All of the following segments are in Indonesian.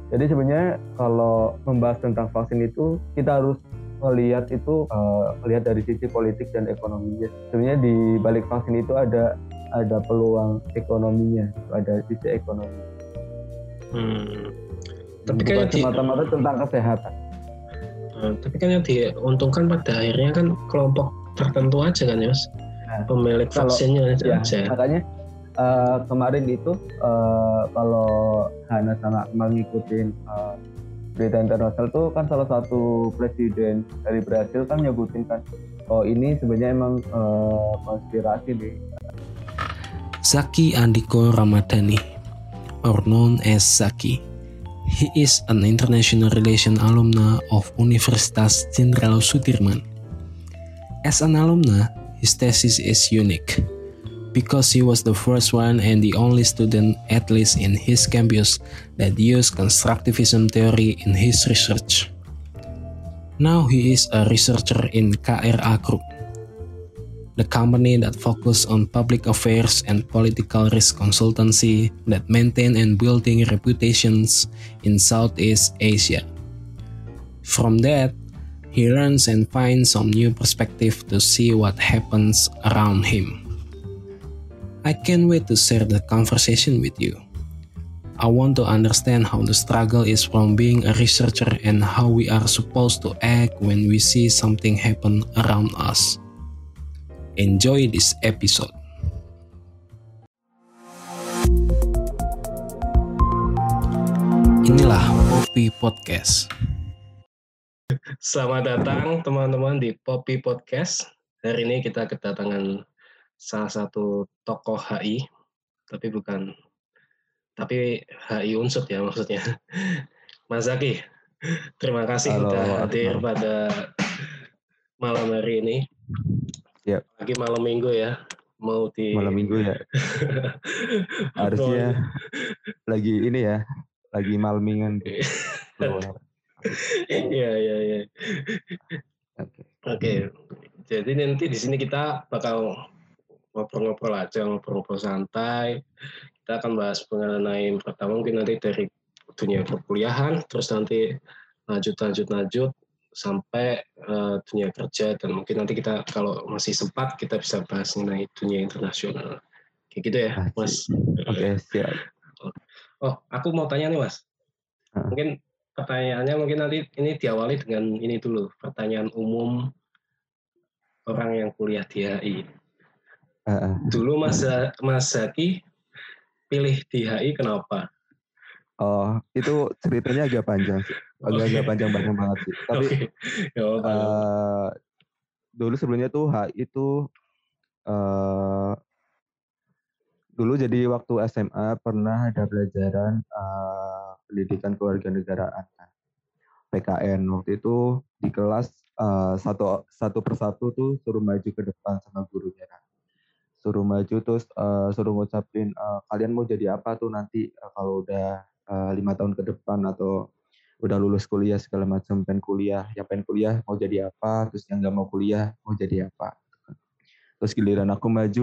Jadi sebenarnya kalau membahas tentang vaksin itu kita harus melihat lihat dari sisi politik dan ekonominya. Sebenarnya di balik vaksin itu ada peluang ekonominya, ada sisi ekonomi. Tapi bukan semata-mata tentang kesehatan. Tapi kan yang diuntungkan pada akhirnya kan kelompok tertentu aja kan ya Mas, pemilik vaksinnya aja. Makanya kemarin itu kalau Hana sama Akmal ngikutin berita internasional tuh kan salah satu presiden dari Brasil kan nyebutin kan, oh ini sebenarnya emang konspirasi nih. Zaki Andiko Ramadhani, or known as Zaki. He is an international relation alumna of Universitas Jenderal Sudirman. As an alumna, his thesis is unique because he was the first one and the only student, at least in his campus, that used constructivism theory in his research. Now he is a researcher in KRA Group, the company that focuses on public affairs and political risk consultancy that maintain and building reputations in Southeast Asia. From that, he learns and finds some new perspective to see what happens around him. I can't wait to share the conversation with you. I want to understand how the struggle is from being a researcher and how we are supposed to act when we see something happen around us. Enjoy this episode. Inilah Poppy Podcast. Selamat datang teman-teman di Poppy Podcast. Hari ini kita kedatangan salah satu tokoh HI, tapi HI Unsut ya maksudnya. Mas Zaki, terima kasih sudah hadir pada malam hari ini. Yep. Lagi malam minggu ya, malam minggu ya. Harusnya lagi ini ya, lagi malmingan. Iya. Oke. Jadi nanti di sini kita bakal ngobrol-ngobrol santai. Kita akan bahas mengenai pertama mungkin nanti dari dunia perkuliahan, terus nanti lanjut sampai dunia kerja, dan mungkin nanti kita kalau masih sempat kita bisa bahas mengenai dunia internasional. Kayak gitu ya, Mas. Oke, siap. Oh, aku mau tanya nih, Mas. Mungkin pertanyaannya nanti ini diawali dengan ini dulu, pertanyaan umum orang yang kuliah di HI. Dulu Mas Zaki pilih di HI kenapa? Oh, itu ceritanya agak panjang sih. Agak panjang banget sih. Tapi dulu sebelumnya tuh HI itu dulu jadi waktu SMA pernah ada pelajaran pendidikan kewarganegaraan, PKN. Waktu itu di kelas satu persatu tuh suruh maju ke depan sama gurunya. Suruh maju terus suruh ngucapin kalian mau jadi apa tuh nanti kalau udah 5 tahun ke depan atau udah lulus kuliah segala macam, pengen kuliah, yang pengen kuliah mau jadi apa, terus yang nggak mau kuliah mau jadi apa. Terus giliran aku maju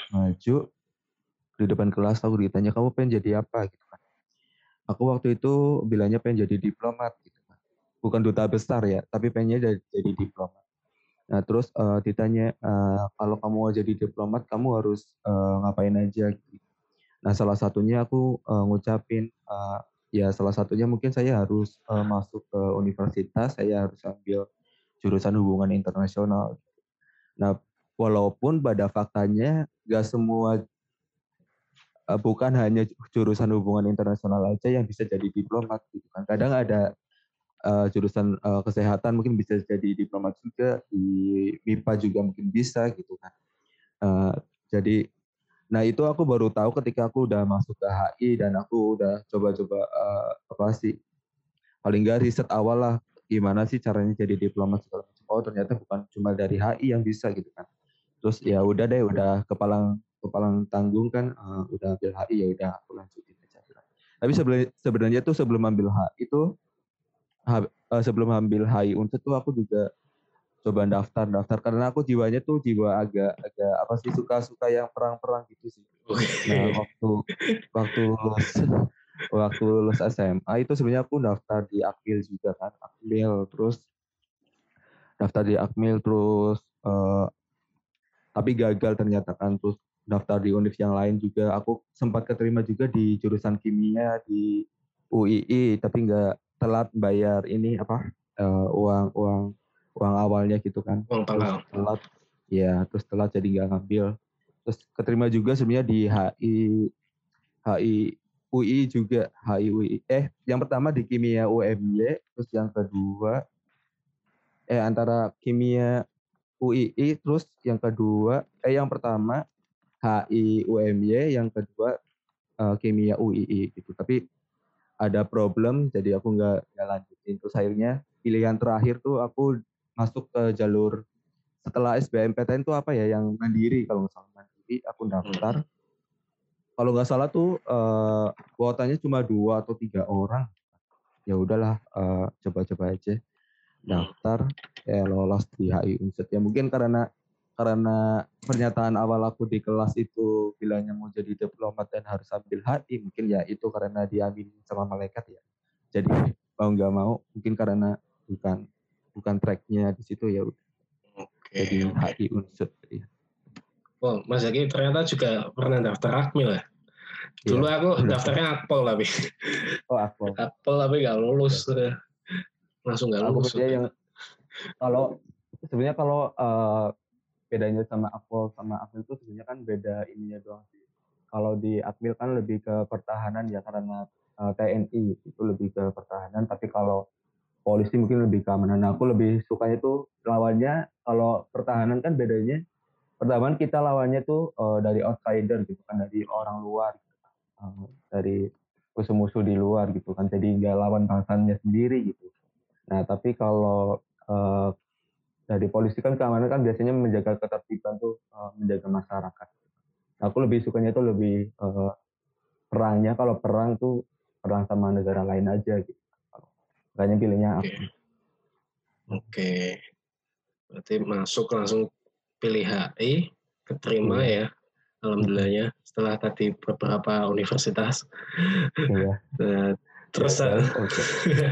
di depan kelas, aku ditanya kamu pengen jadi apa gitu kan. Aku waktu itu bilangnya pengen jadi diplomat gitu kan. Bukan duta besar ya, tapi pengennya jadi diplomat. Nah terus ditanya kalau kamu mau jadi diplomat kamu harus ngapain aja gitu. Nah salah satunya aku ngucapin ya salah satunya mungkin saya harus masuk ke universitas, saya harus ambil jurusan hubungan internasional. Nah walaupun pada faktanya gak semua, bukan hanya jurusan hubungan internasional aja yang bisa jadi diplomat gitu kan. Kadang ada jurusan kesehatan mungkin bisa jadi diplomat juga, di MIPA juga mungkin bisa gitu kan. Jadi, nah itu aku baru tahu ketika aku udah masuk ke HI dan aku udah coba-coba paling nggak riset awal lah gimana sih caranya jadi diplomat segala macam. Oh ternyata bukan cuma dari HI yang bisa gitu kan. Terus ya udah deh, udah kepalang tanggung kan, udah ambil HI ya udah aku lanjutin aja. Tapi sebenarnya tuh sebelum ambil HI itu sebelum ambil HI Unsut tuh aku juga coba daftar karena aku jiwanya tuh jiwa agak suka yang perang-perang gitu sih. Nah waktu waktu lulus SMA itu sebenarnya aku daftar di Akmil juga kan, Akmil terus daftar di Akmil terus tapi gagal ternyata kan, terus daftar di univ yang lain juga. Aku sempat keterima juga di jurusan kimia di UII tapi nggak, telat bayar ini apa uang uang uang awalnya gitu kan, Uang terus pangkal. telat ya, terus telat jadi nggak ngambil. Terus keterima juga sebenarnya di HI UI juga, HI UI. Yang pertama di kimia UMY, terus yang kedua antara kimia UII, terus yang kedua yang pertama HI UMY, yang kedua kimia UII gitu. Tapi ada problem jadi aku nggak lanjutin. Terus akhirnya pilihan terakhir tuh aku masuk ke jalur setelah SBMPTN tuh apa ya, yang mandiri, kalau nggak salah mandiri aku daftar. Kalau nggak salah tuh kuotanya cuma 2 atau 3 orang. Ya udahlah, coba-coba aja daftar, lolos di HI Unsur. Ya mungkin karena pernyataan awal aku di kelas itu bilangnya mau jadi diplomat dan harus ambil HI, mungkin ya itu karena diaminin sama malaikat ya. Jadi mau nggak mau, mungkin karena bukan bukan tracknya di situ, ya udah jadi Oke. HI Unsur. Ya. Oh, Mas Zaki ternyata juga pernah daftar Akmil ya? Dulu Iya, aku daftar. daftarnya Akpol tapi Oh aku. Akpol tapi nggak lulus, Ya. langsung nggak Aku lulus. percaya yang kalau sebenarnya kalau bedanya sama Akpol sama Akmil itu sebenarnya kan beda ininya doang sih. Kalau di Akmil kan lebih ke pertahanan ya, karena TNI itu lebih ke pertahanan, tapi kalau polisi mungkin lebih keamanan. Nah, aku lebih sukanya tuh lawannya, kalau pertahanan kan bedanya, pertama kita lawannya tuh dari outsider gitu kan, dari orang luar, dari musuh-musuh di luar gitu kan, jadi nggak lawan bangsanya sendiri gitu. Nah, tapi kalau dari polisi kan keamanan kan biasanya menjaga ketertiban tuh, menjaga masyarakat. Aku lebih sukanya tuh lebih perangnya, kalau perang tuh perang sama negara lain aja gitu. Makanya pilihnya Oke. aku. Oke. Berarti masuk langsung pilih HI, keterima Iya. ya, alhamdulillahnya. Setelah tadi beberapa universitas. Iya. Nah, terus Gagal. Oke.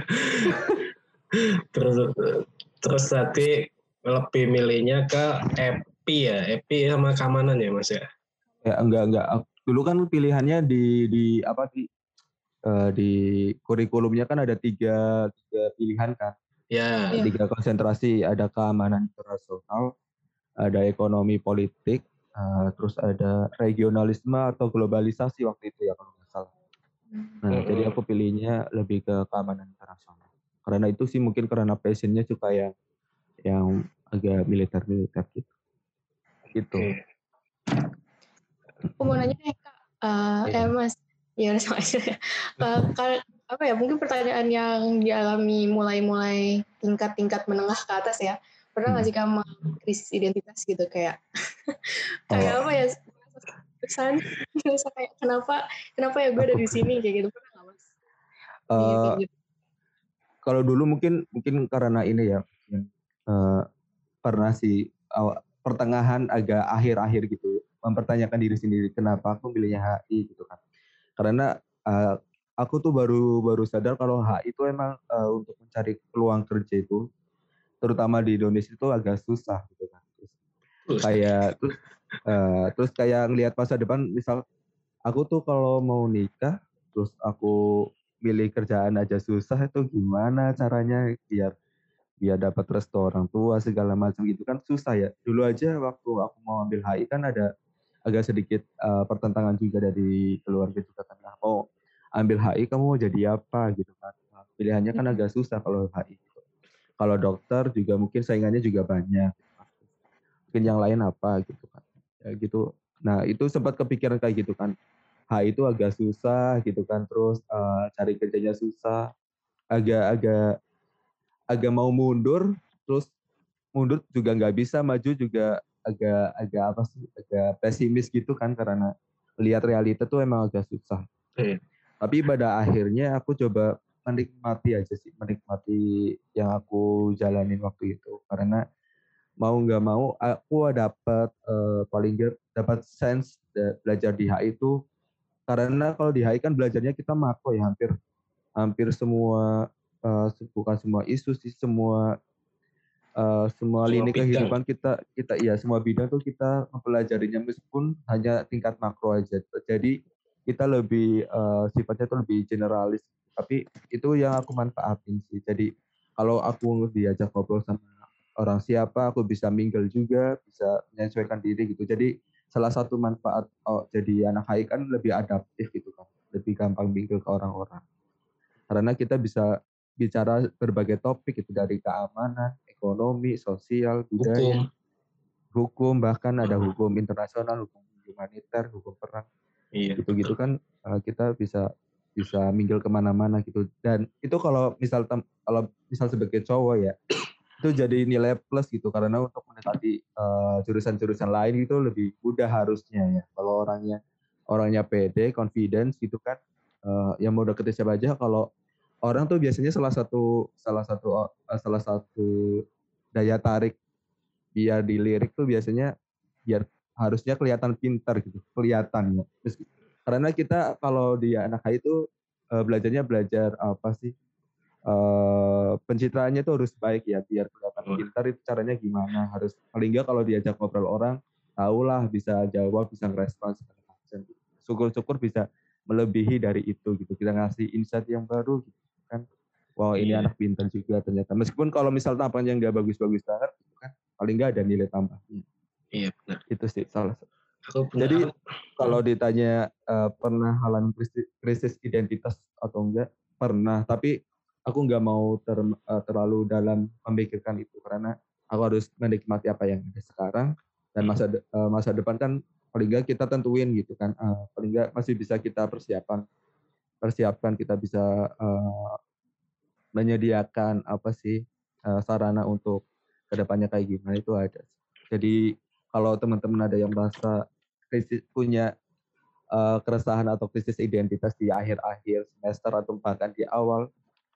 terus terus tadi lebih milihnya ke EPI ya, EPI sama keamanan ya Mas ya. Ya enggak. Dulu kan pilihannya di apa di kurikulumnya kan ada tiga pilihan kan. Ya. Iya. 3 konsentrasi, ada keamanan internasional, ada ekonomi politik, terus ada regionalisme atau globalisasi waktu itu ya kalau nggak salah. Nah, jadi aku pilihnya lebih ke keamanan internasional. Karena itu sih mungkin karena passionnya suka yang agak militer-militer gitu. Gitu. Oke. Aku mau nanya nih Kak, Mas, ya udah sama aja ya. Apa ya, mungkin pertanyaan yang dialami mulai tingkat menengah ke atas ya. Pernah nggak sih Kak krisis identitas gitu, kayak apa ya, pesan merasa kayak kenapa ya gue ada di sini kayak gitu, pernah nggak Mas? Kayak gitu. Kalau dulu mungkin karena ini ya, pernah sih pertengahan agak akhir-akhir gitu mempertanyakan diri sendiri kenapa aku pilihnya HI gitu kan. Karena aku tuh baru sadar kalau HI itu emang untuk mencari peluang kerja itu terutama di Indonesia itu agak susah gitu kan. Terus kayak ngelihat masa depan, misal aku tuh kalau mau nikah terus aku milih kerjaan aja susah, itu gimana caranya biar dapat restu orang tua segala macam gitu kan, susah ya. Dulu aja waktu aku mau ambil HI kan ada agak sedikit pertentangan juga dari keluarga juga kan. Nah, mau ambil HI kamu mau jadi apa gitu kan. Nah, pilihannya kan agak susah kalau HI gitu. Kalau dokter juga mungkin saingannya juga banyak. Mungkin yang lain apa gitu kan. Ya gitu. Nah, itu sempat kepikiran kayak gitu kan. HI itu agak susah gitu kan, terus cari kerjanya susah, agak mau mundur, terus mundur juga nggak bisa, maju juga agak apa sih, agak pesimis gitu kan, karena lihat realita tuh emang agak susah. Tapi pada akhirnya aku coba menikmati aja sih, menikmati yang aku jalanin waktu itu, karena mau nggak mau aku dapat paling nggak dapat sense belajar di HI itu Karena kalau di HI kan belajarnya kita makro ya, hampir semua, bukan semua isu sih, semua lini bidang. kehidupan kita ya semua bidang tuh kita mempelajarinya meskipun hanya tingkat makro aja. Jadi kita lebih sifatnya tuh lebih generalis. Tapi itu yang aku manfaatin sih. Jadi kalau aku diajak ngobrol sama orang siapa, aku bisa mingle juga, bisa menyesuaikan diri gitu. Jadi salah satu manfaat jadi anak HI kan lebih adaptif gitu kan, lebih gampang mingle ke orang-orang. Karena kita bisa bicara berbagai topik itu dari keamanan, ekonomi, sosial, budaya, hukum, bahkan ada hukum internasional, hukum humaniter, hukum perang. Iya, Gitu-gitu kan kita bisa mingle kemana-mana gitu. Dan itu kalau misal sebagai cowok ya, itu jadi nilai plus gitu karena untuk mendekati jurusan-jurusan lain itu lebih mudah harusnya ya. Kalau orangnya pede, confidence gitu kan, yang mau deketin siapa aja. Kalau orang tuh biasanya salah satu daya tarik biar dilirik tuh biasanya biar harusnya kelihatan pintar gitu, kelihatannya. Karena kita kalau di anak HI itu belajar apa sih? Pencitraannya tuh harus baik ya biar kelihatan pintar. Itu caranya gimana, harus paling nggak kalau diajak ngobrol orang tahulah, bisa jawab, bisa ngerespons. Syukur-syukur bisa melebihi dari itu gitu, kita ngasih insight yang baru gitu kan. Wow, ini anak pintar juga ternyata, meskipun kalau misal tampangnya nggak bagus-bagus banget gitu kan, paling nggak ada nilai tambahnya. Iya benar. Itu sih salah satu. Jadi kalau ditanya pernah alami krisis identitas atau enggak, pernah. Tapi aku nggak mau terlalu dalam memikirkan itu karena aku harus menikmati apa yang ada sekarang dan masa depan kan paling nggak kita tentuin gitu kan. Paling nggak masih bisa kita persiapkan, kita bisa menyediakan apa sih sarana untuk kedepannya kayak gimana itu ada. Jadi kalau teman-teman ada yang merasa punya keresahan atau krisis identitas di akhir-akhir semester atau bahkan di awal,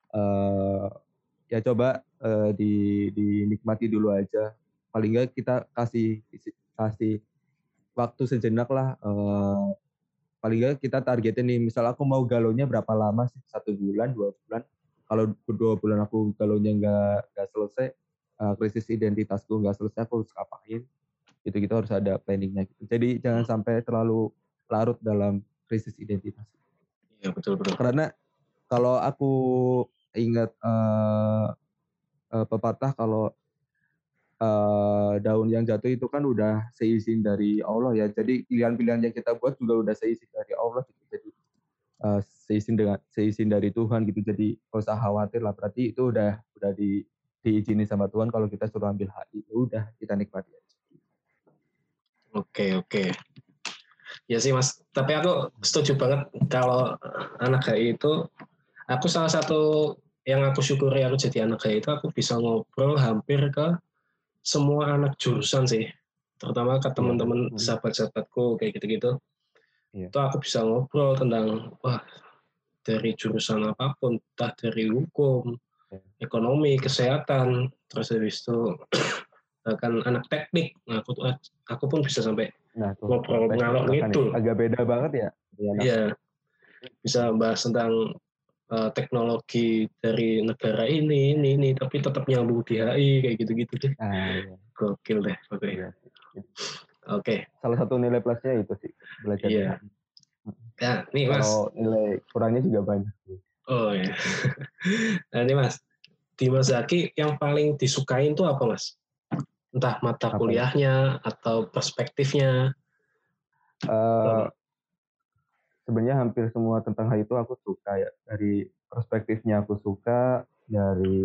ya coba dinikmati dulu aja. Paling nggak kita kasih waktu sejenak lah. Paling nggak kita targetin nih, misal aku mau galonya berapa lama sih, 1 bulan, 2 bulan. Kalau 2 bulan aku galonya nggak selesai, krisis identitasku nggak selesai, aku harus ngapain? Gitu harus ada planningnya gitu. Jadi jangan sampai terlalu larut dalam krisis identitas. Iya betul. Karena kalau aku ingat pepatah kalau daun yang jatuh itu kan udah seizin dari Allah ya. Jadi pilihan-pilihan yang kita buat juga udah seizin dari Allah gitu. Jadi seizin dari Tuhan gitu. Jadi nggak usah khawatir lah. Berarti itu udah diizinin sama Tuhan kalau kita suruh ambil HI. Udah kita nikmati aja. Oke. Ya sih Mas, tapi aku setuju banget kalau anak HI itu, aku salah satu yang aku syukuri aku jadi anak HI itu aku bisa ngobrol hampir ke semua anak jurusan sih, terutama ke teman-teman sahabat-sahabatku kayak gitu-gitu. Itu aku bisa ngobrol tentang dari jurusan apapun, entah dari hukum, ekonomi, kesehatan, terus habis itu bahkan anak teknik. Nah, aku pun bisa sampai ngobrol ngalor ngidul. Agak beda banget ya. Iya. Bisa bahas tentang teknologi dari negara ini, tapi tetap nyambung di HI kayak gitu-gitu deh. Gokil deh. Oke. Salah satu nilai plusnya itu sih belajar. Iya. Ya, nih Mas. Kalau nilai kurangnya juga banyak. Oh ya. Nah ini Mas, di Mas Zaki yang paling disukain tuh apa Mas? Entah mata kuliahnya atau perspektifnya. Sebenarnya hampir semua tentang hal itu aku suka ya. Dari perspektifnya aku suka, dari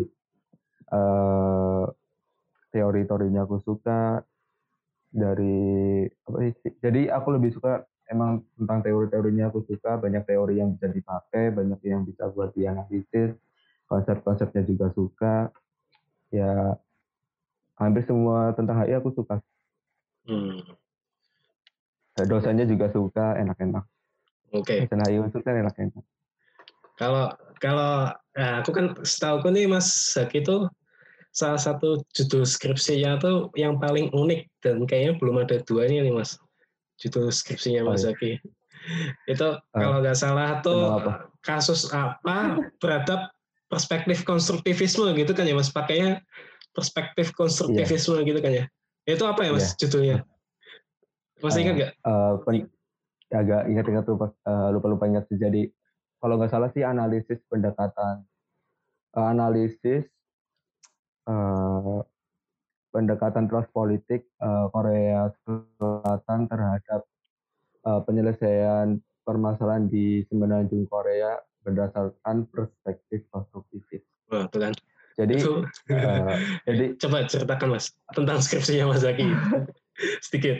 teori-teorinya aku suka, dari jadi aku lebih suka emang tentang teori-teorinya aku suka. Banyak teori yang bisa dipakai, banyak yang bisa buat dianalisis, konsep-konsepnya juga suka. Ya hampir semua tentang HI aku suka. Dosennya juga suka, enak-enak. Oke. Dosen HI itu kan enak-enak. Kalau aku kan setauku nih Mas Zaki itu salah satu judul skripsinya tuh yang paling unik dan kayaknya belum ada duanya nih Mas. Judul skripsinya Mas Zaki. Itu kalau nggak salah tuh Kenapa? kasus apa terhadap perspektif konstruktivisme gitu kan ya Mas, pakainya perspektif Iya, konstruktivisme gitu kan ya. Itu apa ya Mas iya. judulnya? Masih ingat nggak? Agak ingat-ingat lupa, lupa-lupa ingat sih. Jadi kalau nggak salah sih analisis eh, pendekatan trust politik Korea Selatan terhadap penyelesaian permasalahan di semenanjung Korea berdasarkan perspektif konstruktivis. Wah, tuh kan. Jadi, Itu jadi coba ceritakan Mas tentang skripsinya Mas Zaki sedikit.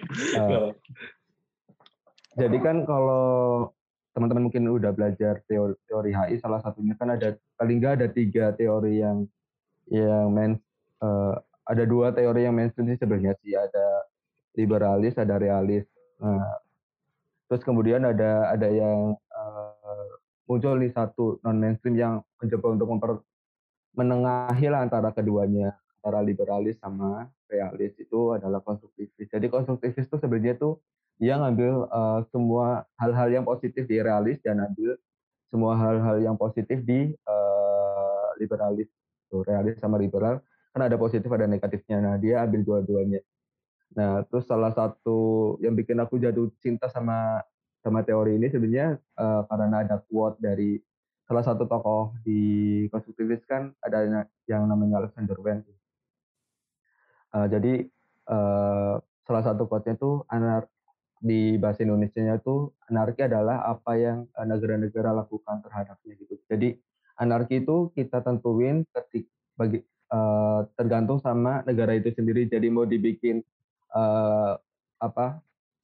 Jadi kan kalau teman-teman mungkin udah belajar teori HI, salah satunya kan paling nggak ada 3 teori yang main, ada 2 teori yang mainstream sih sebenarnya sih, ada liberalis, ada realis. Nah, terus kemudian ada yang muncul nih satu non mainstream yang mencoba untuk menengahi lah antara keduanya, antara liberalis sama realis, itu adalah konstruktivis. Jadi konstruktivis itu sebenarnya tuh dia ngambil semua hal-hal yang positif di realis dan ambil semua hal-hal yang positif di liberalis. Tuh, realis sama liberal kan ada positif ada negatifnya. Nah, dia ambil dua-duanya. Nah, terus salah satu yang bikin aku jatuh cinta sama teori ini sebenarnya karena ada quote dari salah satu tokoh di konstruktivis, kan ada yang namanya Alexander Wang. Jadi salah satu quote-nya itu di bahasa Indonesianya itu anarki adalah apa yang negara-negara lakukan terhadapnya gitu. Jadi anarki itu kita tentuin tergantung sama negara itu sendiri. Jadi mau dibikin apa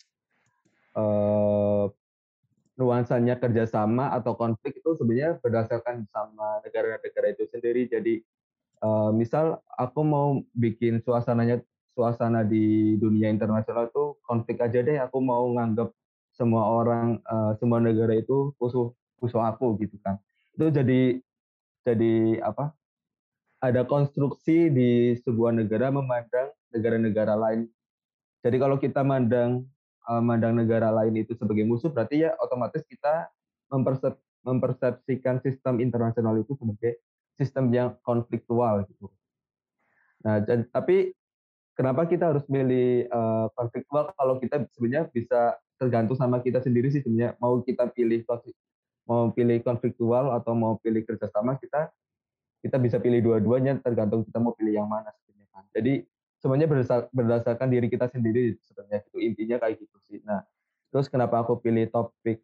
nuansanya kerjasama atau konflik itu sebenarnya berdasarkan sama negara-negara itu sendiri. Jadi misal aku mau bikin suasana di dunia internasional tuh konflik aja deh, aku mau nganggap semua orang semua negara itu musuh aku gitu kan. Itu jadi apa? Ada konstruksi di sebuah negara memandang negara-negara lain. Jadi kalau kita mandang negara lain itu sebagai musuh, berarti ya otomatis kita mempersepsikan sistem internasional itu sebagai sistem yang konfliktual gitu. Nah, tapi kenapa kita harus milih konfliktual kalau kita sebenarnya bisa tergantung sama kita sendiri sih sebenarnya, mau pilih konfliktual atau mau pilih kerjasama, kita bisa pilih dua-duanya, tergantung kita mau pilih yang mana sebenarnya kan. Jadi semuanya berdasarkan diri kita sendiri sebenarnya, itu intinya kayak gitu sih. Nah, terus kenapa aku pilih topik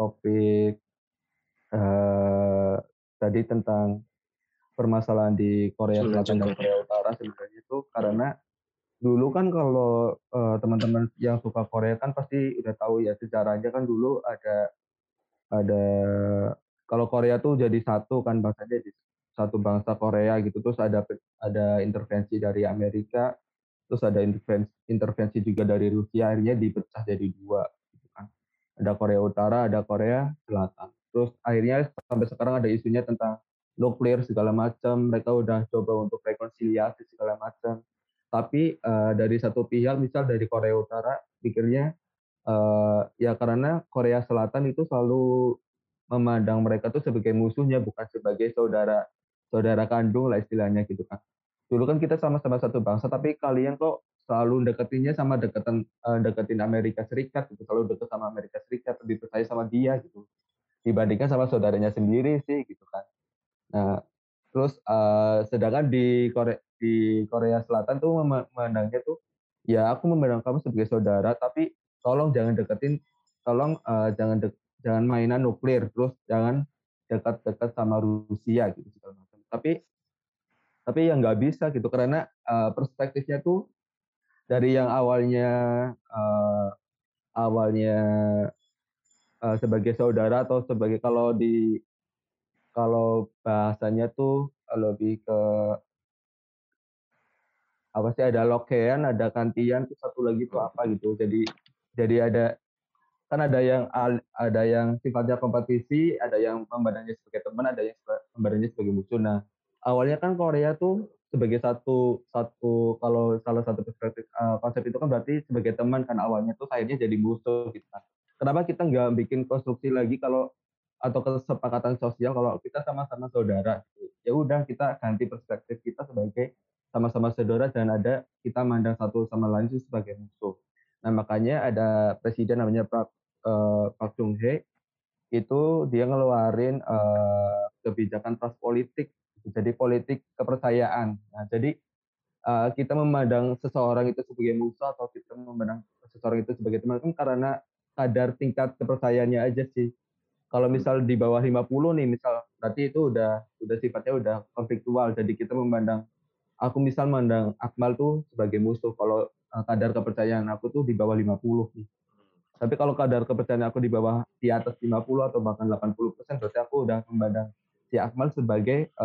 tadi tentang permasalahan di Korea Selatan dan Korea Utara sebenarnya itu karena dulu kan kalau teman-teman yang suka Korea kan pasti udah tahu ya sejarahnya kan dulu ada kalau Korea tuh jadi satu kan bahasanya jadi satu bangsa Korea gitu, terus ada intervensi dari Amerika, terus ada intervensi juga dari Rusia, akhirnya dipecah jadi dua gitu kan. Ada Korea Utara, ada Korea Selatan. Terus akhirnya sampai sekarang ada isunya tentang nuklir segala macam, mereka udah coba untuk rekonsiliasi segala macam. Tapi dari satu pihak, misal dari Korea Utara, pikirnya ya karena Korea Selatan itu selalu memandang mereka tuh sebagai musuhnya, bukan sebagai saudara kandung lah istilahnya gitu kan. Dulu kan kita sama-sama satu bangsa, tapi kalian kok selalu deketin Amerika Serikat gitu, selalu deket sama Amerika Serikat, lebih percaya sama dia gitu dibandingkan sama saudaranya sendiri sih gitu kan. Nah, terus sedangkan di Korea Selatan tuh memandangnya tuh ya aku memandang kamu sebagai saudara, tapi tolong jangan mainan nuklir, terus jangan dekat-dekat sama Rusia gitu segala macam. Tapi yang nggak bisa gitu karena perspektifnya tuh dari yang awalnya sebagai saudara atau sebagai kalau bahasanya tuh lebih ke apa sih, ada lokean, ada kantian, terus satu lagi tuh apa gitu. Jadi ada yang sifatnya kompetisi, ada yang memandangnya sebagai teman, ada yang memandangnya sebagai musuh. Nah, awalnya kan Korea tuh sebagai satu kalau salah satu perspektif konsep itu kan berarti sebagai teman kan awalnya tuh akhirnya jadi musuh gitu kan. kenapa kita nggak bikin konstruksi lagi kalau atau kesepakatan sosial kalau kita sama-sama saudara. Ya udah kita ganti perspektif kita sebagai sama-sama saudara dan ada kita mandang satu sama lain itu sebagai musuh. Nah makanya ada presiden namanya Park Chung-hee itu dia ngeluarin kebijakan trust politik, jadi politik kepercayaan. Nah jadi kita memandang seseorang itu sebagai musuh atau kita memandang seseorang itu sebagai teman kan karena kadar tingkat kepercayaannya aja sih. Kalau misal di bawah 50 nih, misal berarti itu udah sifatnya udah konfliktual. Jadi kita memandang, aku misal memandang Akmal tuh sebagai musuh. Kalau kadar kepercayaan aku tuh di bawah 50 nih. Tapi kalau kadar kepercayaan aku di atas 50 atau bahkan 80%, berarti aku udah memandang si Akmal sebagai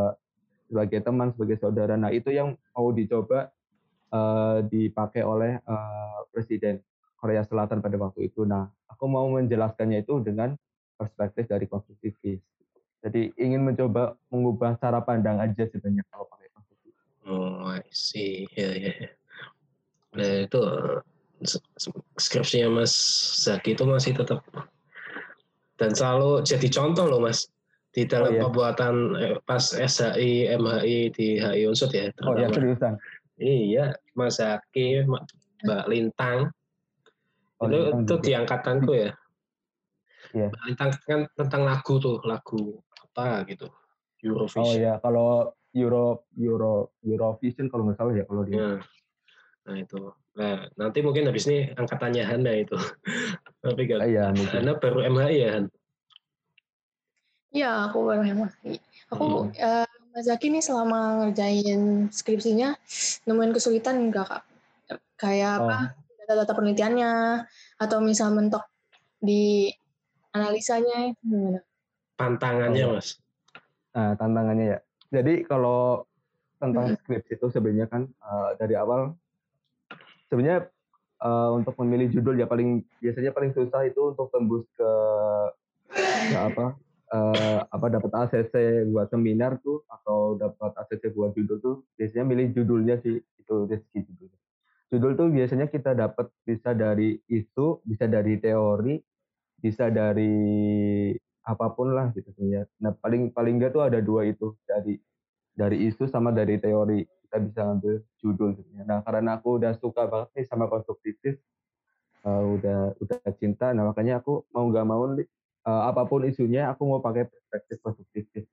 teman, sebagai saudara. Nah itu yang mau dicoba dipakai oleh Presiden Korea Selatan pada waktu itu. Nah, aku mau menjelaskannya itu dengan perspektif dari konstruktivis. Jadi ingin mencoba mengubah cara pandang aja sebenarnya kalau pakai konstruktivis. Oh, I see. Ya. Nah, itu skripsinya Mas Zaki itu masih tetap dan selalu jadi contoh loh Mas di dalam pembuatan pas SHI, MHI di HI Unsur ya. Oh ya, seriusan? Iya, Mas Zaki, Mbak Lintang. Itu di angkatanku ya. Iya. Mbak Lintang kan tentang lagu apa gitu. Eurovision. Oh ya, kalau Eurovision kalau nggak salah ya kalau dia. Nah itu. Nah nanti mungkin habis ini angkatannya Hana itu. Tapi kan Hana baru MHI ya Han? Iya, aku baru MHI. Aku Mas Zaki nih selama ngerjain skripsinya nemuin kesulitan enggak Kak? Kayak apa? Data-data penelitiannya atau misal mentok di analisanya gimana? Tantangannya Mas? Nah, tantangannya ya. Jadi kalau tentang skripsi itu sebenarnya kan dari awal sebenarnya untuk memilih judul ya biasanya paling susah itu untuk tembus ke dapat ACC buat seminar tuh atau dapat ACC buat judul tuh biasanya milih judulnya sih itu rezeki judul. Judul tuh biasanya kita dapat bisa dari isu, bisa dari teori, bisa dari apapun lah gitu ya. Nah paling nggak tuh ada dua itu dari isu sama dari teori kita bisa ngambil judul gitu ya. Nah karena aku udah suka banget nih sama konstruktivis, udah cinta, nah makanya aku mau nggak mau apapun isunya aku mau pakai perspektif konstruktivis.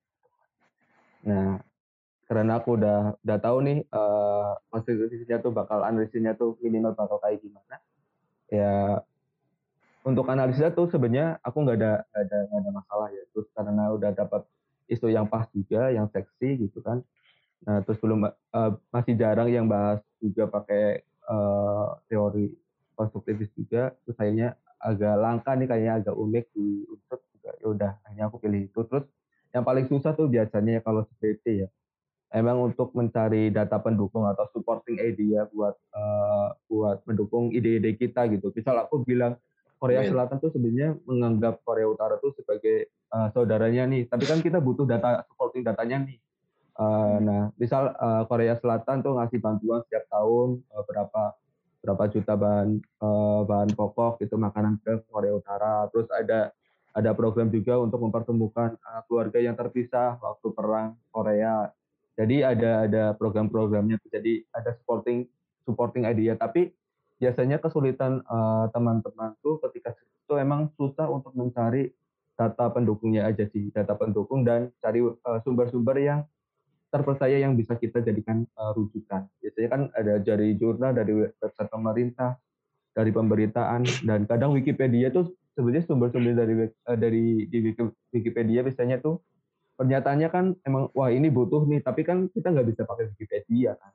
Nah karena aku udah tahu nih konstruktivisnya tuh analisisnya tuh minimal bakal kayak gimana ya. Untuk analisisnya tuh sebenarnya aku nggak ada masalah ya. Terus karena udah dapat isu yang pas juga, yang seksi gitu kan. Nah terus masih jarang yang bahas juga pakai teori konstruktivis juga. Terus akhirnya agak langka nih, kayaknya agak unik di Unsur juga. Ya udah, akhirnya aku pilih itu. Terus yang paling susah tuh biasanya kalau SPT ya. Emang untuk mencari data pendukung atau supporting idea buat mendukung ide-ide kita gitu. Misal aku bilang Korea Selatan tuh sebenarnya menganggap Korea Utara tuh sebagai saudaranya nih. Tapi kan kita butuh data supporting datanya nih. Nah, misal Korea Selatan tuh ngasih bantuan setiap tahun berapa juta bahan pokok gitu makanan ke Korea Utara. Terus ada program juga untuk mempertemukan keluarga yang terpisah waktu perang Korea. Jadi ada program-programnya. Jadi ada supporting idea. Tapi biasanya kesulitan teman-teman tuh ketika itu emang susah untuk mencari data pendukungnya aja sih, data pendukung dan cari sumber-sumber yang terpercaya yang bisa kita jadikan rujukan. Biasanya kan ada dari jurnal, dari website pemerintah, dari pemberitaan, dan kadang Wikipedia tuh sebenarnya sumber-sumber dari Wikipedia biasanya tuh pernyataannya kan emang wah ini butuh nih, tapi kan kita nggak bisa pakai Wikipedia kan.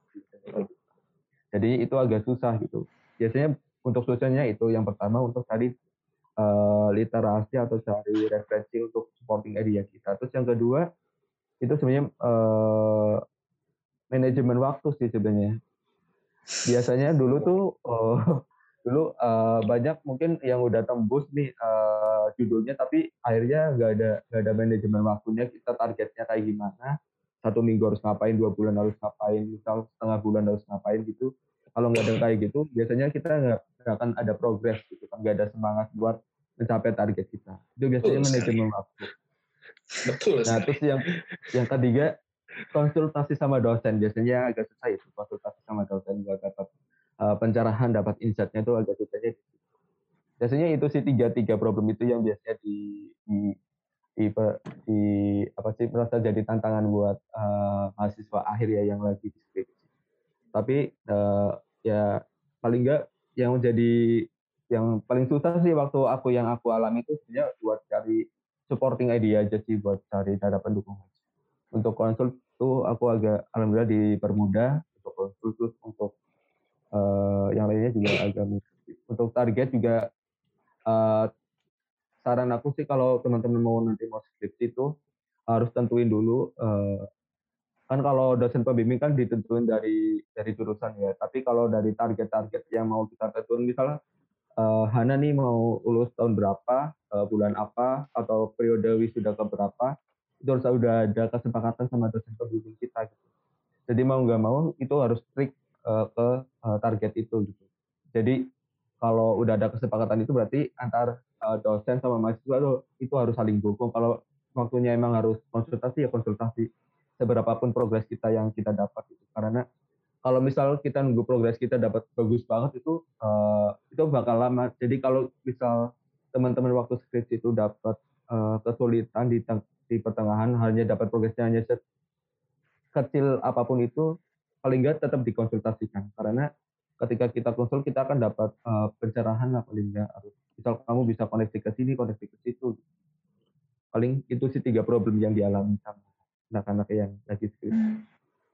Jadi itu agak susah gitu. Biasanya untuk susahnya itu yang pertama untuk cari literasi atau cari referensi untuk supporting idea kita. Terus yang kedua itu sebenarnya manajemen waktu sih sebenarnya. Biasanya dulu tuh banyak mungkin yang udah tembus nih judulnya, tapi akhirnya nggak ada manajemen waktunya. Kita targetnya kayak gimana? 1 minggu harus ngapain, 2 bulan harus ngapain, misal setengah bulan harus ngapain gitu. Kalau nggak ada kayak gitu, biasanya kita nggak akan ada progres gitu kan, nggak ada semangat buat mencapai target kita. Itu biasanya Betul sekali. manajemen waktu. Betul Nah, sekali. terus yang ketiga, konsultasi sama dosen. Biasanya agak susah itu, konsultasi sama dosen buat dapat pencerahan, dapat insight-nya itu agak susahnya. Biasanya itu sih tiga problem itu yang biasanya di apa sih merasa jadi tantangan buat mahasiswa akhir ya yang lagi di skripsi. Tapi ya paling enggak yang paling susah sih waktu yang aku alami itu sebenarnya buat cari supporting idea aja sih, buat cari data pendukung. Untuk konsul tuh aku agak alhamdulillah dipermudah untuk konsul, terus untuk yang lainnya juga agak mudah. Untuk target juga saran aku sih kalau teman-teman nanti mau skripsi itu harus tentuin dulu kan kalau dosen pembimbing kan ditentuin dari jurusan ya. Tapi kalau dari target-target yang mau kita tentuin, misalnya Hana nih mau lulus tahun berapa, bulan apa, atau periode wisuda ke berapa, itu harus udah ada kesepakatan sama dosen pembimbing kita gitu. Jadi mau nggak mau itu harus strict ke target itu gitu. Jadi kalau udah ada kesepakatan itu berarti antar dosen sama mahasiswa itu harus saling dukung. Kalau waktunya emang harus konsultasi ya konsultasi. Seberapapun progres kita yang kita dapat gitu. Karena kalau misal kita nunggu progres kita dapat bagus banget itu bakal lama. Jadi kalau misal teman-teman waktu skripsi itu dapat kesulitan di pertengahan hanya dapat progresnya hanya kecil apapun itu, paling nggak tetap dikonsultasikan. Karena ketika kita konsul kita akan dapat pencerahan lah paling nggak. Misal kamu bisa koneksi ke sini, koneksi ke situ. Paling itu sih 3 problem yang dialami sama anak-anak yang lagi skripsi.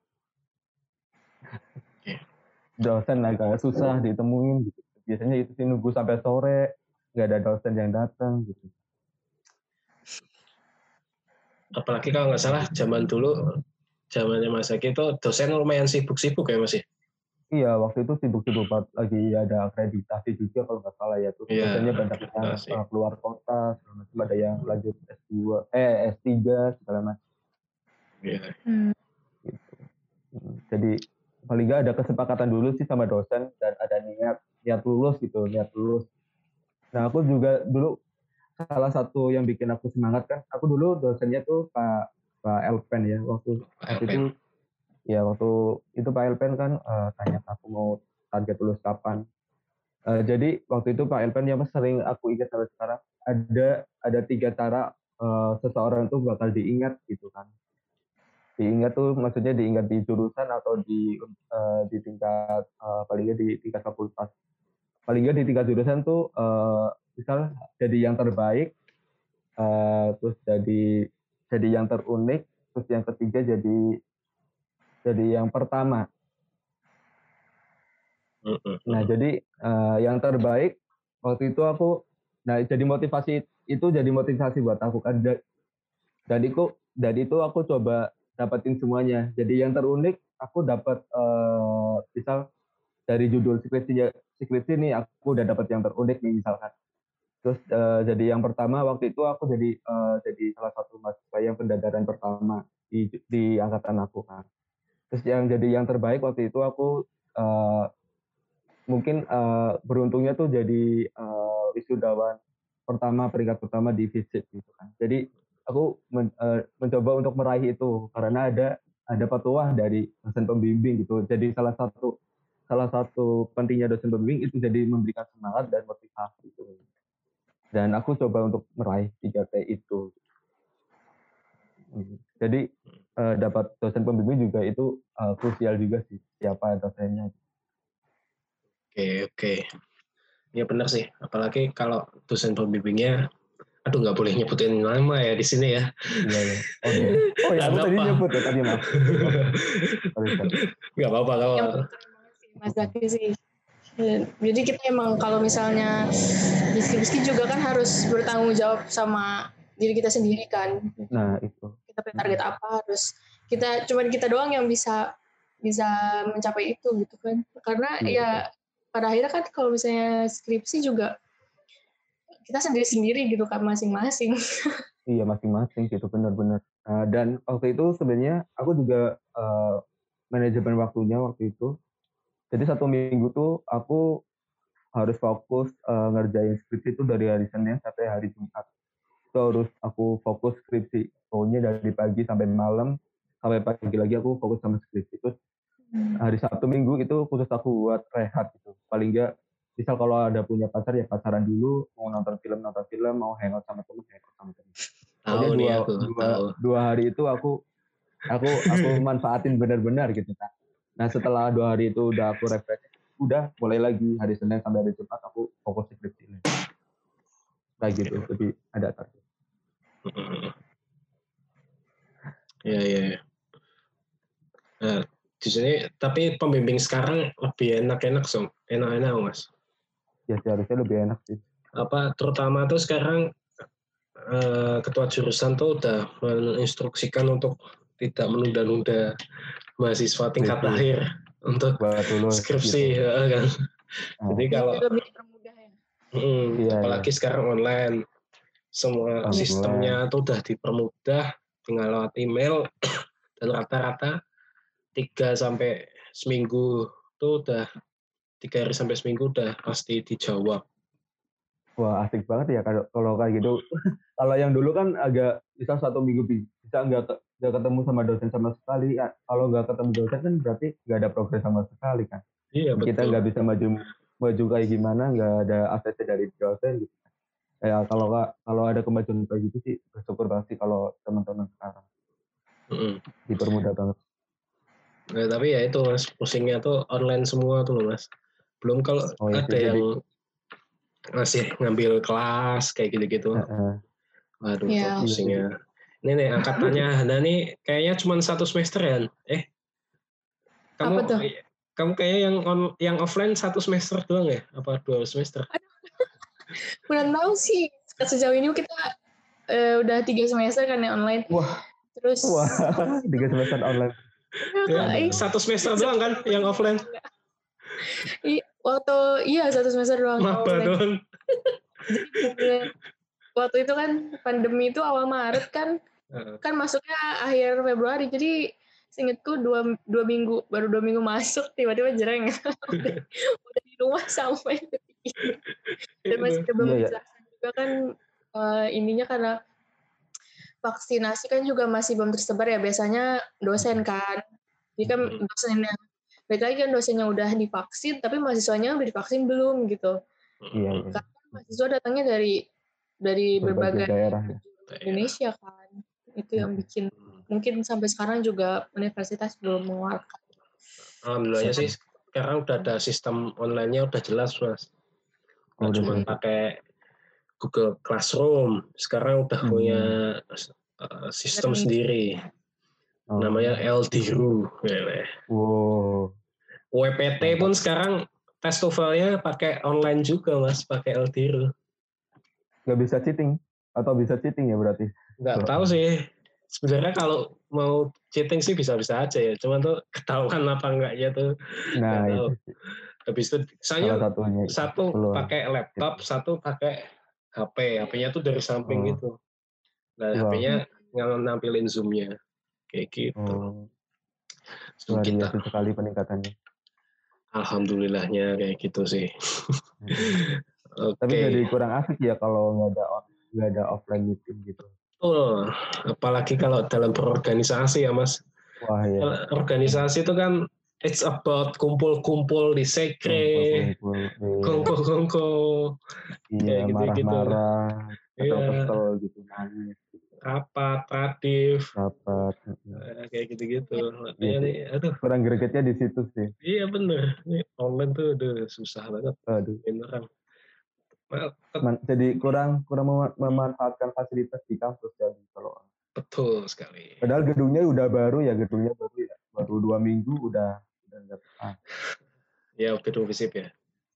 Dosen agak susah ditemuin gitu. Biasanya itu sih nunggu sampai sore, nggak ada dosen yang datang gitu. Apalagi kalau nggak salah zaman dulu, zamannya Mas Zaki itu dosen lumayan sibuk-sibuk ya Mas ya? Iya, waktu itu sibuk-sibuk banget, lagi ada akreditasi juga kalau nggak salah ya. Terus dosennya banyak yang keluar kota, ada yang lanjut S2, S3 segala macam. Iya. Gitu. Jadi paling nggak ada kesepakatan dulu sih sama dosen dan ada niat lulus gitu, niat lulus. Nah aku juga dulu salah satu yang bikin aku semangat kan, aku dulu dosennya tuh Pak Elpen ya, waktu itu Pak Elpen kan tanya aku mau target lulus kapan. Jadi waktu itu Pak Elpen yang sering aku ingat sampai sekarang, ada 3 cara seseorang tuh bakal diingat gitu kan. Diingat tuh maksudnya diingat di jurusan atau di tingkat paling nggak di tingkat fakultas. Paling nggak di tingkat jurusan tuh misal jadi yang terbaik, terus jadi yang terunik, terus yang ketiga jadi yang pertama. Nah jadi yang terbaik waktu itu jadi motivasi buat aku kan. Dan itu aku coba dapetin semuanya. Jadi yang terunik aku dapat misal dari judul skripsi nih aku udah dapat yang terunik nih misalkan. Terus jadi yang pertama waktu itu aku jadi salah satu mahasiswa yang pendadaran pertama di angkatan aku kan. Terus jadi yang terbaik waktu itu aku mungkin beruntungnya tuh jadi wisudawan peringkat pertama di FISIP gitu kan. Jadi aku mencoba untuk meraih itu karena ada petuah dari dosen pembimbing gitu. Jadi salah satu pentingnya dosen pembimbing itu jadi memberikan semangat dan motivasi gitu. Dan aku coba untuk meraih 3T itu. Jadi dapat dosen pembimbing juga itu krusial juga sih, siapa dosennya. Oke. Ya benar sih, apalagi kalau dosen pembimbingnya, aduh nggak boleh nyebutin nama ya di sini ya. Iya. Oh ya, aku tadi nyebut ya tadi maaf. Nggak apa-apa. Mas Zaki sih. Jadi kita emang kalau misalnya diskusi juga kan harus bertanggung jawab sama diri kita sendiri kan. Nah itu. Kita punya target apa harus cuma kita doang yang bisa mencapai itu gitu kan. Karena ya pada akhirnya kan kalau misalnya skripsi juga kita sendiri-sendiri gitu kan masing-masing. Iya masing-masing gitu benar-benar. Dan waktu itu sebenarnya aku juga manajemen waktunya waktu itu. Jadi 1 minggu tuh aku harus fokus ngerjain skripsi itu dari hari Senin sampai hari Jumat. Itu harus aku fokus skripsi. Pokoknya dari pagi sampai malam, sampai pagi lagi aku fokus sama skripsi. Terus hari Sabtu Minggu itu khusus aku buat rehat gitu. Paling enggak, misal kalau ada punya pacar ya pacaran dulu, mau nonton film, mau hangout sama temen. Tahu Pokoknya nih aku, tahu. dua hari itu aku manfaatin benar-benar gitu kan. Nah setelah 2 hari itu udah aku refresh, udah mulai lagi hari Senin sampai hari Jumat aku fokus skripsi kayak gitu. Jadi ada target. Iya. Nah, di sini tapi pembimbing sekarang lebih enak-enak Mas. Ya seharusnya lebih enak sih. Terutama tuh sekarang ketua jurusan tuh udah menginstruksikan untuk tidak menunda-nunda mahasiswa tingkat akhir untuk skripsi gitu. Kan. Jadi kalau lebih dipermudah ya. Apalagi sekarang online, semua sistemnya tuh udah dipermudah, tinggal lewat email dan rata-rata 3 sampai seminggu tuh udah 3 hari sampai seminggu udah pasti dijawab. Wah asik banget ya kalau kayak gitu. Kalau yang dulu kan agak bisa 1 minggu bisa nggak ketemu sama dosen sama sekali. Kalau nggak ketemu dosen kan berarti nggak ada progres sama sekali kan. Iya, kita nggak bisa maju kayak gimana, nggak ada ACC dari dosen gitu. Ya kalau ada kemajuan kayak gitu sih bersyukur banget sih kalau teman-teman sekarang. Dipermudah banget. Nah, tapi ya itu Mas, pusingnya tuh online semua tuh loh Mas. Belum kalau ada yang masih ngambil kelas kayak gitu-gitu. Waduh, pusingnya. Ini nih angkatannya Hana nih kayaknya cuma 1 semester ya. Kamu kayaknya yang offline 1 semester doang ya? Apa 2 semester? Kurang tahu sih. Sejauh ini kita udah 3 semester kan yang online. Wah. Terus 3 semester online. Ya, 1 semester doang kan yang offline? Iya 1 semester doang. Maba doang. Jadi waktu itu kan pandemi itu awal Maret kan masuknya akhir Februari. Jadi seingetku 2 minggu, baru 2 minggu masuk tiba-tiba jereng. udah di rumah sampai detik ini. Dan masih belum dijelasin juga kan ininya karena vaksinasi kan juga masih belum tersebar ya, biasanya dosen kan. Jadi kan dosennya, balik lagi kan dosennya udah divaksin, tapi mahasiswanya udah divaksin belum gitu. Iya. Karena mahasiswa datangnya dari berbagai daerah Indonesia kan. Itu yang bikin mungkin sampai sekarang juga universitas belum mengeluarkan. Alhamdulillahnya sih sekarang udah ada sistem online-nya udah jelas Mas. Nggak cuma pakai Google Classroom, sekarang udah punya sistem sendiri. Namanya LDRU. Wow. WPT pun sekarang tes TOEFL-nya pakai online juga Mas, pakai LDRU. Nggak bisa cheating? Atau bisa cheating ya berarti? Nggak tahu sih. Sebenarnya kalau mau cheating sih bisa-bisa aja ya. Cuma tuh ketahuan apa enggaknya tuh. Nah, itu. Habis itu misalnya satu pakai laptop, satu pakai HP. HP-nya tuh dari samping gitu. Nah, HP-nya nampilin Zoom-nya. Kayak gitu. Luar biasa sekali peningkatannya. Alhamdulillahnya kayak gitu sih. Tapi jadi kurang asik ya kalau nggak ada offline meeting gitu. Apalagi kalau dalam berorganisasi ya Mas. Wah ya. Organisasi itu kan it's about kumpul-kumpul di sekre, kongko, iya, marah-marah, kesel gitu, nangis. Rapat, kayak gitu-gitu. Makanya nih, kurang gregetnya di situ sih. Iya bener, ini online tuh susah banget. Beneran. Jadi kurang memanfaatkan fasilitas di kampus jadi kalau. Betul sekali. Padahal gedungnya udah baru ya, baru 2 minggu udah nggak tepat. Ya gedung FISIP ya.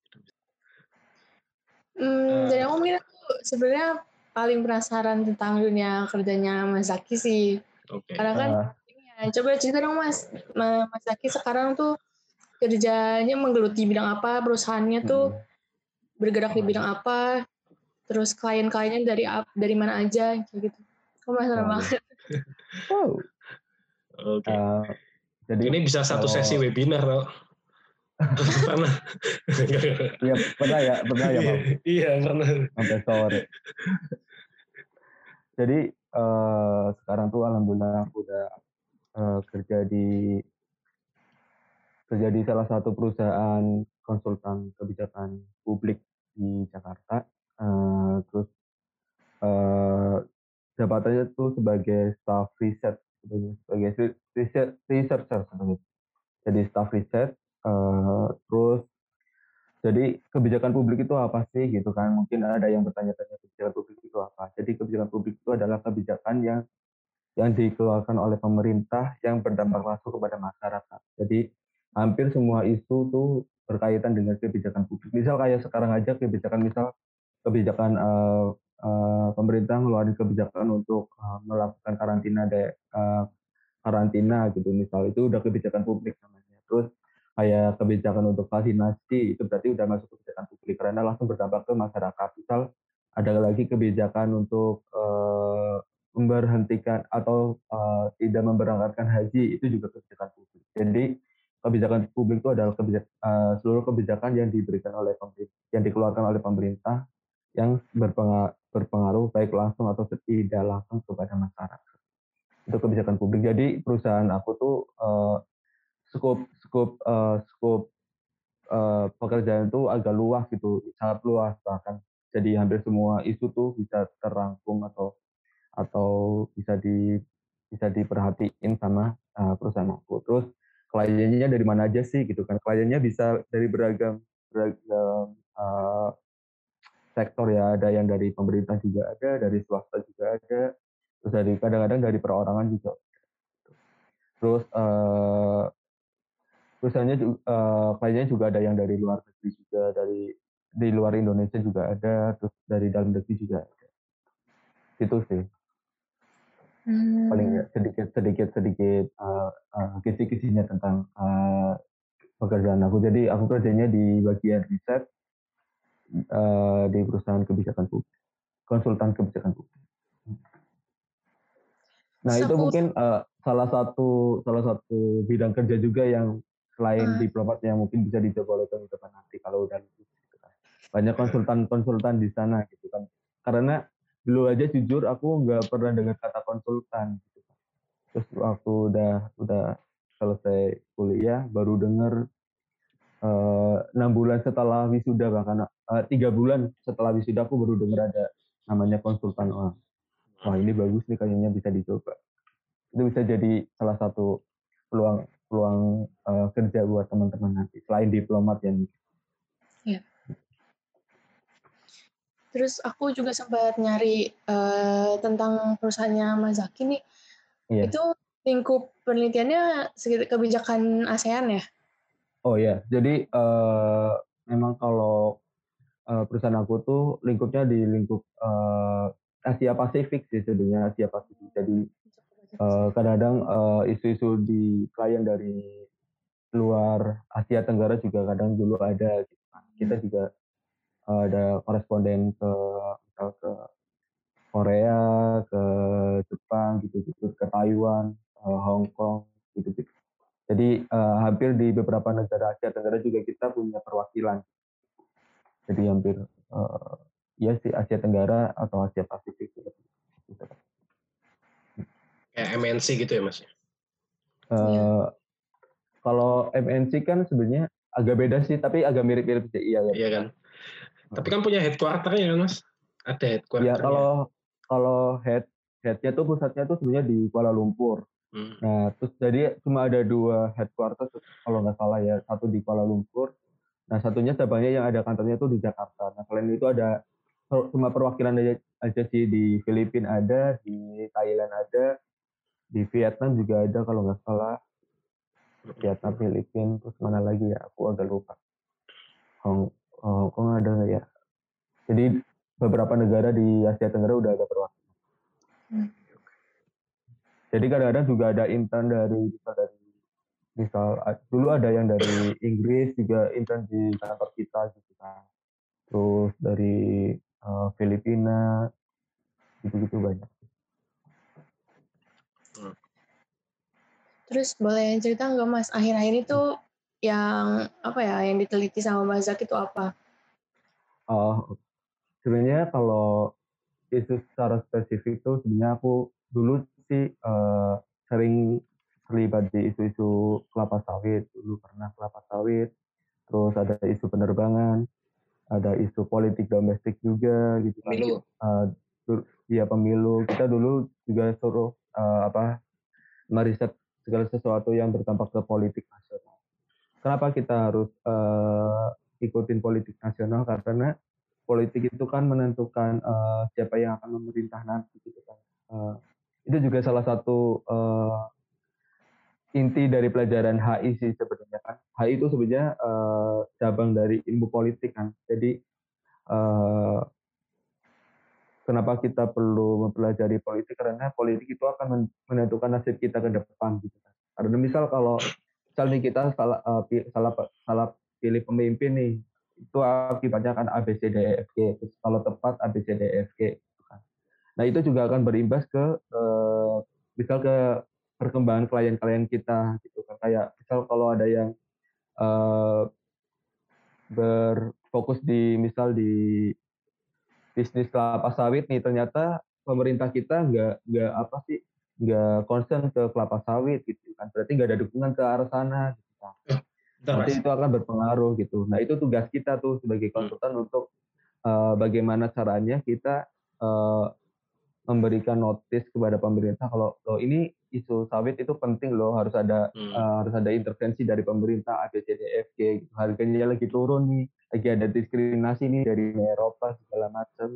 Jadi aku mungkin sebenarnya paling penasaran tentang dunia kerjanya Mas Zaki sih. Karena kan coba cerita dong Mas Zaki sekarang tuh kerjanya menggeluti bidang apa, perusahaannya tuh bergerak di bidang apa, terus klien-kliennya dari mana aja gitu. Aku penasaran banget. Oke. Jadi ini bisa 1 sesi webinar loh. Pernah. Iya, pernah ya Pak. Iya, pernah. Sampai sore. Jadi sekarang tuh alhamdulillah aku udah kerja di salah satu perusahaan konsultan kebijakan publik di Jakarta. Terus jabatannya tuh sebagai staff riset, sebagai researcher sebenarnya. Jadi staff riset. Terus jadi kebijakan publik itu apa sih gitu kan? Mungkin ada yang bertanya-tanya kebijakan publik itu apa. Jadi kebijakan publik itu adalah kebijakan yang dikeluarkan oleh pemerintah yang berdampak langsung kepada masyarakat. Jadi hampir semua isu tuh berkaitan dengan kebijakan publik. Misal kayak sekarang aja kebijakan pemerintah ngeluarin kebijakan untuk melakukan karantina gitu, misal itu udah kebijakan publik namanya. Terus kayak kebijakan untuk vaksinasi itu berarti udah masuk kebijakan publik karena langsung berdampak ke masyarakat. Misal ada lagi kebijakan untuk memberhentikan atau tidak memberangkatkan haji, itu juga kebijakan publik. Jadi kebijakan publik itu adalah seluruh kebijakan yang diberikan oleh pemerintah, yang dikeluarkan oleh pemerintah yang berpengaruh baik langsung atau tidak langsung kepada masyarakat. Itu kebijakan publik. Jadi perusahaan aku tuh skop pekerjaan itu agak luas gitu, sangat luas bahkan. Jadi hampir semua isu tuh bisa terangkum atau bisa diperhatiin sama perusahaan aku. Terus kliennya dari mana aja sih gitu kan? Kliennya bisa dari beragam sektor ya. Ada yang dari pemerintah juga ada, dari swasta juga ada, terus dari kadang-kadang dari perorangan juga. Terus perusahaannya kliennya juga ada yang dari luar negeri juga, di luar Indonesia juga ada, terus dari dalam negeri juga ada. Itu sih. Paling ya sedikit kisi-kisinya tentang pekerjaan aku. Jadi aku kerjanya di bagian riset di perusahaan kebijakan publik, konsultan kebijakan publik. Nah itu mungkin salah satu bidang kerja juga yang selain diplomat yang mungkin bisa dicoba oleh teman-teman nanti kalau udah lulus gitu kan. Banyak konsultan di sana gitu kan. Karena dulu aja jujur aku nggak pernah dengar kata konsultan gitu. Terus waktu udah selesai kuliah baru dengar 6 bulan setelah wisuda, bahkan 3 bulan setelah wisuda aku baru dengar ada namanya konsultan. Wah ini bagus nih, kayaknya bisa dicoba. Itu bisa jadi salah satu peluang kerja buat teman-teman nanti selain diplomat ya. Iya. Terus aku juga sempat nyari tentang perusahaannya Mas Zaki nih. Iya. Itu lingkup penelitiannya sekitar kebijakan ASEAN ya? Oh ya, jadi memang kalau perusahaan aku tuh lingkupnya di lingkup Asia Pasifik sih, sebenarnya Asia Pasifik. Jadi kadang-kadang isu-isu di klien dari luar Asia Tenggara juga kadang dulu ada gitu. Kita juga ada koresponden ke Korea, ke Jepang gitu-gitu, ke Taiwan, Hong Kong gitu-gitu. Jadi hampir di beberapa negara Asia Tenggara juga kita punya perwakilan. Jadi hampir ya sih Asia Tenggara atau Asia Pasifik gitu. Kayak MNC gitu ya Mas? Kalau MNC kan sebenarnya agak beda sih, tapi agak mirip-mirip sih. Iya kan. Tapi kan punya headquarter-nya kan Mas? Ada headquarter-nya. Iya, kalau headnya tuh pusatnya tuh sebenarnya di Kuala Lumpur. Nah, terus jadi cuma ada 2 headquarter kalau nggak salah ya, satu di Kuala Lumpur. Nah, satunya cabangnya yang ada kantornya tuh di Jakarta. Nah, selain itu ada cuma perwakilan aja sih, di Filipina ada, di Thailand ada, di Vietnam juga ada kalau nggak salah. Vietnam, Filipina, terus mana lagi ya? Aku agak lupa. Hong Kong ada nggak ya? Jadi beberapa negara di Asia Tenggara udah ada perwakilan. Jadi kadang-kadang juga ada intern misal dulu ada yang dari Inggris juga intern di kantor kita gitu kan. Terus dari Filipina gitu-gitu banyak. Terus boleh cerita nggak Mas, akhir-akhir itu yang apa ya, yang diteliti sama Mas Zaki itu apa? Oh, sebenarnya kalau isu secara spesifik tuh sebenarnya aku dulu sih sering terlibat di isu-isu kelapa sawit. Dulu pernah kelapa sawit, terus ada isu penerbangan, ada isu politik domestik juga gitu kan. Pemilu. Iya pemilu. Kita dulu juga suruh meriset segala sesuatu yang berdampak ke politik nasional. Kenapa kita harus ikutin politik nasional? Karena politik itu kan menentukan siapa yang akan memerintah nanti gitu kan. Itu juga salah satu inti dari pelajaran HI sih sebenarnya kan. HI itu sebenarnya cabang dari ilmu politik kan. Jadi kenapa kita perlu mempelajari politik, karena politik itu akan menentukan nasib kita ke depan gitu kan. Karena misal nih kita salah pilih pemimpin nih, itu akibatnya kan A B C D E F G. Terus kalau tepat A B C D E F G gitu kan. Nah, itu juga akan berimbas ke misal ke perkembangan klien-klien kita gitu kan. Kayak misal kalau ada yang berfokus di bisnis kelapa sawit nih, ternyata pemerintah kita nggak concern ke kelapa sawit gitu kan, berarti nggak ada dukungan ke arah sana gitu kan. Nanti itu akan berpengaruh gitu. Nah, itu tugas kita tuh sebagai konsultan untuk bagaimana caranya kita memberikan notice kepada pemerintah kalau ini isu sawit itu penting loh, harus ada intervensi dari pemerintah A B C D F G gitu. Harganya lagi turun nih, lagi ada diskriminasi nih dari Eropa segala macam.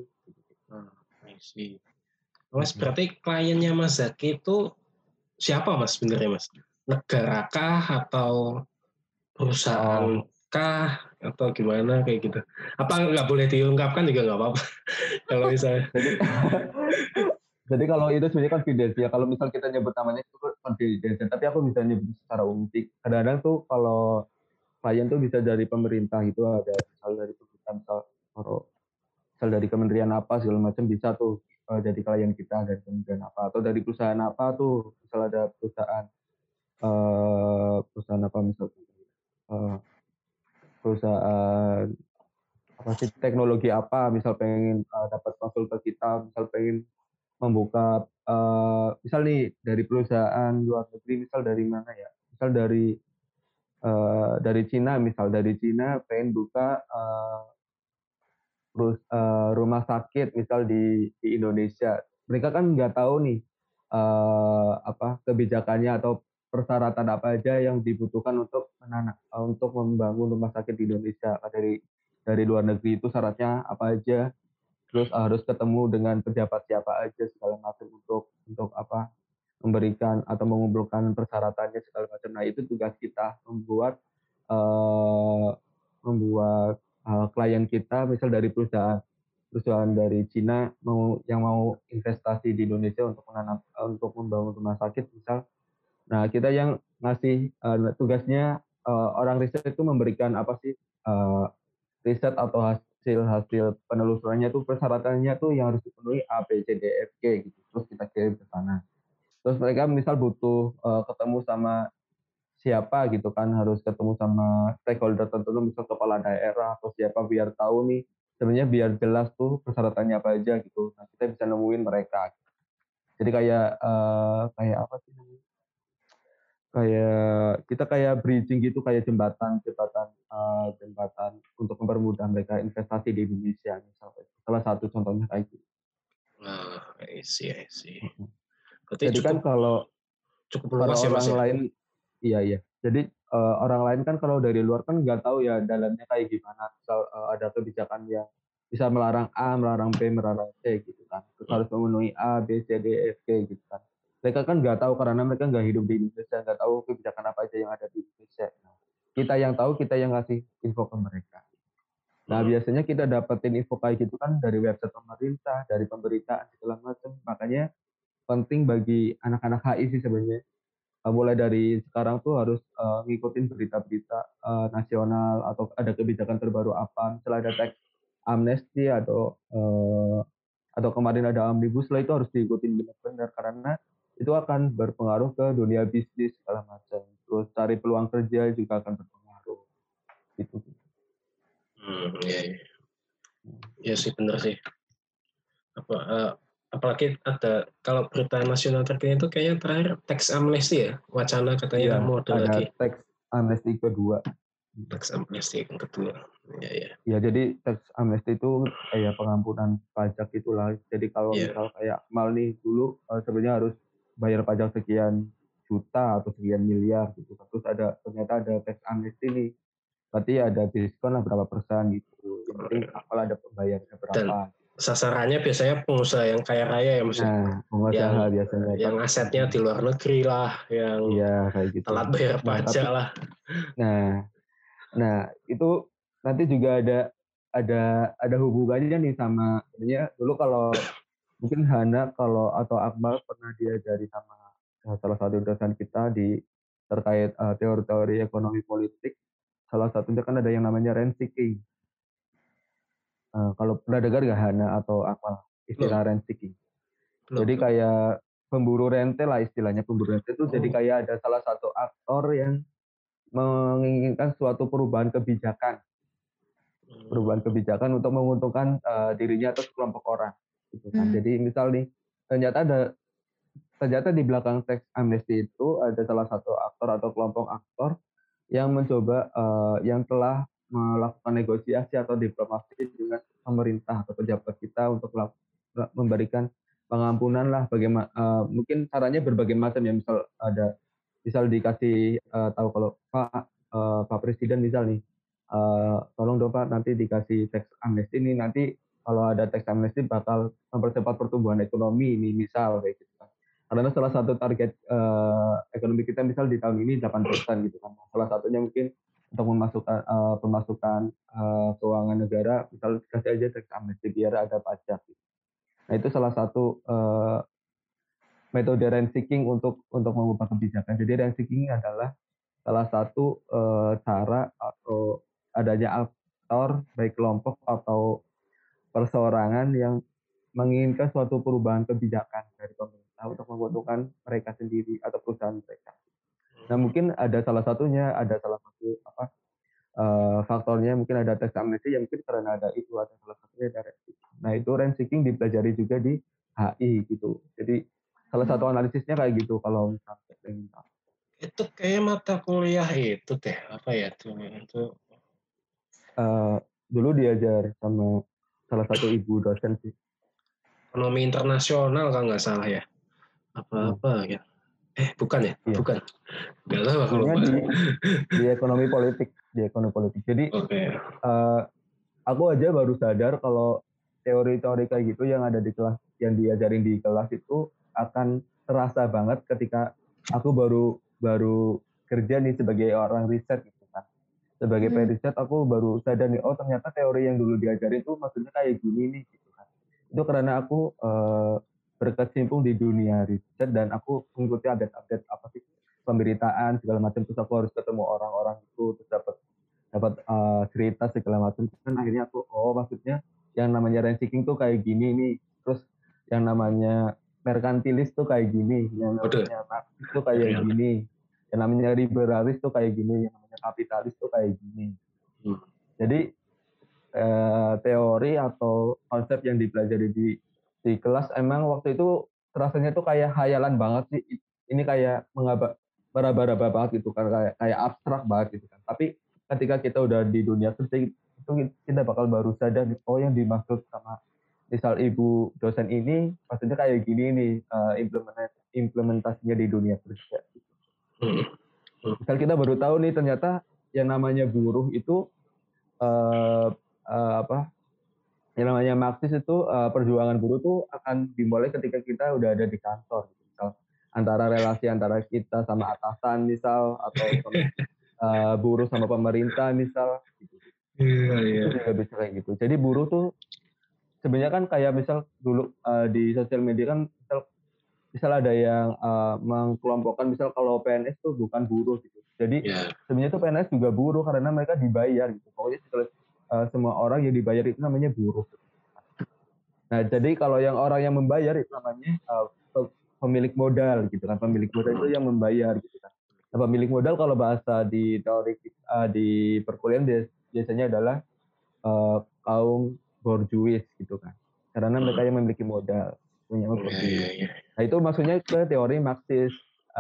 Mas, berarti kliennya Mas Zaki itu siapa Mas sebenarnya Mas? Negara kah atau perusahaan kah atau gimana kayak gitu? Apa nggak boleh diungkapkan juga nggak apa-apa kalau misalnya. Jadi kalau itu sebenarnya confidential ya. Kalau misal kita nyebut namanya itu confidential, tapi aku bisa nyebut secara umum. Kadang-kadang tuh kalau klien tuh bisa dari pemerintah itu, ada misal dari pemerintah, misal dari kementerian apa segala macam bisa tuh jadi klien kita dari kementerian apa, atau dari perusahaan apa tuh, misal ada perusahaan apa misalnya perusahaan apa sih teknologi apa, misal pengen dapat konsultan kita, misal pengen membuka misal nih dari perusahaan luar negeri, misal dari mana ya, misal dari Cina, pengen buka rumah sakit misal di Indonesia. Mereka kan nggak tahu nih kebijakannya atau persyaratan apa aja yang dibutuhkan untuk membangun rumah sakit di Indonesia. Dari luar negeri itu syaratnya apa aja, terus harus ketemu dengan pejabat siapa aja segala macam untuk memberikan atau mengumpulkan persyaratannya segala macam. Nah, itu tugas kita membuat klien kita misal dari perusahaan dari Cina yang mau investasi di Indonesia untuk membangun rumah sakit misal. Nah, kita yang ngasih tugasnya orang riset itu memberikan riset atau hasil penelusurannya tuh, persyaratannya tuh yang harus dipenuhi A B C D F G gitu. Terus kita kirim ke sana. Terus mereka misal butuh ketemu sama siapa gitu kan, harus ketemu sama stakeholder tertentu, misal kepala daerah atau siapa, biar tahu nih sebenarnya, biar jelas tuh persyaratannya apa aja gitu. Nah, kita bisa nemuin mereka. Jadi kayak apa sih namanya? Kayak bridging gitu, kayak jembatan untuk mempermudah mereka investasi di Indonesia misalnya. Salah satu contohnya kayak gitu. I see. Jadi kan kalau luas ya, orang Mas, ya? lain, iya. Jadi orang lain kan kalau dari luar kan nggak tahu ya dalamnya kayak gimana. Misal ada kebijakan yang bisa melarang A, melarang B, melarang C gitu kan. Terus harus memenuhi A, B, C, D, F, G gitu kan. Mereka kan nggak tahu karena mereka nggak hidup di Indonesia, nggak tahu kebijakan apa aja yang ada di Indonesia. Nah, kita yang tahu, kita yang ngasih info ke mereka. Nah, biasanya kita dapetin info kayak gitu kan dari website pemerintah, dari pemberitaan segala macam. Makanya penting bagi anak-anak HI sih sebenarnya. Mulai dari sekarang tuh harus ngikutin berita-berita nasional, atau ada kebijakan terbaru apa, misalnya ada teks amnesti atau kemarin ada omnibus law, itu harus diikutin benar-benar karena itu akan berpengaruh ke dunia bisnis segala macam. Terus cari peluang kerja juga akan berpengaruh. Iya, iya. Iya sih benar sih. Apalagi ada kalau berita nasional terkini itu kayaknya terakhir teks amnesti ya, wacana katanya Iya, mau ada ada lagi teks amnesti kedua. teks amnesti yang kedua. Iya, iya. Ya, jadi teks amnesti itu kayak pengampunan pajak itulah. Jadi kalau Iya. misal kayak Akmal nih dulu sebenarnya harus bayar pajak sekian juta atau sekian miliar gitu. Terus ternyata ada teks amnesti nih. Berarti ada diskon lah berapa persen gitu. Yang penting Akmal ada pembayarannya Dan berapa. sasarannya biasanya pengusaha yang kaya raya ya Mas. Nah, pengusaha biasanya. Yang asetnya di luar negeri lah, yang Iya, kayak gitu. telat bayar Nah, pajak lah. Nah, itu nanti juga ada hubungannya nih sama sebenarnya dulu kalau mungkin Hana atau Akmal pernah diajari sama salah satu dosen kita terkait teori-teori ekonomi politik. Salah satunya kan ada yang namanya rent seeking. Kalau pernah dengar nggak Hana atau Akmal istilah rent seeking? Jadi kayak pemburu rente lah istilahnya. Pemburu rente itu jadi kayak ada salah satu aktor yang menginginkan suatu perubahan kebijakan untuk menguntungkan dirinya atau sekelompok orang gitu kan. Jadi misal nih ternyata di belakang teks amnesti itu ada salah satu aktor atau kelompok aktor yang mencoba yang telah melakukan negosiasi atau diplomasi dengan pemerintah atau pejabat kita untuk memberikan pengampunan lah. Bagaimana mungkin caranya berbagai macam ya, misal dikasih tahu kalau Pak Presiden misal nih, tolong dong Pak nanti dikasih teks amnesti ini, nanti kalau ada teks amnesti bakal mempercepat pertumbuhan ekonomi ini misal kayak gitu kan. Karena salah satu target ekonomi kita misal di tahun ini 8% gitu kan. Salah satunya mungkin untuk memasukkan pemasukan keuangan negara, misal kasih aja teks amnesti biar ada pajak. Gitu. Nah itu salah satu metode rent seeking untuk mengubah kebijakan. Jadi rent seeking adalah salah satu cara atau adanya aktor baik kelompok atau perseorangan yang menginginkan suatu perubahan kebijakan dari pemerintah untuk menguntungkan mereka sendiri atau perusahaan mereka. Nah mungkin ada salah satu faktornya mungkin ada teks amnesti yang mungkin karena ada salah satunya ada rent seeking. Nah itu rent seeking dipelajari juga di HI gitu. Jadi salah satu analisisnya kayak gitu kalau misalnya. Itu kayak mata kuliah itu deh, apa ya itu Dulu diajar sama salah satu ibu dosen sih. ekonomi internasional kalau nggak salah ya. Apa ya? Bukan ya? Iya. Bukan. Nggak tahu kalau di ekonomi politik. Jadi aku aja baru sadar kalau teori-teori kayak gitu yang ada di kelas, yang diajarin di kelas itu akan terasa banget ketika aku baru kerja nih sebagai orang riset gitu kan. Sebagai periset aku baru sadar nih, oh ternyata teori yang dulu diajarin itu maksudnya kayak gini nih gitu kan. Itu karena aku berkecimpung di dunia riset dan aku mengikuti update apa sih pemberitaan segala macam, terus aku harus ketemu orang-orang itu, terus dapat cerita segala macam, kan akhirnya aku maksudnya yang namanya rent seeking tuh kayak gini nih, terus yang namanya merkantilis tuh kayak gini, yang namanya marxis tuh kayak gini, yang namanya liberalis tuh kayak gini, yang namanya kapitalis tuh kayak gini. Jadi teori atau konsep yang dipelajari di kelas emang waktu itu rasanya tuh kayak hayalan banget sih. Ini kayak meraba-raba banget gitu kan, kayak abstrak banget gitu kan. Tapi ketika kita udah di dunia kerja itu kita bakal baru sadar, oh yang dimaksud sama misal ibu dosen ini maksudnya kayak gini nih implementasinya di dunia kerja. Misal kita baru tahu nih ternyata yang namanya buruh itu yang namanya Marxis itu perjuangan buruh tuh akan dimulai ketika kita udah ada di kantor, misal antara relasi antara kita sama atasan misal, atau buruh sama pemerintah misal, gitu. Itu juga bisa kayak gitu. Jadi buruh tuh sebenarnya kan kayak misal dulu di sosial media kan misal ada yang mengkelompokkan misal kalau PNS tuh bukan buruh gitu. Jadi sebenarnya tuh PNS juga buruh karena mereka dibayar gitu. Pokoknya semua orang yang dibayar itu namanya buruh. Nah, jadi kalau yang orang yang membayar itu namanya pemilik modal gitu kan. Pemilik modal itu yang membayar gitu kan. Nah, pemilik modal kalau bahasa di teori di perkuliahan biasanya adalah kaum borjuis gitu kan. Karena mereka yang memiliki modal, punya borjuis. Nah itu maksudnya ke teori Marxis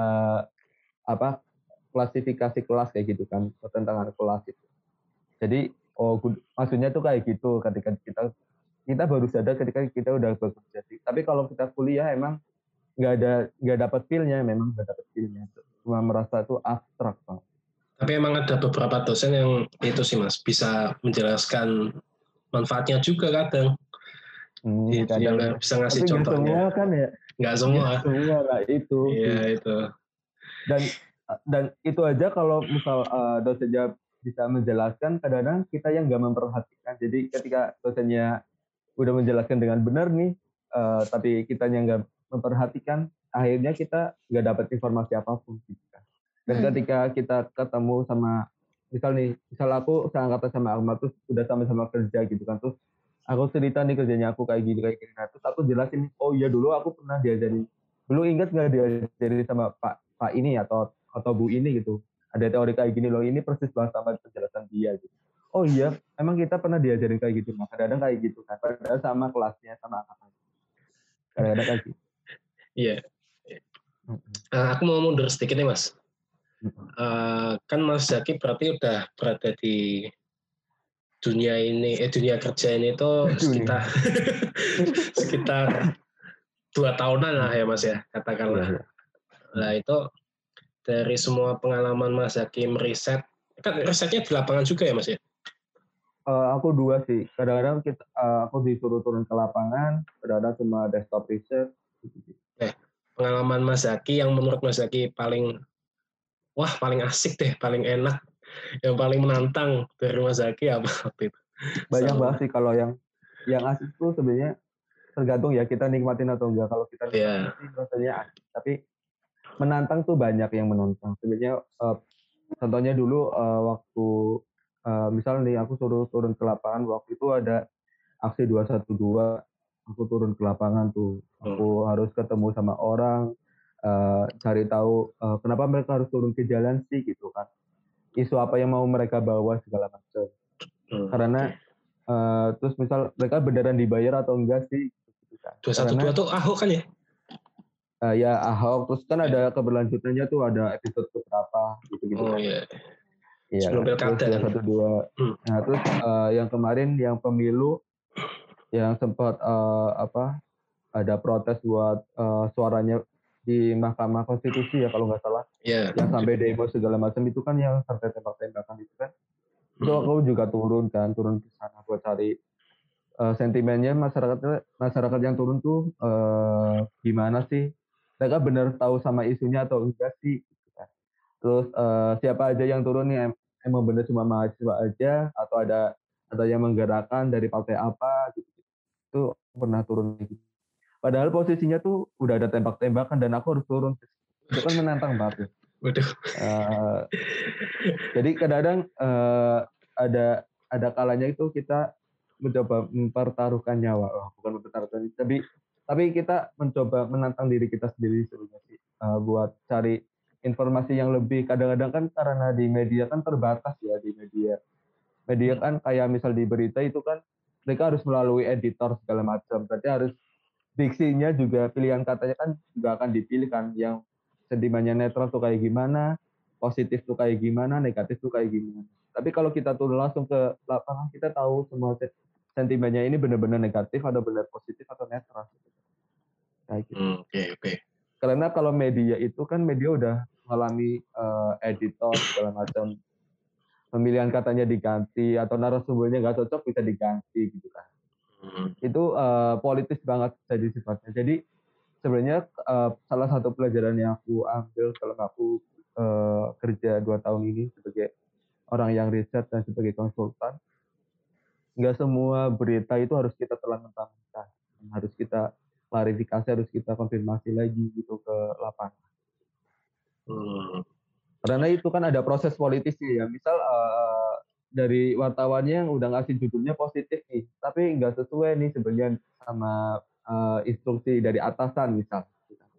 klasifikasi kelas kayak gitu kan, pertentangan kelas itu. Jadi maksudnya tuh kayak gitu ketika kita baru sadar ketika kita udah bekerja. Tapi kalau kita kuliah emang nggak dapat feel-nya, memang nggak dapat feel-nya. Cuma merasa tuh abstrak Bang. Tapi emang ada beberapa dosen yang itu sih Mas, bisa menjelaskan manfaatnya juga kadang. Yang bisa ngasih tapi contohnya. Semua kan ya. Nggak semua. Nggak semua lah itu. Iya itu. Dan itu aja kalau misal dosennya bisa menjelaskan, kadang-kadang kita yang nggak memperhatikan. Jadi ketika dosennya udah menjelaskan dengan benar nih, tapi kita yang nggak memperhatikan, akhirnya kita nggak dapat informasi apapun. Gitu kan. Dan ketika kita ketemu sama, misal aku seangkatan sama Ahmad, terus udah sama-sama kerja gitu kan, terus aku cerita nih kerjanya aku kayak gini. Nah, terus aku jelasin, oh iya dulu aku pernah diajarin. Dulu ingat nggak diajarin sama Pak ini atau Bu ini gitu. Ada teori kayak gini loh, ini persis banget sama penjelasan dia gitu. Oh iya, emang kita pernah diajarin kayak gitu. Nah, kadang-kadang kayak gitu kan. Padahal sama kelasnya, sama angkatan. Kadang-kadang kayak gitu. Iya. Aku mau mundur sedikit nih Mas. Kan Mas Zaki berarti udah berada di dunia kerja ini tuh sekitar 2 tahunan lah ya Mas ya, katakanlah. Nah itu dari semua pengalaman Mas Zaki meriset, kan risetnya di lapangan juga ya Mas ya? Aku 2 sih. Kadang-kadang aku disuruh turun ke lapangan, kadang-kadang cuma desktop research. Pengalaman Mas Zaki yang menurut Mas Zaki paling asik deh, paling enak, yang paling menantang dari Mas Zaki apa waktu itu? Banyak banget sih kalau yang asik tuh sebenarnya tergantung ya kita nikmatin atau enggak. Kalau kita nikmatin sih rasanya asik. Tapi menantang tuh banyak yang menantang. Sebenarnya contohnya dulu waktu misal nih aku suruh turun ke lapangan, waktu itu ada aksi 212, aku turun ke lapangan tuh. Aku harus ketemu sama orang, cari tahu kenapa mereka harus turun ke jalan sih gitu kan. Isu apa yang mau mereka bawa segala macam. Karena terus misal mereka beneran dibayar atau enggak sih? 212 tuh Ahok kan ya? Ya Ahok, terus kan ada keberlanjutannya tuh, ada episode keberapa gitu-gitu. Oh iya. Iya. Terus 212. Nah terus yang kemarin yang pemilu yang sempat ada protes buat suaranya di Mahkamah Konstitusi ya kalau nggak salah. Yang sampai demo segala macam itu kan yang sampai tembak-tembakan itu kan. Itu aku juga turun ke sana buat cari sentimennya masyarakat yang turun tuh gimana sih? Mereka benar tahu sama isunya atau enggak sih? Terus siapa aja yang turun nih emang benar cuma mahasiswa aja atau ada yang menggerakkan dari partai apa gitu. Itu pernah turun gitu. Padahal posisinya tuh udah ada tembak-tembakan dan aku harus turun. Itu kan menantang banget. Jadi kadang-kadang ada kalanya itu kita mencoba mempertaruhkan nyawa, bukan mempertaruhkan, tapi kita mencoba menantang diri kita sendiri sebenarnya sih, buat cari informasi yang lebih. Kadang-kadang kan karena di media kan terbatas ya, di media kan kayak misal di berita itu kan mereka harus melalui editor segala macam, berarti harus diksinya juga, pilihan katanya kan juga akan dipilih kan, yang sentimennya netral tuh kayak gimana, positif tuh kayak gimana, negatif tuh kayak gimana. Tapi kalau kita turun langsung ke lapangan, kita tahu semua sentimennya ini benar-benar negatif atau benar positif atau netral. Kayak gitu. Oke. Karena kalau media itu kan media udah mengalami editor segala macam, pemilihan katanya diganti atau narasumbernya nggak cocok bisa diganti gitu kan. Itu politis banget jadi sifatnya. Jadi sebenarnya salah satu pelajaran yang aku ambil kalau aku kerja 2 tahun ini sebagai orang yang riset dan sebagai konsultan, nggak semua berita itu harus kita telan mentah-mentah. Harus kita klarifikasi, harus kita konfirmasi lagi gitu ke lapangan. Karena itu kan ada proses politisnya ya. Misal dari wartawannya yang udah ngasih judulnya positif nih, tapi nggak sesuai nih sebenarnya sama instruksi dari atasan misal.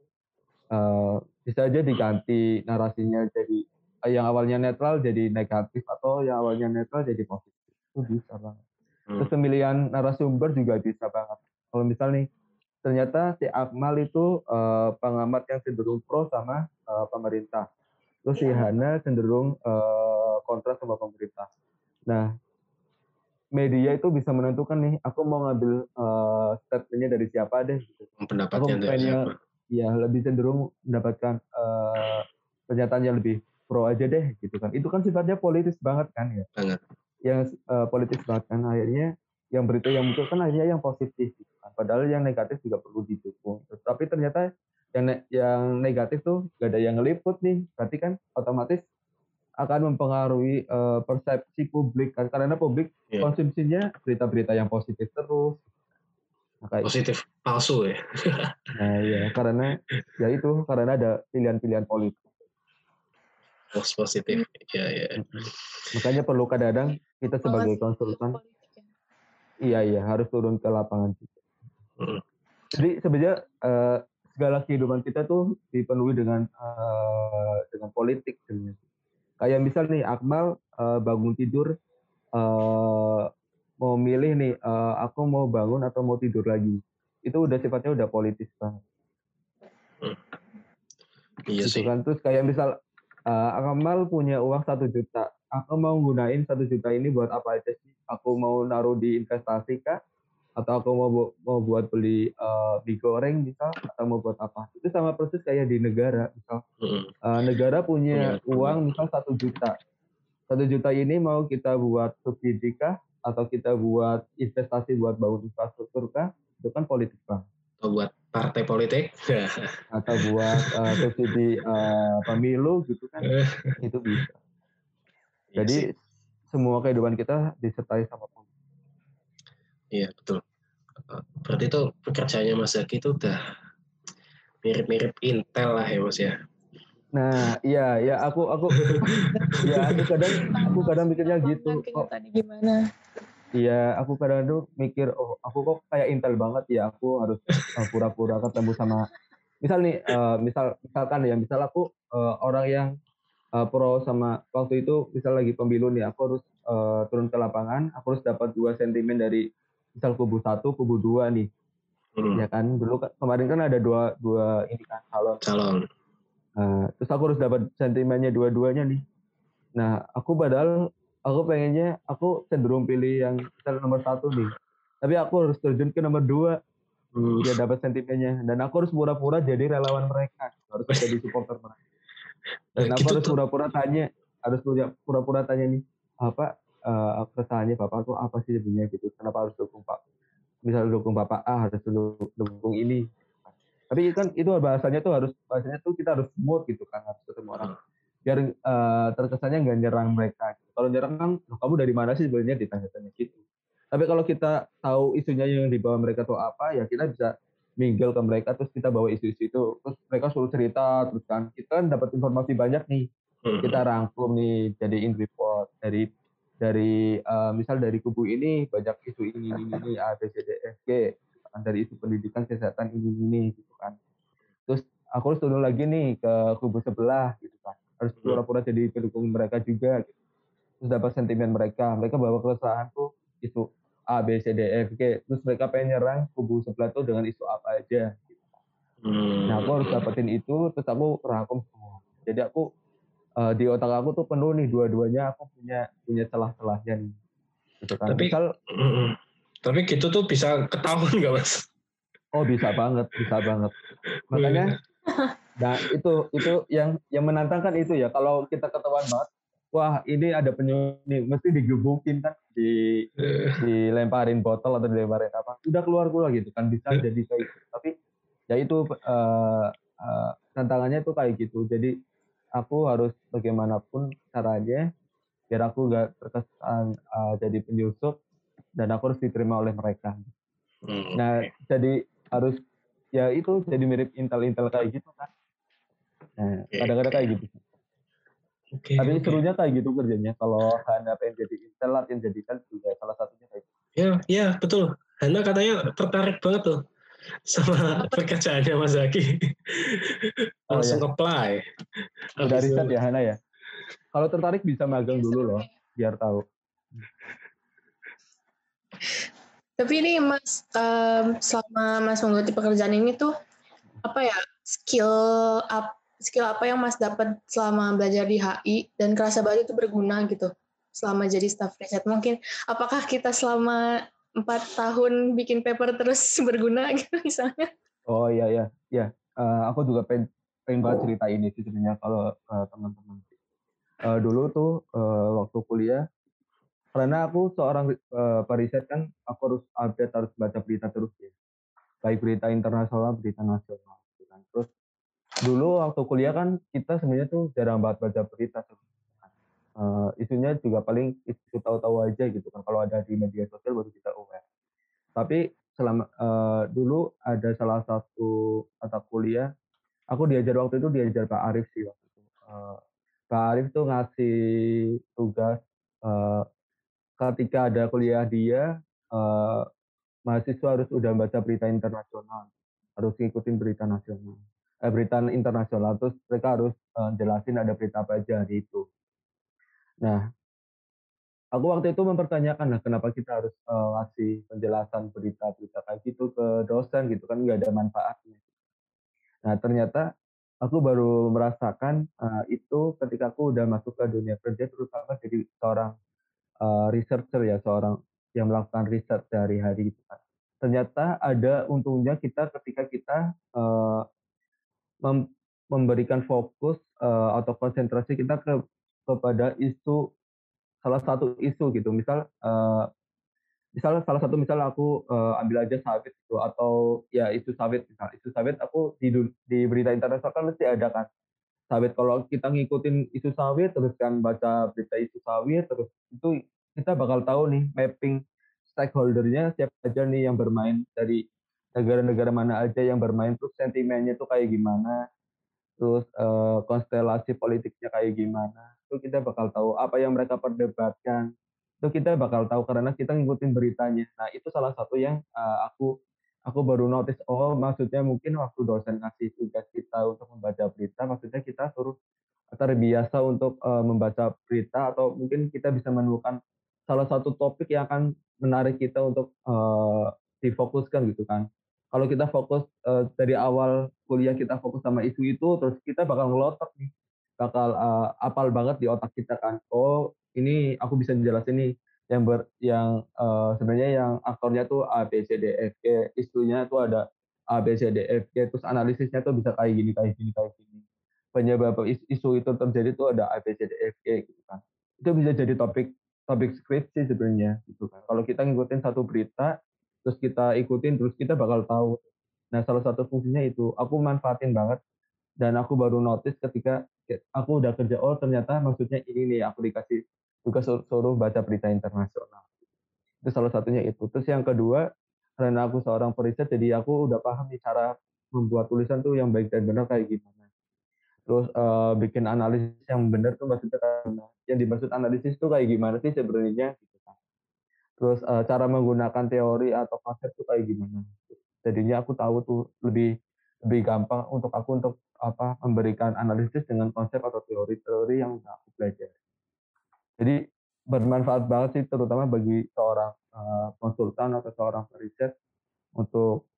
Bisa aja diganti narasinya jadi yang awalnya netral jadi negatif atau yang awalnya netral jadi positif. Itu bisa banget. Terus pemilihan narasumber juga bisa banget. Kalau misal nih, ternyata si Akmal itu pengamat yang cenderung pro sama pemerintah. Terus si Hana cenderung kontra sama pemerintah. Nah, media itu bisa menentukan nih, aku mau ngambil statementnya dari siapa deh. Gitu. Pendapatnya aku dari siapa? Ya lebih cenderung mendapatkan pernyataan yang lebih pro aja deh, gitu kan. Itu kan sifatnya politis banget kan ya. Banget. Yang politis banget kan, akhirnya yang berita yang muncul kan akhirnya yang positif. Gitu kan. Padahal yang negatif juga perlu didukung. Tapi ternyata yang negatif tuh gak ada yang ngeliput nih. Berarti kan otomatis akan mempengaruhi persepsi publik kan, karena publik konsumsinya berita-berita yang positif terus. Nah, positif palsu ya. Nah ya, karena ada pilihan-pilihan politik. Positif, ya. Makanya perlu kadang-kadang kita sebagai konsultan, iya harus turun ke lapangan. Jadi sebenarnya segala kehidupan kita tuh dipenuhi dengan politik sebenarnya. Kayak misal nih Akmal bangun tidur mau milih nih aku mau bangun atau mau tidur lagi, itu udah sifatnya udah politis banget. Iya gitu sih. Kan terus kayak misal Akmal punya uang 1 juta, aku mau gunain 1 juta ini buat apa aja sih? Aku mau naruh di investasi kah? Atau aku mau buat beli mie goreng misal, atau mau buat apa? Itu sama persis kayak di negara misal. Negara punya uang misal 1 juta. 1 juta ini mau kita buat subsidi kah? Atau kita buat investasi buat bangun infrastruktur kah? Itu kan politik bang. Atau buat partai politik. Atau buat subsidi pemilu gitu kan. Itu bisa. Jadi semua kehidupan kita disertai sama politik. Iya betul. Berarti itu pekerjaannya Mas Zaki itu udah mirip-mirip Intel lah ya Mas ya. Nah, iya aku kadang mikirnya gitu. Tadi gimana? Iya, aku kadang tuh mikir, aku kok kayak Intel banget ya. Aku harus pura-pura ketemu sama, misal aku orang yang pro sama waktu itu, misal lagi pemilu nih, aku harus turun ke lapangan, aku harus dapat 2 sentimen dari misal kubu 1, kubu 2 nih. Ya kan, dulu kemarin kan ada dua ini kan calon. Terus aku harus dapat sentimennya dua-duanya nih. Nah, aku pengennya aku cenderung pilih yang nomor 1 nih. Tapi aku harus terjun ke nomor 2 biar dapat sentimennya. Dan aku harus pura-pura jadi relawan mereka, harus jadi supporter mereka. Dan aku harus pura-pura tanya nih, aku tanya Bapak aku apa sih sebenarnya gitu. Kenapa harus dukung Pak? Misal dukung Bapak A, harus dukung ini. Tapi kan itu bahasanya tuh kita harus smooth gitu kan, harus ketemu orang. Biar terkesannya nggak nyerang mereka. Kalau nyerang kan, kamu dari mana sih sebenarnya, ditanya-tanya gitu. Tapi kalau kita tahu isunya yang dibawa mereka tuh apa, ya kita bisa mingle ke mereka, terus kita bawa isu-isu itu, terus mereka suruh cerita, terus kan kita kan dapat informasi banyak nih. Kita rangkum nih, jadiin report dari misal dari kubu ini banyak isu ini A B C D F G, dari isu pendidikan kesehatan ini gitu kan. Terus aku harus turun lagi nih ke kubu sebelah gitu kan, harus pura-pura jadi pendukung mereka juga gitu. Terus dapat sentimen mereka bawa keresahan tuh isu A B C D F G, terus mereka pengen nyerang kubu sebelah tuh dengan isu apa aja gitu. Nah aku harus dapetin itu, terus aku rangkum semua. Jadi aku di otak aku tuh penuh nih, dua-duanya aku punya celah-celahnya nih gitu kan. Tapi gitu tuh bisa ketahuan nggak Mas? Oh bisa banget. Makanya nah itu yang menantangkan itu ya, kalau kita ketahuan banget, wah ini ada nih, mesti digebukin kan, dilemparin botol atau dilemparin apa, udah keluar gitu kan, bisa jadi kayak gitu. Tapi ya itu tantangannya tuh kayak gitu. Jadi aku harus bagaimanapun caranya biar aku gak terkesan jadi penyusup, dan aku harus diterima oleh mereka. Nah jadi harus ya itu jadi mirip Intel kayak gitu kan. Nah kadang-kadang kayak gitu. Tapi serunya kayak gitu kerjanya. Kalau Hana pengen jadi Intel, latihan jadi Intel juga salah satunya kayak gitu. Ya betul. Hana katanya tertarik banget tuh sama pekerjaannya Mas Zaki. Langsung apply. Udah riset ya Hana ya. Kalau tertarik bisa magang dulu loh, biar tahu. Tapi ini Mas, selama Mas menggeluti pekerjaan ini tuh apa ya, skill apa yang Mas dapat selama belajar di HI dan kerasa banget itu berguna gitu selama jadi staff riset? Mungkin apakah kita selama 4 tahun bikin paper terus berguna gitu misalnya? Oh iya. Aku juga pengen banget cerita ini sih sebenarnya kalau teman-teman. Dulu tuh waktu kuliah, karena aku seorang periset kan, aku harus update, harus baca berita terus ya, baik berita internasional, berita nasional. Gitu kan. Terus dulu waktu kuliah kan kita sebenarnya tuh jarang banget baca berita. Isunya juga paling isu tahu-tahu aja gitu kan. Kalau ada di media sosial baru kita aware. Tapi dulu ada salah satu mata kuliah, aku diajar Pak Arif sih waktu itu. Pak Arif tuh ngasih tugas eh, ketika ada kuliah dia, eh, mahasiswa harus udah baca berita internasional, harus ngikutin berita nasional, berita internasional, terus mereka harus jelasin ada berita apa aja hari itu. Nah, aku waktu itu mempertanyakan, nah kenapa kita harus ngasih penjelasan berita-berita kayak gitu ke dosen gitu kan, nggak ada manfaatnya. Nah, ternyata aku baru merasakan itu ketika aku udah masuk ke dunia kerja, terutama jadi seorang researcher ya, seorang yang melakukan riset sehari-hari gitu kan. Ternyata ada untungnya kita ketika kita memberikan fokus atau konsentrasi kita kepada salah satu isu gitu. Misal salah satu aku ambil aja sawit gitu, atau ya isu sawit, misal isu sawit aku di berita internasional kan mesti ada kan sawit. Kalau kita ngikutin isu sawit terus kan baca berita isu sawit terus, itu kita bakal tahu nih mapping stakeholdernya siapa aja nih yang bermain, dari negara-negara mana aja yang bermain, terus sentimennya tuh kayak gimana, terus konstelasi politiknya kayak gimana, itu kita bakal tahu apa yang mereka perdebatkan, itu kita bakal tahu karena kita ngikutin beritanya. Nah itu salah satu yang aku baru notice, oh maksudnya mungkin waktu dosen ngasih tugas kita untuk membaca berita, maksudnya kita suruh terbiasa untuk membaca berita, atau mungkin kita bisa menemukan salah satu topik yang akan menarik kita untuk difokuskan gitu kan. Kalau kita fokus dari awal kuliah kita fokus sama isu itu, terus kita bakal ngelotok nih, bakal apal banget di otak kita kan. Oh ini aku bisa jelasin nih yang sebenarnya yang aktornya tuh A B C D F G, isunya tuh ada A B C D F G, terus analisisnya tuh bisa kayak gini kayak gini kayak gini, penyebab isu itu terjadi itu ada A B C D F G gitu kan. Itu bisa jadi topik topik skripsi sebenarnya gitu kan. Kalau kita ngikutin satu berita terus kita ikutin, terus kita bakal tahu. Nah, salah satu fungsinya itu aku manfaatin banget, dan aku baru notice ketika aku udah kerja, oh ternyata maksudnya ini nih, aku dikasih tugas suruh baca berita internasional. Itu salah satunya itu. Terus yang kedua, karena aku seorang periset, jadi aku udah paham nih cara membuat tulisan tuh yang baik dan benar kayak gimana. Terus bikin analisis yang benar tuh maksudnya karena yang dimaksud analisis tuh kayak gimana sih sebenarnya gitu kan. Terus cara menggunakan teori atau konsep tuh kayak gimana. Jadinya aku tahu tuh lebih lebih gampang untuk aku untuk memberikan analisis dengan konsep atau teori-teori yang udah aku pelajari. Jadi bermanfaat banget sih, terutama bagi seorang konsultan atau seorang periset untuk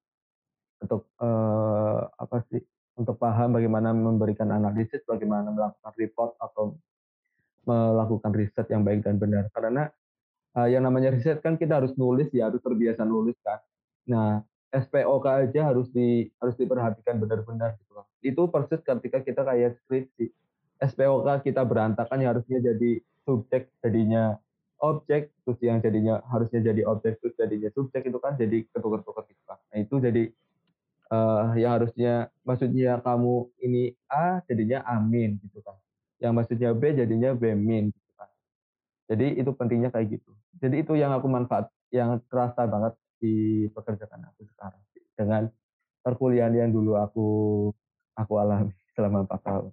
apa sih, untuk paham bagaimana memberikan analisis, bagaimana melakukan report atau melakukan riset yang baik dan benar. Karena yang namanya riset kan kita harus nulis ya, harus terbiasa nulis kan. Nah, SPOK aja harus diperhatikan benar-benar gitu kan. Itu persis ketika kita kayak skripsi. SPOK kita berantakan, ya harusnya jadi subjek jadinya objek, terus yang jadinya harusnya jadi objek terus jadinya subjek, itu kan jadi ketukar-tukar gitu kan. Nah, itu jadi yang harusnya maksudnya kamu ini A jadinya amin gitu kan. Yang maksudnya B jadinya B min gitu kan. Jadi itu pentingnya kayak gitu. Jadi itu yang yang terasa banget di pekerjaan aku sekarang dengan perkuliahan yang dulu aku alami selama 4 tahun.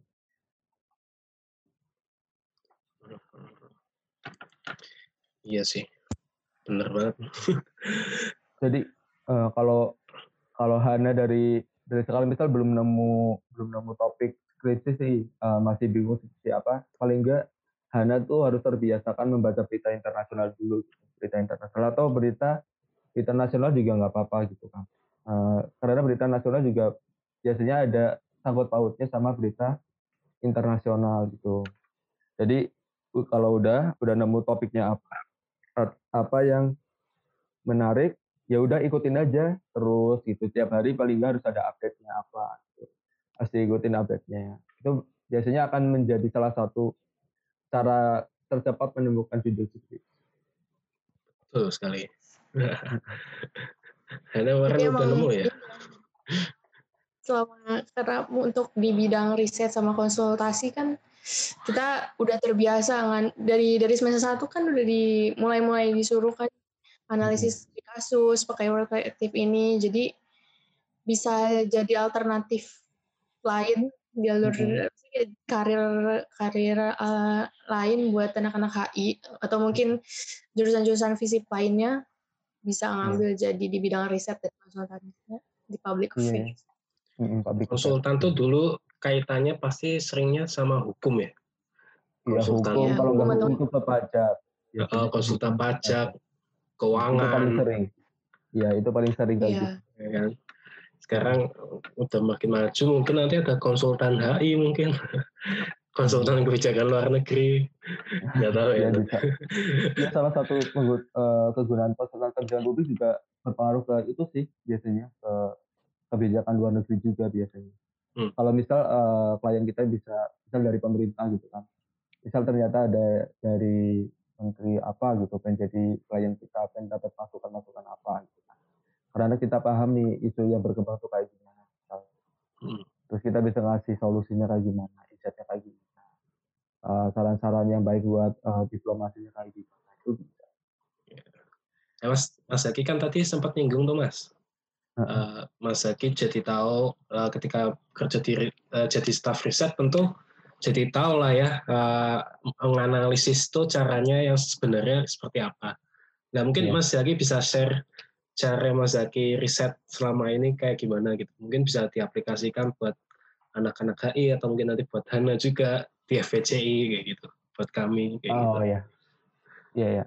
Iya sih, bener banget. Jadi kalau Hana dari sekarang misal belum nemu topik kritis sih, masih bingung seperti apa. Paling enggak Hana tuh harus terbiasakan membaca berita internasional dulu, berita internasional atau berita berita nasional juga nggak apa-apa gitu kan. Karena berita nasional juga biasanya ada sangkut pautnya sama berita internasional gitu. Jadi kalau udah nemu topiknya apa yang menarik, ya udah ikutin aja terus gitu. Tiap hari paling nggak harus ada update-nya apa. Gitu. Pasti ikutin update-nya. Itu biasanya akan menjadi salah satu cara tercepat menemukan judul skripsi. Betul sekali. Hana kemarin Tapi udah emang nemu ya? karena untuk di bidang riset sama konsultasi kan kita udah terbiasa kan dari semester 1 kan udah mulai disuruh kan analisis di kasus pakai work collective ini, jadi bisa jadi alternatif lain jalur karir lain buat anak-anak HI atau mungkin jurusan-jurusan fisip lainnya bisa ngambil jadi di bidang riset dan konsultasi di public affairs. Konsultan tuh dulu kaitannya pasti seringnya sama hukum ya. Iya, hukum, kalau nggak hukum itu ke pajak. Konsultan pajak, keuangan. Itu paling sering. Iya, itu paling sering kayak gitu. Ya kan? Sekarang udah makin maju, mungkin nanti ada konsultan HI mungkin. Konsultan kebijakan luar negeri. Nggak tahu ya. Ya, salah satu kegunaan konsultan kerjaan publik juga berpengaruh ke itu sih biasanya, ke kebijakan luar negeri juga biasanya. Kalau misal klien kita misal dari pemerintah gitu kan. Misal ternyata ada dari menteri apa gitu, pengen jadi klien kita, pengen dapat masukan-masukan apa gitu kan. Karena kita paham nih isu yang berkembang tuh kayak gimana. Terus kita bisa ngasih solusinya kayak gimana, insight-nya kayak gimana. Saran-saran yang baik buat diplomasinya kayak gimana. Itu bisa. Mas Zaki kan tadi sempat nyinggung tuh Mas. Mas Zaki jadi tahu ketika kerja jadi staff riset tentu jadi tahu lah ya menganalisis tuh caranya yang sebenarnya seperti apa. Nah mungkin Mas Zaki bisa share cara Mas Zaki riset selama ini kayak gimana gitu. Mungkin bisa diaplikasikan buat anak-anak HI atau mungkin nanti buat Hana juga di FVCI kayak gitu. Buat kami kayak gitu. Oh iya. Iya.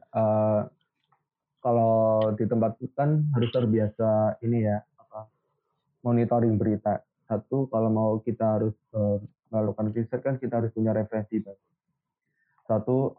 Kalau di tempat kan harus terbiasa ini ya, monitoring berita. Satu, kalau mau kita harus melakukan riset kan kita harus punya referensi banyak. Satu,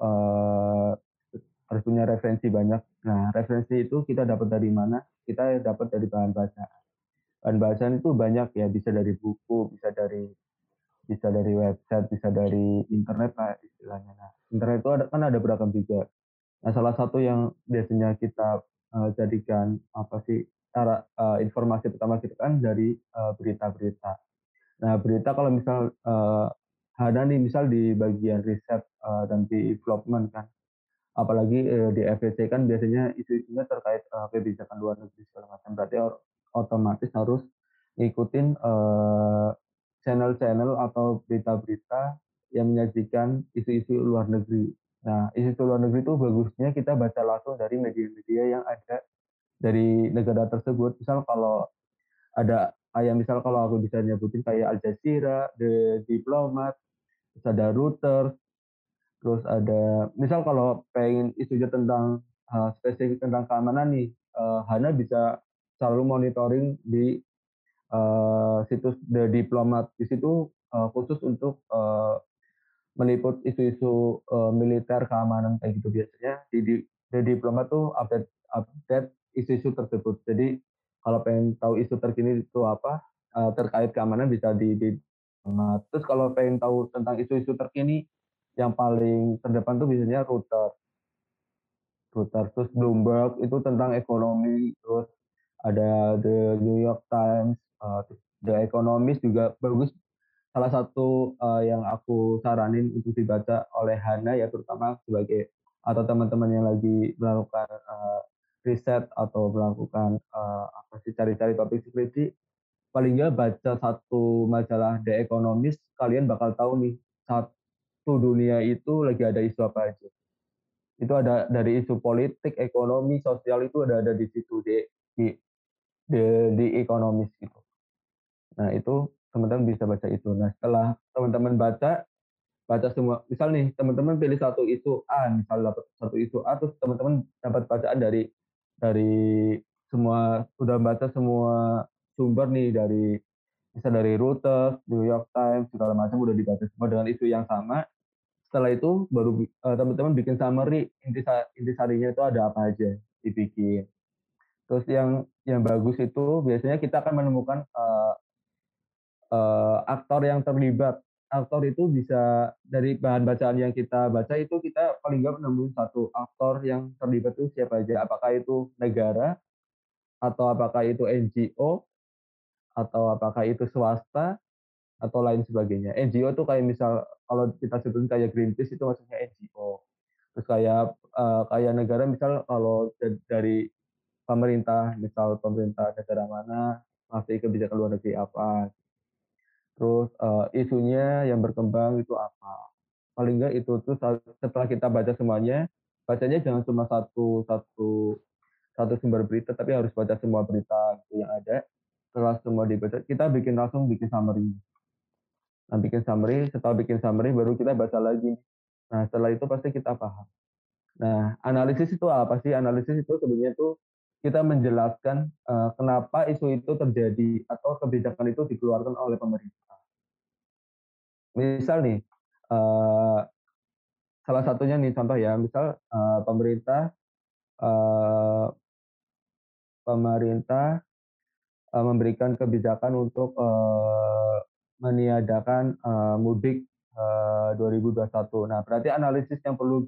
harus punya referensi banyak. Nah, referensi itu kita dapat dari mana? Kita dapat dari bahan bacaan. Bahan bacaan itu banyak ya, bisa dari buku, bisa dari website, bisa dari internet lah istilahnya. Nah, internet itu ada beragam juga. Nah, salah satu yang biasanya kita jadikan cara informasi pertama kita kan dari berita-berita. Nah, berita kalau misal ada nih misal di bagian riset dan development kan, apalagi di FEC kan biasanya isu-isunya terkait kebijakan luar negeri segala macam. Berarti otomatis harus ngikutin channel-channel atau berita-berita yang menyajikan isu-isu luar negeri. Nah, isu luar negeri itu bagusnya kita baca langsung dari media-media yang ada dari negara tersebut. Misal kalau ada misal kalau aku bisa nyebutin kayak Al Jazeera, The Diplomat, terus ada Reuters, terus ada misal kalau pengen isunya tentang spesifik tentang keamanan nih, Hana bisa selalu monitoring di situs The Diplomat. Di situ khusus untuk meliput isu-isu militer keamanan kayak gitu. Biasanya di Diplomat tuh update isu-isu tersebut. Jadi kalau pengen tahu isu terkini itu apa terkait keamanan bisa di Diplomat. Terus kalau pengen tahu tentang isu-isu terkini yang paling terdepan tuh biasanya Reuters. Terus Bloomberg itu tentang ekonomi. Terus ada The New York Times, The Economist juga bagus. Salah satu yang aku saranin untuk dibaca oleh Hana ya, terutama sebagai atau teman-teman yang lagi melakukan riset atau melakukan cari-cari topik skripsi, paling nggak baca satu majalah The Economist, kalian bakal tahu nih satu dunia itu lagi ada isu apa aja. Itu ada dari isu politik, ekonomi, sosial itu ada di situ di Economist gitu. Nah itu teman-teman bisa baca itu. Nah setelah teman-teman baca semua, misal nih teman-teman pilih satu isu A, misal dapat satu isu A, terus teman-teman dapat bacaan dari udah baca semua sumber nih dari Reuters, New York Times, segala macam udah dibaca semua dengan isu yang sama. Setelah itu baru teman-teman bikin summary intisarinya itu ada apa aja dibikin. Terus yang bagus itu biasanya kita akan menemukan aktor yang terlibat. Aktor itu bisa dari bahan bacaan yang kita baca itu kita paling nggak menemukan satu aktor yang terlibat itu siapa aja. Apakah itu negara atau apakah itu NGO atau apakah itu swasta atau lain sebagainya. NGO itu kayak misal kalau kita sebutin kayak Greenpeace itu maksudnya NGO. Terus kayak negara misal kalau dari pemerintah, misal pemerintah negara mana ngasih kebijakan luar negeri apa. Terus isunya yang berkembang itu apa. Paling enggak itu tuh setelah kita baca semuanya, bacanya jangan cuma satu sumber berita, tapi harus baca semua berita yang ada. Setelah semua dibaca, kita langsung bikin summary. Nah, setelah bikin summary baru kita baca lagi. Nah, setelah itu pasti kita paham. Nah, analisis itu apa sih? Analisis itu sebenarnya itu kita menjelaskan kenapa isu itu terjadi atau kebijakan itu dikeluarkan oleh pemerintah. Misal nih, salah satunya nih contoh ya, misal pemerintah memberikan kebijakan untuk meniadakan mudik 2021. Nah, berarti analisis yang perlu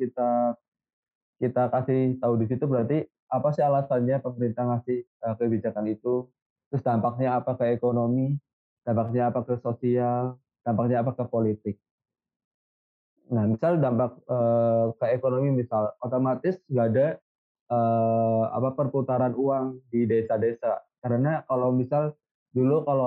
kita kasih tahu di situ berarti apa sih alasannya pemerintah ngasih kebijakan itu, terus dampaknya apa ke ekonomi, dampaknya apa ke sosial, dampaknya apa ke politik. Nah, misal dampak ke ekonomi misal otomatis nggak ada perputaran uang di desa-desa. Karena kalau misal dulu kalau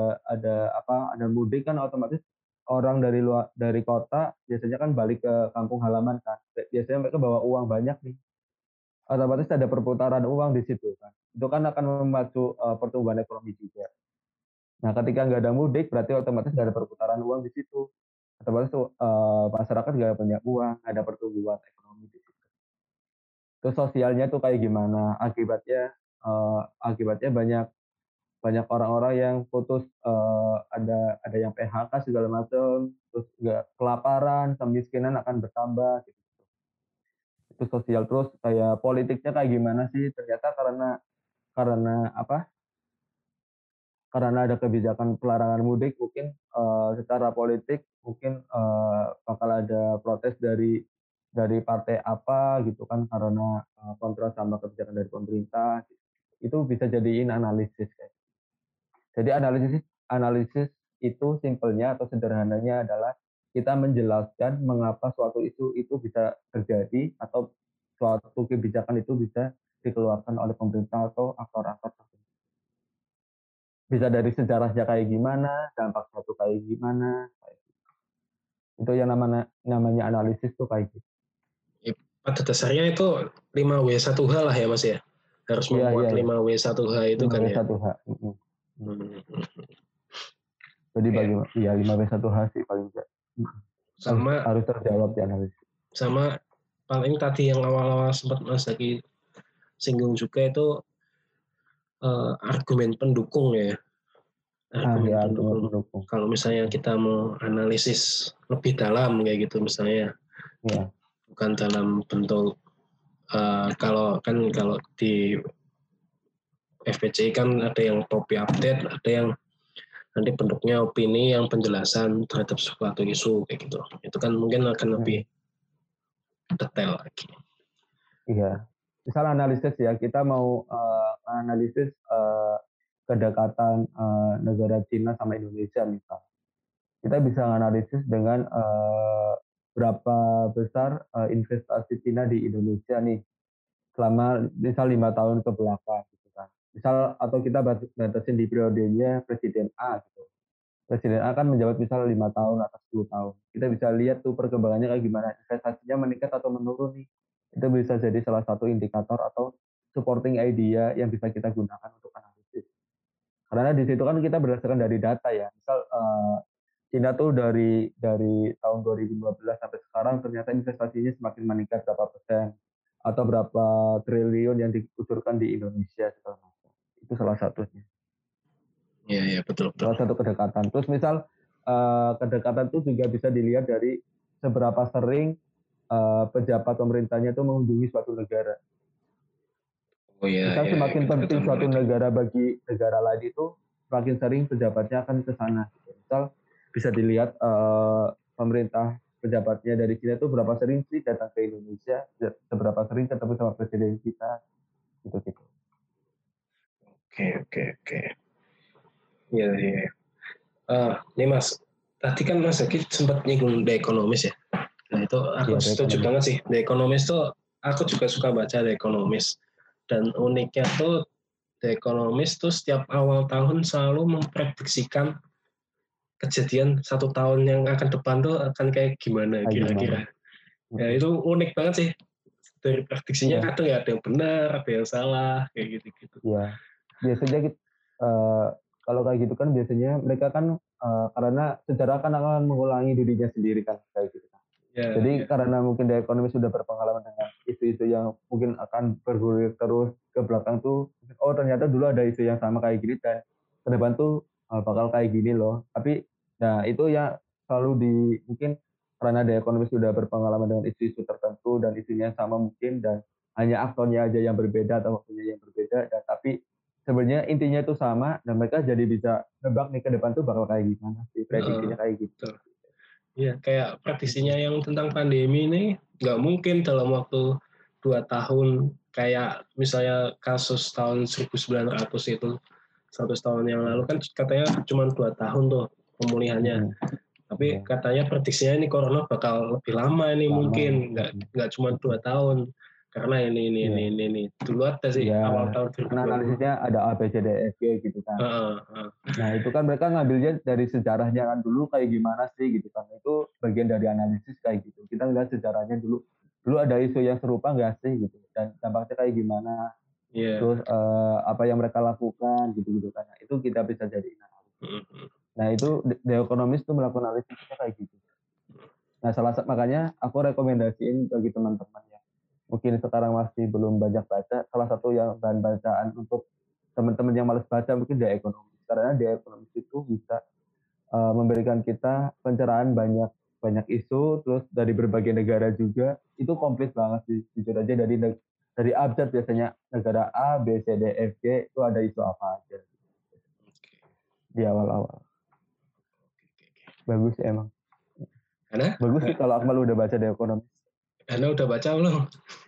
ada mudik kan otomatis orang dari kota biasanya kan balik ke kampung halaman kan. Biasanya mereka bawa uang banyak nih. Otomatis ada perputaran uang di situ kan. Itu kan akan memacu pertumbuhan ekonomi juga. Nah, ketika nggak ada mudik berarti otomatis nggak ada perputaran uang di situ. Otomatis masyarakat nggak punya uang, nggak ada pertumbuhan ekonomi di situ. Terus sosialnya tuh kayak gimana? Akibatnya banyak orang-orang yang putus, ada yang PHK segala macam, terus nggak kelaparan, kemiskinan akan bertambah gitu. Itu sosial. Terus kayak politiknya kayak gimana sih? Ternyata karena apa? Karena ada kebijakan pelarangan mudik, mungkin secara politik mungkin bakal ada protes dari partai apa gitu kan karena kontra sama kebijakan dari pemerintah. Itu bisa jadiin analisis kayak. Jadi analisis itu simpelnya atau sederhananya adalah kita menjelaskan mengapa suatu isu itu bisa terjadi atau suatu kebijakan itu bisa dikeluarkan oleh pemerintah atau aktor-aktor tertentu. Bisa dari sejarahnya kayak gimana, dampaknya tuh kayak gimana. Itu yang namanya analisis tuh kayak gitu. Pada dasarnya itu 5W1H lah ya Mas ya. Harus membuat 5W1H itu 5W1H. Kan ya. 5W1H. Jadi bagaimana? 5W1H sih paling enggak. Sama harus terjawab di analisis. Sama paling tadi yang awal-awal sempat Mas lagi singgung juga itu argumen pendukung ya. Argumen pendukung. Kalau misalnya kita mau analisis lebih dalam kayak gitu misalnya. Ya. Bukan dalam bentuk kalau di FPCI kan ada yang topi update, ada yang nanti bentuknya opini yang penjelasan terhadap suatu isu kayak gitu. Itu kan mungkin akan lebih detail lagi. Iya. Misal analisis ya, kita mau analisis kedekatan negara Cina sama Indonesia misal. Kita bisa analisis dengan berapa besar investasi Cina di Indonesia nih selama misal 5 tahun ke belakang gitu kan. Misal atau kita batasin di periodenya Presiden A gitu. Presiden A kan menjabat misal 5 tahun atau 10 tahun. Kita bisa lihat tuh perkembangannya kayak gimana, investasinya meningkat atau menurun nih. Itu bisa jadi salah satu indikator atau supporting idea yang bisa kita gunakan untuk analisis. Karena di situ kan kita berdasarkan dari data ya. Misal Cina tuh dari tahun 2015 sampai sekarang ternyata investasinya semakin meningkat berapa persen. atau berapa triliun yang dikucurkan di Indonesia segala macam. Itu salah satunya. Iya, betul. Salah satu kedekatan. Terus misal kedekatan itu juga bisa dilihat dari seberapa sering pejabat pemerintahnya itu mengunjungi suatu negara. Oh iya, Misal semakin penting kedekatan suatu politik. negara bagi negara lain itu, semakin sering pejabatnya akan ke sana. Misal bisa dilihat pemerintah pejabatnya dari China itu berapa sering sih datang ke Indonesia, seberapa sering ketemu sama presiden kita, gitu. Oke. Iya. Nih Mas, tadi kan Mas Zaki sempat nyinggung The Economist ya. Nah itu aku Iya, The setuju Economist. banget sih. The Economist tuh aku juga suka baca The Economist. Dan uniknya tuh The Economist tuh setiap awal tahun selalu memprediksikan kejadian 1 tahun yang akan depan tuh akan kayak gimana kira-kira. Ya itu unik banget sih. Dari prediksinya kadang ya ada yang benar, ada yang salah, kayak gitu-gitu. Iya, biasanya kalau kayak gitu kan biasanya mereka kan karena sejarah kan akan mengulangi dirinya sendiri kan kayak gitu. Ya, Jadi karena mungkin The Economist sudah berpengalaman dengan isu-isu yang mungkin akan bergulir terus ke belakang tuh, oh ternyata dulu ada isu yang sama kayak gini dan ke depan tuh bakal kayak gini loh. Tapi nah itu yang selalu mungkin karena The Economist sudah berpengalaman dengan isu-isu tertentu dan isunya sama mungkin dan hanya aktornya aja yang berbeda atau waktunya yang berbeda dan tapi sebenarnya intinya itu sama dan mereka jadi bisa nebak nih ke depan tuh bakal kayak gimana sih prediksinya kayak gitu. Iya, kayak prediksinya yang tentang pandemi ini nggak mungkin dalam waktu 2 tahun kayak misalnya kasus tahun 1900 itu 100 tahun yang lalu kan katanya cuma 2 tahun tuh pemulihannya. Tapi katanya prediksinya ini corona bakal lebih lama ini mungkin nggak cuma 2 tahun karena ini dulu ada sih awal tahun 2020. Karena analisisnya ada A, B, C, D, E, F, G gitu kan. Nah itu kan mereka ngambilnya dari sejarahnya kan dulu kayak gimana sih gitu kan. Itu bagian dari analisis kayak gitu. Kita lihat sejarahnya dulu ada isu yang serupa nggak sih gitu. Dan dampaknya kayak gimana. Terus apa yang mereka lakukan gitu kan. Nah, itu kita bisa jadi analisis. Nah itu The Economist tuh melakukan analisisnya kayak gitu. Nah makanya aku rekomendasiin bagi teman-teman yang mungkin sekarang masih belum banyak baca, salah satu yang bahan bacaan untuk teman-teman yang malas baca mungkin The Economist. Karena The Economist itu bisa memberikan kita pencerahan banyak isu, terus dari berbagai negara juga, itu komplit banget sih. Jujur aja dari abjad biasanya negara A, B, C, D, F, G itu ada isu apa aja di awal-awal. Bagus emang. Bagus sih kalau Akmal udah baca The Economist. Ana udah baca belum?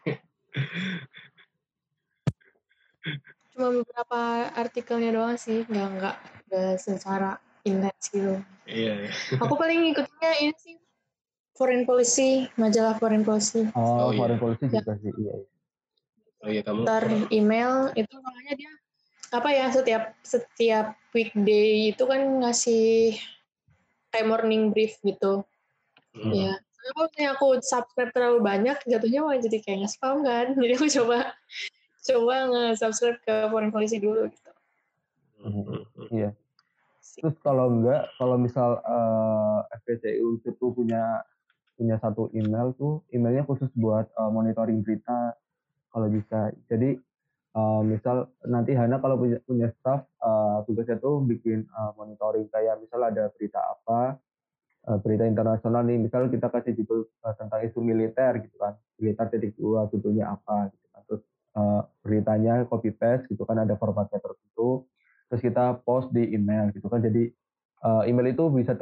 Cuma beberapa artikelnya doang sih, nggak secara intens gitu. Iya. Aku paling ngikutinnya ini sih Foreign Policy, majalah Foreign Policy. Foreign Policy juga sih, iya. Oh iya kamu. Ntar email itu makanya dia apa ya setiap weekday itu kan ngasih kayak morning brief gitu. Ya. Kalau misalnya aku subscribe terlalu banyak, jatuhnya malah jadi kayak nge-spam kan. Jadi aku coba nge-subscribe ke Foreign Policy dulu gitu. Iya. Terus kalau misal FPCU itu punya satu email tuh, emailnya khusus buat monitoring berita kalau bisa. Jadi misal nanti Hana kalau punya staff, tugasnya tuh bikin monitoring kayak misal ada berita apa, berita internasional nih, misal kita kasih judul tentang isu militer gitu kan, militer .2 judulnya apa gitu kan. Terus beritanya copy paste gitu kan, ada formatnya tertentu, terus kita post di email gitu kan. Jadi email itu bisa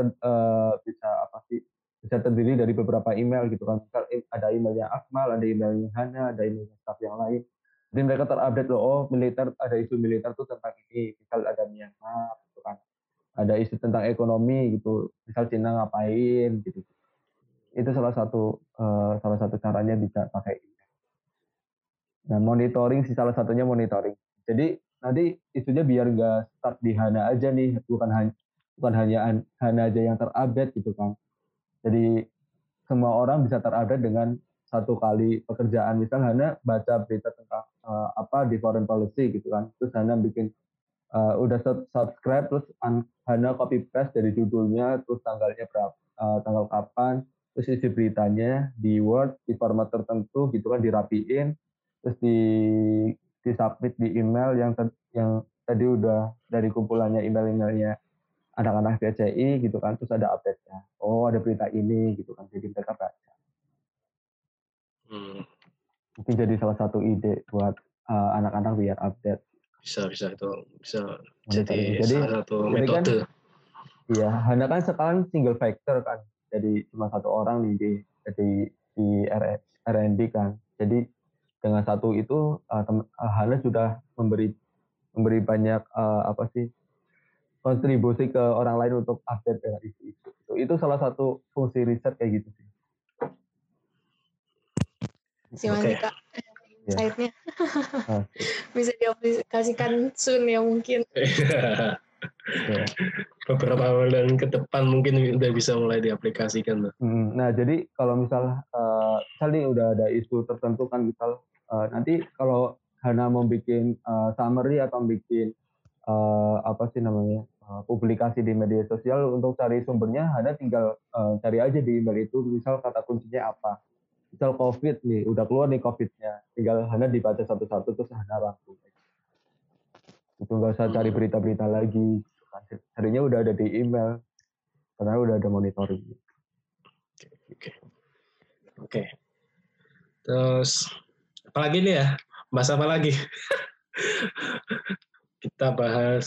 terdiri dari beberapa email gitu kan. Misal ada emailnya Akmal, ada emailnya Hana, ada emailnya staff yang lain. Jadi mereka terupdate loh, oh militer, ada isu militer tuh tentang ini, misal ada Myanmar gitu kan. Ada isu tentang ekonomi gitu, misal Cina ngapain gitu. Itu salah satu caranya bisa pakai email. Nah monitoring sih salah satunya monitoring. Jadi nanti isunya biar nggak stuck di Hana aja nih, bukan hanya Hana aja yang terupdate gitu kan. Jadi semua orang bisa terupdate dengan satu kali pekerjaan. Misal Hana baca berita tentang apa di foreign policy gitu kan, terus Hana bikin udah subscribe, terus Hana copy paste dari judulnya, terus tanggalnya berapa, tanggal kapan, terus isi beritanya di Word di format tertentu gitu kan, dirapiin, terus di submit di email yang tadi udah dari kumpulannya email-emailnya anak-anak PCI gitu kan, terus ada update-nya. Oh, ada berita ini gitu kan, jadi mereka baca. Mungkin jadi salah satu ide buat anak-anak biar update. Bisa itu bisa Monitoring. jadi salah satu metode. Kan, iya, Hana kan sekarang single factor kan, jadi cuma satu orang nih di R&D kan. Jadi dengan satu itu Hana sudah memberi banyak kontribusi ke orang lain untuk update dengan isu-isu. Itu salah satu fungsi riset kayak gitu sih. Masih Kak, insight-nya bisa diaplikasikan soon ya mungkin. Beberapa bulan ke depan mungkin udah bisa mulai diaplikasikan. Nah, jadi kalau misal nih udah ada isu tertentu kan, misal nanti kalau Hana mau bikin summary atau bikin publikasi di media sosial, untuk cari sumbernya Hana tinggal cari aja di email itu, misal kata kuncinya apa. Misal COVID nih, udah keluar nih COVID-nya, tinggal Hana dibaca satu-satu terus Hana rangkum. Itu nggak usah cari berita-berita lagi, carinya udah ada di email karena udah ada monitoring. Oke. Terus apalagi nih ya? Bahas apa lagi? Kita bahas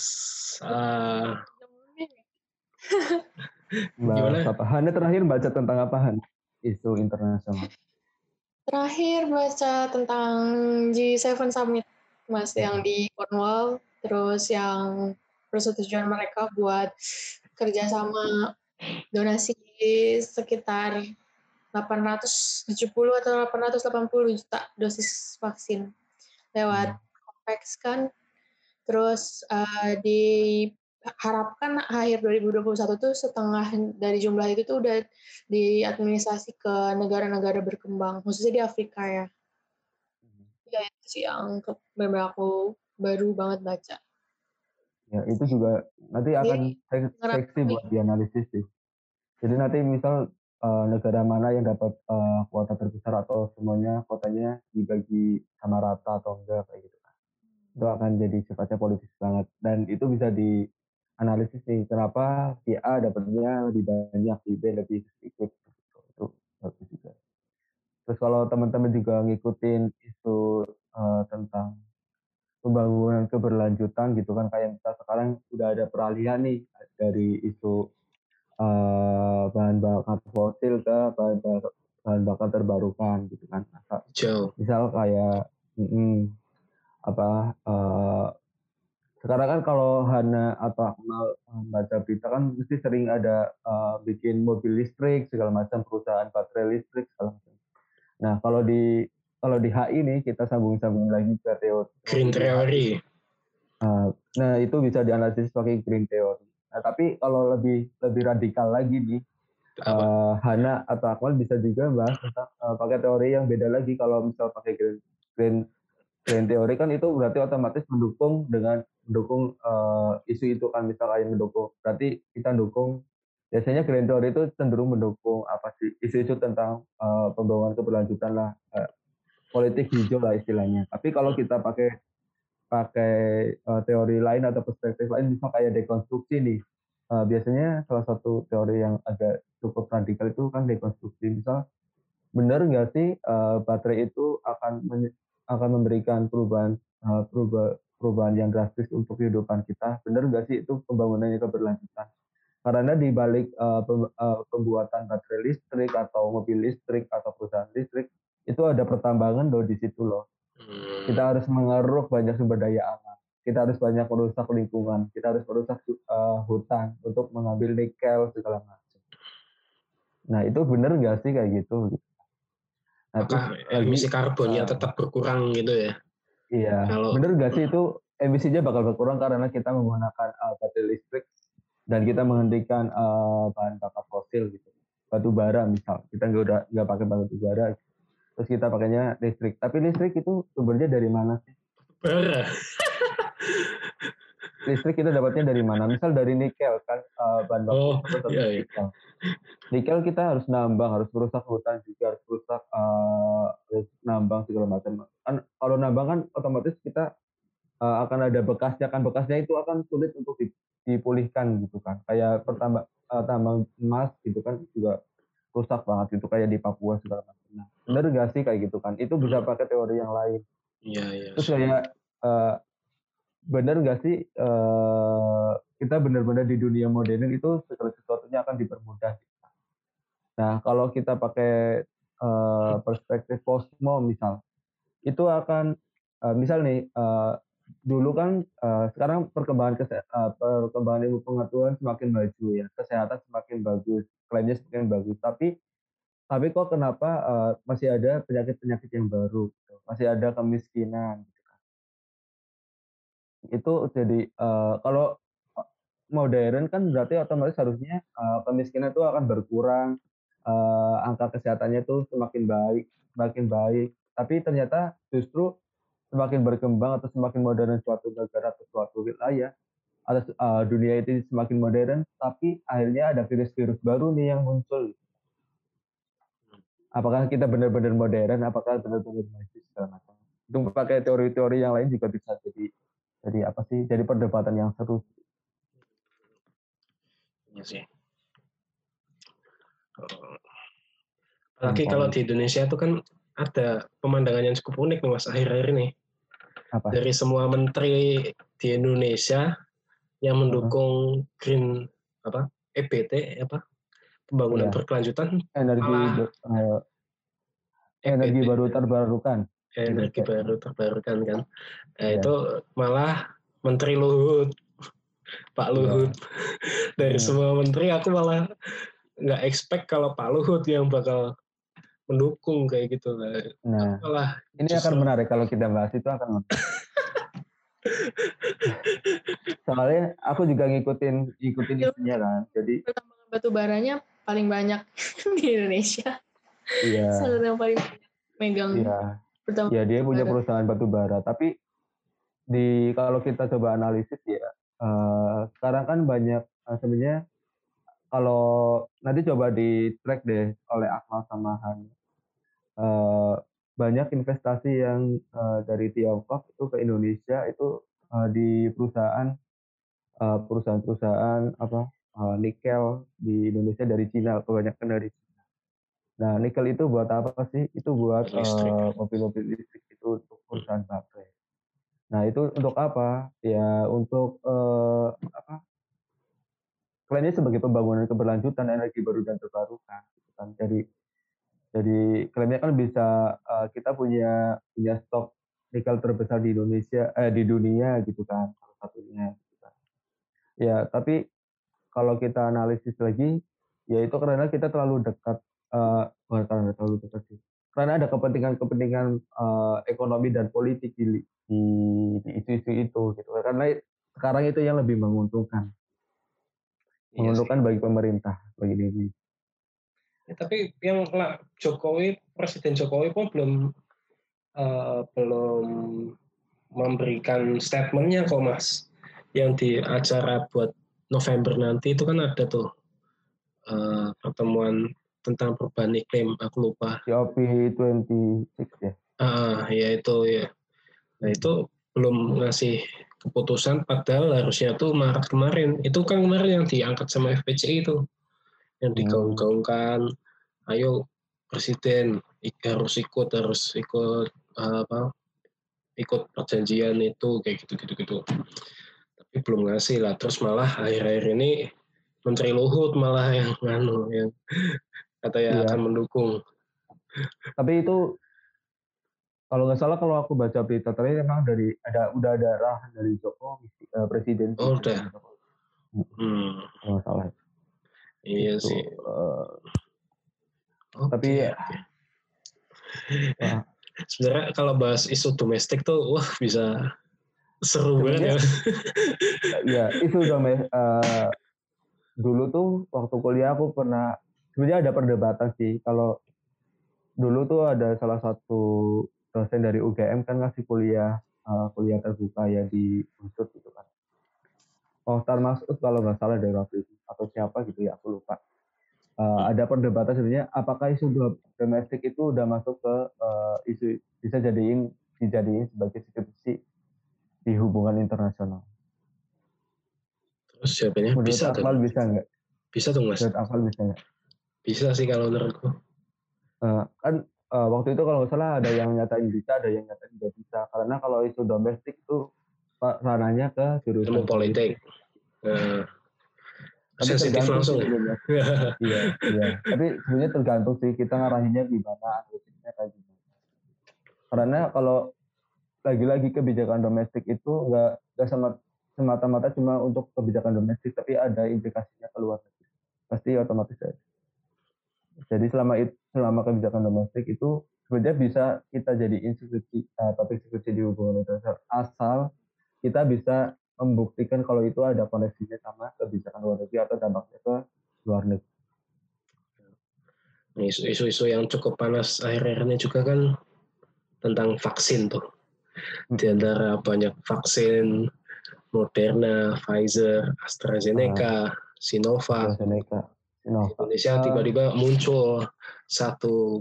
bahas apa? Hana terakhir baca tentang apa, Han? Isu internasional. Terakhir baca tentang G7 Summit, Mas, yang di Cornwall, terus yang persetujuan mereka buat kerjasama donasi sekitar 870 atau 880 juta dosis vaksin lewat COVAX kan. Terus diharapkan akhir 2021 tuh setengah dari jumlah itu tuh udah diadministrasi ke negara-negara berkembang, khususnya di Afrika ya. Ya itu sih yang benar aku baru banget baca. Ya itu juga nanti akan seksi buat dianalisis sih. Jadi nanti misal negara mana yang dapat kuota terbesar atau semuanya kuotanya dibagi sama rata atau enggak kayak gitu kan. Itu akan jadi sifatnya politis banget, dan itu bisa dianalisis nih kenapa si A dapatnya lebih banyak, si B lebih sedikit. Itu bagus juga. Terus kalau teman-teman juga ngikutin isu tentang pembangunan keberlanjutan gitu kan, kayak kita sekarang udah ada peralihan nih dari isu bahan bakar fosil ke bahan bakar terbarukan gitu kan. Misal kayak sekarang kan kalau Hana atau Akmal baca berita kan mesti sering ada bikin mobil listrik segala macam, perusahaan baterai listrik segala macam. Nah kalau di HI nih kita sambung lagi ke teori green theory. Nah itu bisa dianalisis pakai green theory. Nah tapi kalau lebih radikal lagi nih, Hana atau Akmal bisa juga bahas tentang pakai teori yang beda lagi. Kalau misal pakai green theory kan itu berarti otomatis mendukung isu itu kan, misal kayak mendukung, berarti kita dukung, biasanya green theory itu cenderung mendukung isu-isu tentang pembangunan keberlanjutan lah, politik hijau lah istilahnya. Tapi kalau kita pakai teori lain atau perspektif lain, misal kayak dekonstruksi nih, biasanya salah satu teori yang agak cukup radikal itu kan dekonstruksi. Misal benar nggak sih baterai itu akan memberikan perubahan yang drastis untuk kehidupan kita? Benar nggak sih itu pembangunannya keberlanjutan? Karena di balik pembuatan baterai listrik atau mobil listrik atau perusahaan listrik itu ada pertambangan loh di situ loh. Kita harus mengeruk banyak sumber daya alam. Kita harus banyak merusak lingkungan. Kita harus merusak hutan untuk mengambil nikel segala macam. Nah itu benar nggak sih kayak gitu? Apakah emisi karbonnya tetap berkurang gitu ya? Iya, bener nggak sih itu emisinya bakal berkurang karena kita menggunakan baterai listrik dan kita menghentikan bahan bakar fosil gitu, batu bara misal, kita nggak pakai batu bara, terus kita pakainya listrik. Tapi listrik itu sumbernya dari mana sih? Bara. listrik kita dapatnya dari mana? Misal dari nikel kan, bahan baku Oh, utama iya, dari iya. nikel. Nikel kita harus nambang, harus merusak hutan juga, harus nambang segala macam. Kan kalau nambang kan otomatis kita akan ada bekasnya, kan bekasnya itu akan sulit untuk dipulihkan gitu kan. Kayak tambang emas gitu kan juga rusak banget gitu kayak di Papua segala macam. Nah, benar nggak sih kayak gitu kan? Itu bisa pakai teori yang lain. Iya, iya. Terus kayak benar nggak sih kita benar-benar di dunia modern itu segala sesuatunya akan dipermudah. Nah, kalau kita pakai perspektif Cosmo misal, itu akan misal nih dulu kan sekarang perkembangan ilmu pengetahuan semakin maju ya, kesehatan semakin bagus, klaimnya semakin bagus, tapi kok kenapa masih ada penyakit-penyakit yang baru, gitu. Masih ada kemiskinan. Itu jadi kalau modern kan berarti otomatis harusnya kemiskinan itu akan berkurang, angka kesehatannya itu semakin baik, makin baik. Tapi ternyata justru semakin berkembang atau semakin modern suatu negara atau suatu wilayah atau dunia itu semakin modern, tapi akhirnya ada virus-virus baru nih yang muncul. Apakah kita benar-benar modern? Apakah benar-benar maju segala macam? Itu pakai teori-teori yang lain juga bisa jadi apa sih? Jadi perdebatan yang seru. Iya sih. Apalagi kalau di Indonesia itu kan ada pemandangan yang cukup unik nih Mas akhir-akhir ini. Apa? Dari semua menteri di Indonesia yang mendukung green EBT pembangunan Iya. berkelanjutan Energi baru terbarukan. Energi baru terbarukan kan. Nah, Iya. itu malah Menteri Luhut, Pak Luhut. Dari semua menteri aku malah nggak expect kalau Pak Luhut yang bakal mendukung kayak gitu. Nah, malah ini akan menarik kalau kita bahas itu akan menarik. Soalnya aku juga ngikutin isunya kan. Jadi pertambangan batu baranya paling banyak di Indonesia. iya. Salah satu yang paling megang. Iya, dia punya perusahaan batu bara. Tapi kalau kita coba analisis ya, sekarang kan banyak sebenarnya kalau nanti coba di track deh oleh Akmal sama Han. Banyak investasi yang dari Tiongkok itu ke Indonesia itu di perusahaan-perusahaan nikel di Indonesia dari Cina, kebanyakan dari Cina. Nah, nikel itu buat apa sih? Itu buat mobil-mobil listrik itu untuk perusahaan baterai. Nah, itu untuk apa? Ya untuk klaimnya sebagai pembangunan keberlanjutan energi baru dan terbarukan. Kan. Jadi klaimnya kan bisa kita punya stok nikel terbesar di Indonesia, di dunia gitu kan, salah satunya. Gitu kan. Ya, tapi kalau kita analisis lagi, ya itu karena kita terlalu dekat, bukan karena terlalu dekat sih. Karena ada kepentingan ekonomi dan politik di isu-isu itu, gitu. Karena sekarang itu yang lebih menguntungkan, bagi pemerintah, bagi Indonesia. Ya, tapi yang Presiden Jokowi pun belum memberikan statementnya kok Mas. Yang di acara buat November nanti itu kan ada tuh pertemuan tentang perubahan iklim, aku lupa. COP26 ya. Ya itu ya. Nah itu belum ngasih keputusan, padahal harusnya tuh Maret kemarin. Itu kan kemarin yang diangkat sama FPCI itu, yang digaung-gaungkan. Ayo Presiden harus ikut ikut perjanjian itu kayak gitu. Tapi belum ngasih lah. Terus malah akhir-akhir ini Menteri Luhut malah yang katanya akan mendukung. Tapi itu kalau nggak salah kalau aku baca berita tadi memang udah ada arahan dari Jokowi presiden. Oh udah. Kalau nggak salah. Iya itu, sih. Tapi sebenarnya kalau bahas isu domestik tuh wah bisa seru banget ya. Ya isu domestik dulu tuh waktu kuliah aku pernah sebenarnya ada perdebatan sih. Kalau dulu tuh ada salah satu dosen dari UGM kan ngasih kuliah terbuka ya di Unsur gitu kan. Mohtar Mas'ud kalau nggak salah dari waktu itu atau siapa gitu ya, aku lupa. Ada perdebatan sebenarnya apakah isu domestik itu udah masuk ke isu bisa dijadiin sebagai skripsi di hubungan internasional. Terus siapanya? Menurut Bisa tuh. Akmal bisa nggak? Bisa tuh Mas. Menurut Akmal bisa nggak? Bisa sih kalau menurutku. Kan waktu itu kalau nggak salah ada yang nyatain bisa, ada yang nyatain nggak bisa. Karena kalau isu domestik itu ranahnya ke Ilmu jurusan politik. Tapi Sensitif tergantung sih langsung. sebenarnya. Iya. Tapi sebenarnya tergantung sih kita ngarahinnya gimana, analisisnya kayak gimana. Karena kalau lagi-lagi kebijakan domestik itu nggak semata-mata cuma untuk kebijakan domestik, tapi ada implikasinya ke luar negeri. Pasti otomatis ada. Jadi selama kebijakan domestik itu sebenarnya bisa kita jadiin topik skripsi di hubungan internasional asal kita bisa membuktikan kalau itu ada koneksinya sama kebijakan luar negeri atau dampaknya ke luar negeri. Isu-isu yang cukup panas akhir-akhir ini juga kan tentang vaksin tuh. Di antara banyak vaksin Moderna, Pfizer, AstraZeneca, Sinovac. Indonesia tiba-tiba muncul satu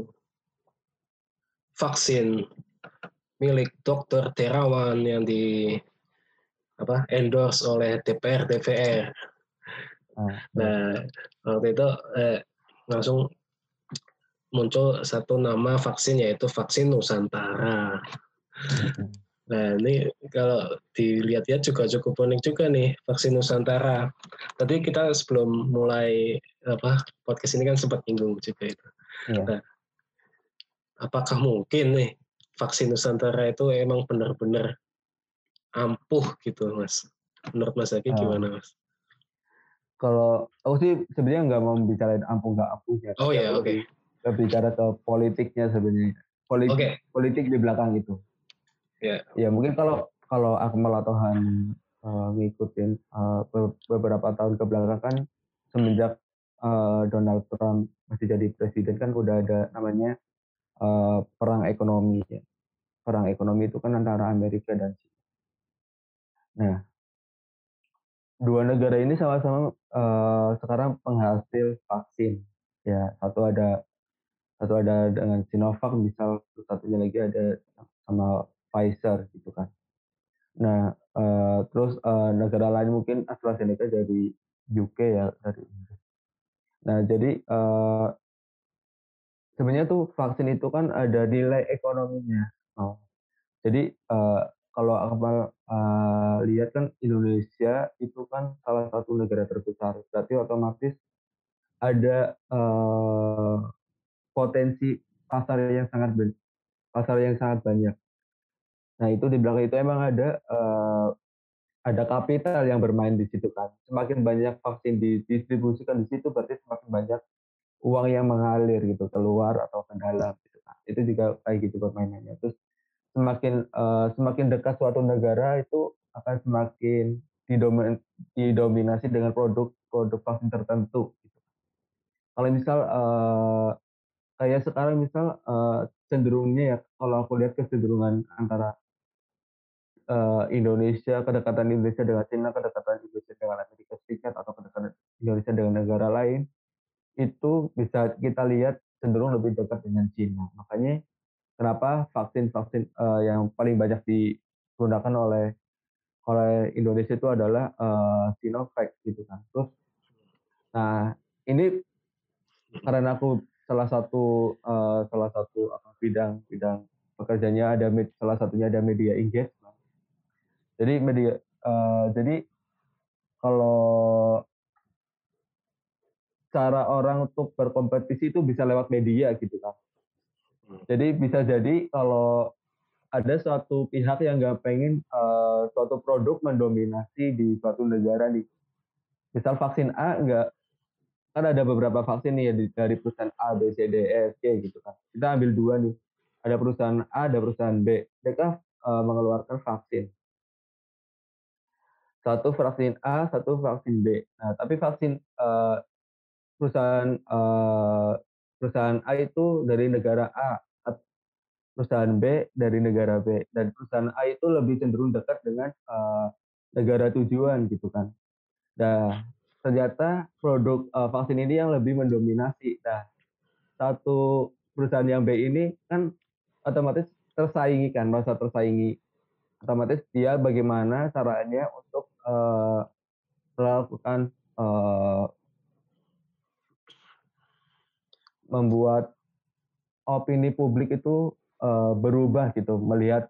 vaksin milik Dr. Terawan yang di endorse oleh DPR, DPR. Nah, waktu itu langsung muncul satu nama vaksin yaitu vaksin Nusantara. Nah, ini kalau dilihat-lihat juga cukup unik juga nih vaksin Nusantara. Tadi kita sebelum mulai podcast ini kan sempat nyinggung juga itu. Iya. Nah, apakah mungkin nih vaksin Nusantara itu emang benar-benar ampuh gitu, Mas? Menurut Mas Zaki gimana, Mas? Kalau aku sih sebenarnya nggak mau bicarain ampuh nggak ampuhnya. Oh ya, oke. Bicara ke politiknya sebenarnya. Politik di belakang itu. Ya mungkin kalau Akmal atau Han ngikutin beberapa tahun ke belakang kan semenjak Donald Trump masih jadi presiden kan udah ada namanya perang ekonomi ya. Perang ekonomi itu kan antara Amerika dan China. Nah, dua negara ini sama-sama sekarang penghasil vaksin. Ya, satu ada dengan Sinovac, misal satunya lagi ada sama Pfizer gitu kan. Nah, terus negara lain mungkin AstraZeneca dari UK ya, dari Inggris. Nah, jadi sebenarnya tuh vaksin itu kan ada nilai ekonominya. Jadi kalau Akmal lihat kan Indonesia itu kan salah satu negara terbesar, berarti otomatis ada potensi pasar yang sangat banyak. Nah itu di belakang itu emang ada kapital yang bermain di situ kan. Semakin banyak vaksin didistribusikan di situ, berarti semakin banyak uang yang mengalir gitu keluar atau ke dalam gitu kan. Itu juga kayak gitu permainannya. Terus semakin dekat suatu negara itu akan semakin didominasi dengan produk vaksin tertentu. Gitu. Kalau misal kayak sekarang misal cenderungnya ya, kalau aku lihat kecenderungan antara kedekatan Indonesia dengan China, kedekatan Indonesia dengan Amerika Serikat, atau kedekatan Indonesia dengan negara lain, itu bisa kita lihat cenderung lebih dekat dengan China. Makanya kenapa vaksin-vaksin yang paling banyak digunakan oleh Indonesia itu adalah Sinovac gitu kan. Terus, nah ini karena aku salah satu bidang pekerjaannya salah satunya ada media engagement. Jadi kalau cara orang untuk berkompetisi itu bisa lewat media gitu kan. Jadi bisa jadi kalau ada suatu pihak yang nggak pengen suatu produk mendominasi di suatu negara nih. Misal vaksin A kan ada beberapa vaksin nih ya dari perusahaan A, B, C, D, E, F, G gitu kan. Kita ambil dua nih. Ada perusahaan A, ada perusahaan B. Mereka mengeluarkan vaksin. Satu vaksin A, satu vaksin B. Nah, tapi vaksin perusahaan A itu dari negara A, perusahaan B dari negara B, dan perusahaan A itu lebih cenderung dekat dengan negara tujuan gitu kan. Nah, ternyata produk vaksin ini yang lebih mendominasi. Nah, satu perusahaan yang B ini kan otomatis tersaingi kan, merasa tersaingi. Otomatis dia bagaimana caranya untuk melakukan membuat opini publik itu berubah gitu, melihat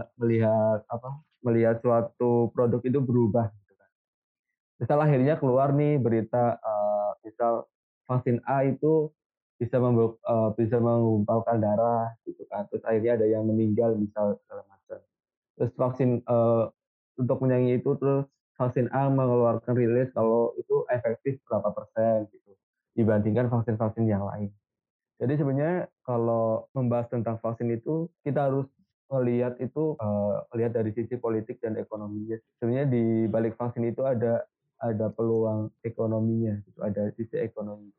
suatu produk itu berubah. Misal akhirnya keluar nih berita misal vaksin A itu bisa menggumpalkan darah gitu kan, terus akhirnya ada yang meninggal misal segala macam. Terus vaksin untuk menyaingi itu, terus vaksin A mengeluarkan rilis kalau itu efektif berapa persen gitu dibandingkan vaksin-vaksin yang lain. Jadi sebenarnya kalau membahas tentang vaksin itu kita harus lihat dari sisi politik dan ekonominya. Sebenarnya di balik vaksin itu ada peluang ekonominya, gitu. Ada sisi ekonomi.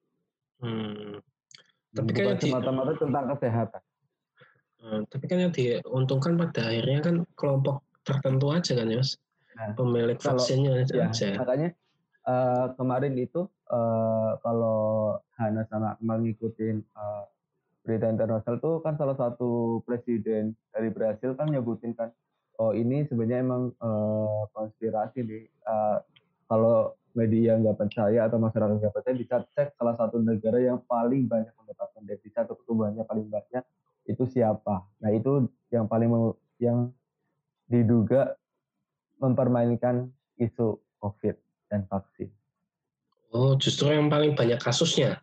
Tapi Bukan semata-mata tentang kesehatan. Tapi kan yang diuntungkan pada akhirnya kan kelompok tertentu aja kan ya, Mas? Nah, pemilik vaksinnya ya, aja. makanya kemarin itu kalau Hana sama Akmal ngikutin berita internasional tuh kan salah satu presiden dari Brasil kan nyebutin kan, oh ini sebenarnya emang konspirasi nih. Kalau media nggak percaya atau masyarakat nggak percaya, bisa cek salah satu negara yang paling banyak mendapatkan devisa atau pertumbuhannya paling banyak itu siapa. Nah itu yang yang diduga mempermainkan isu COVID dan vaksin. Oh, justru yang paling banyak kasusnya.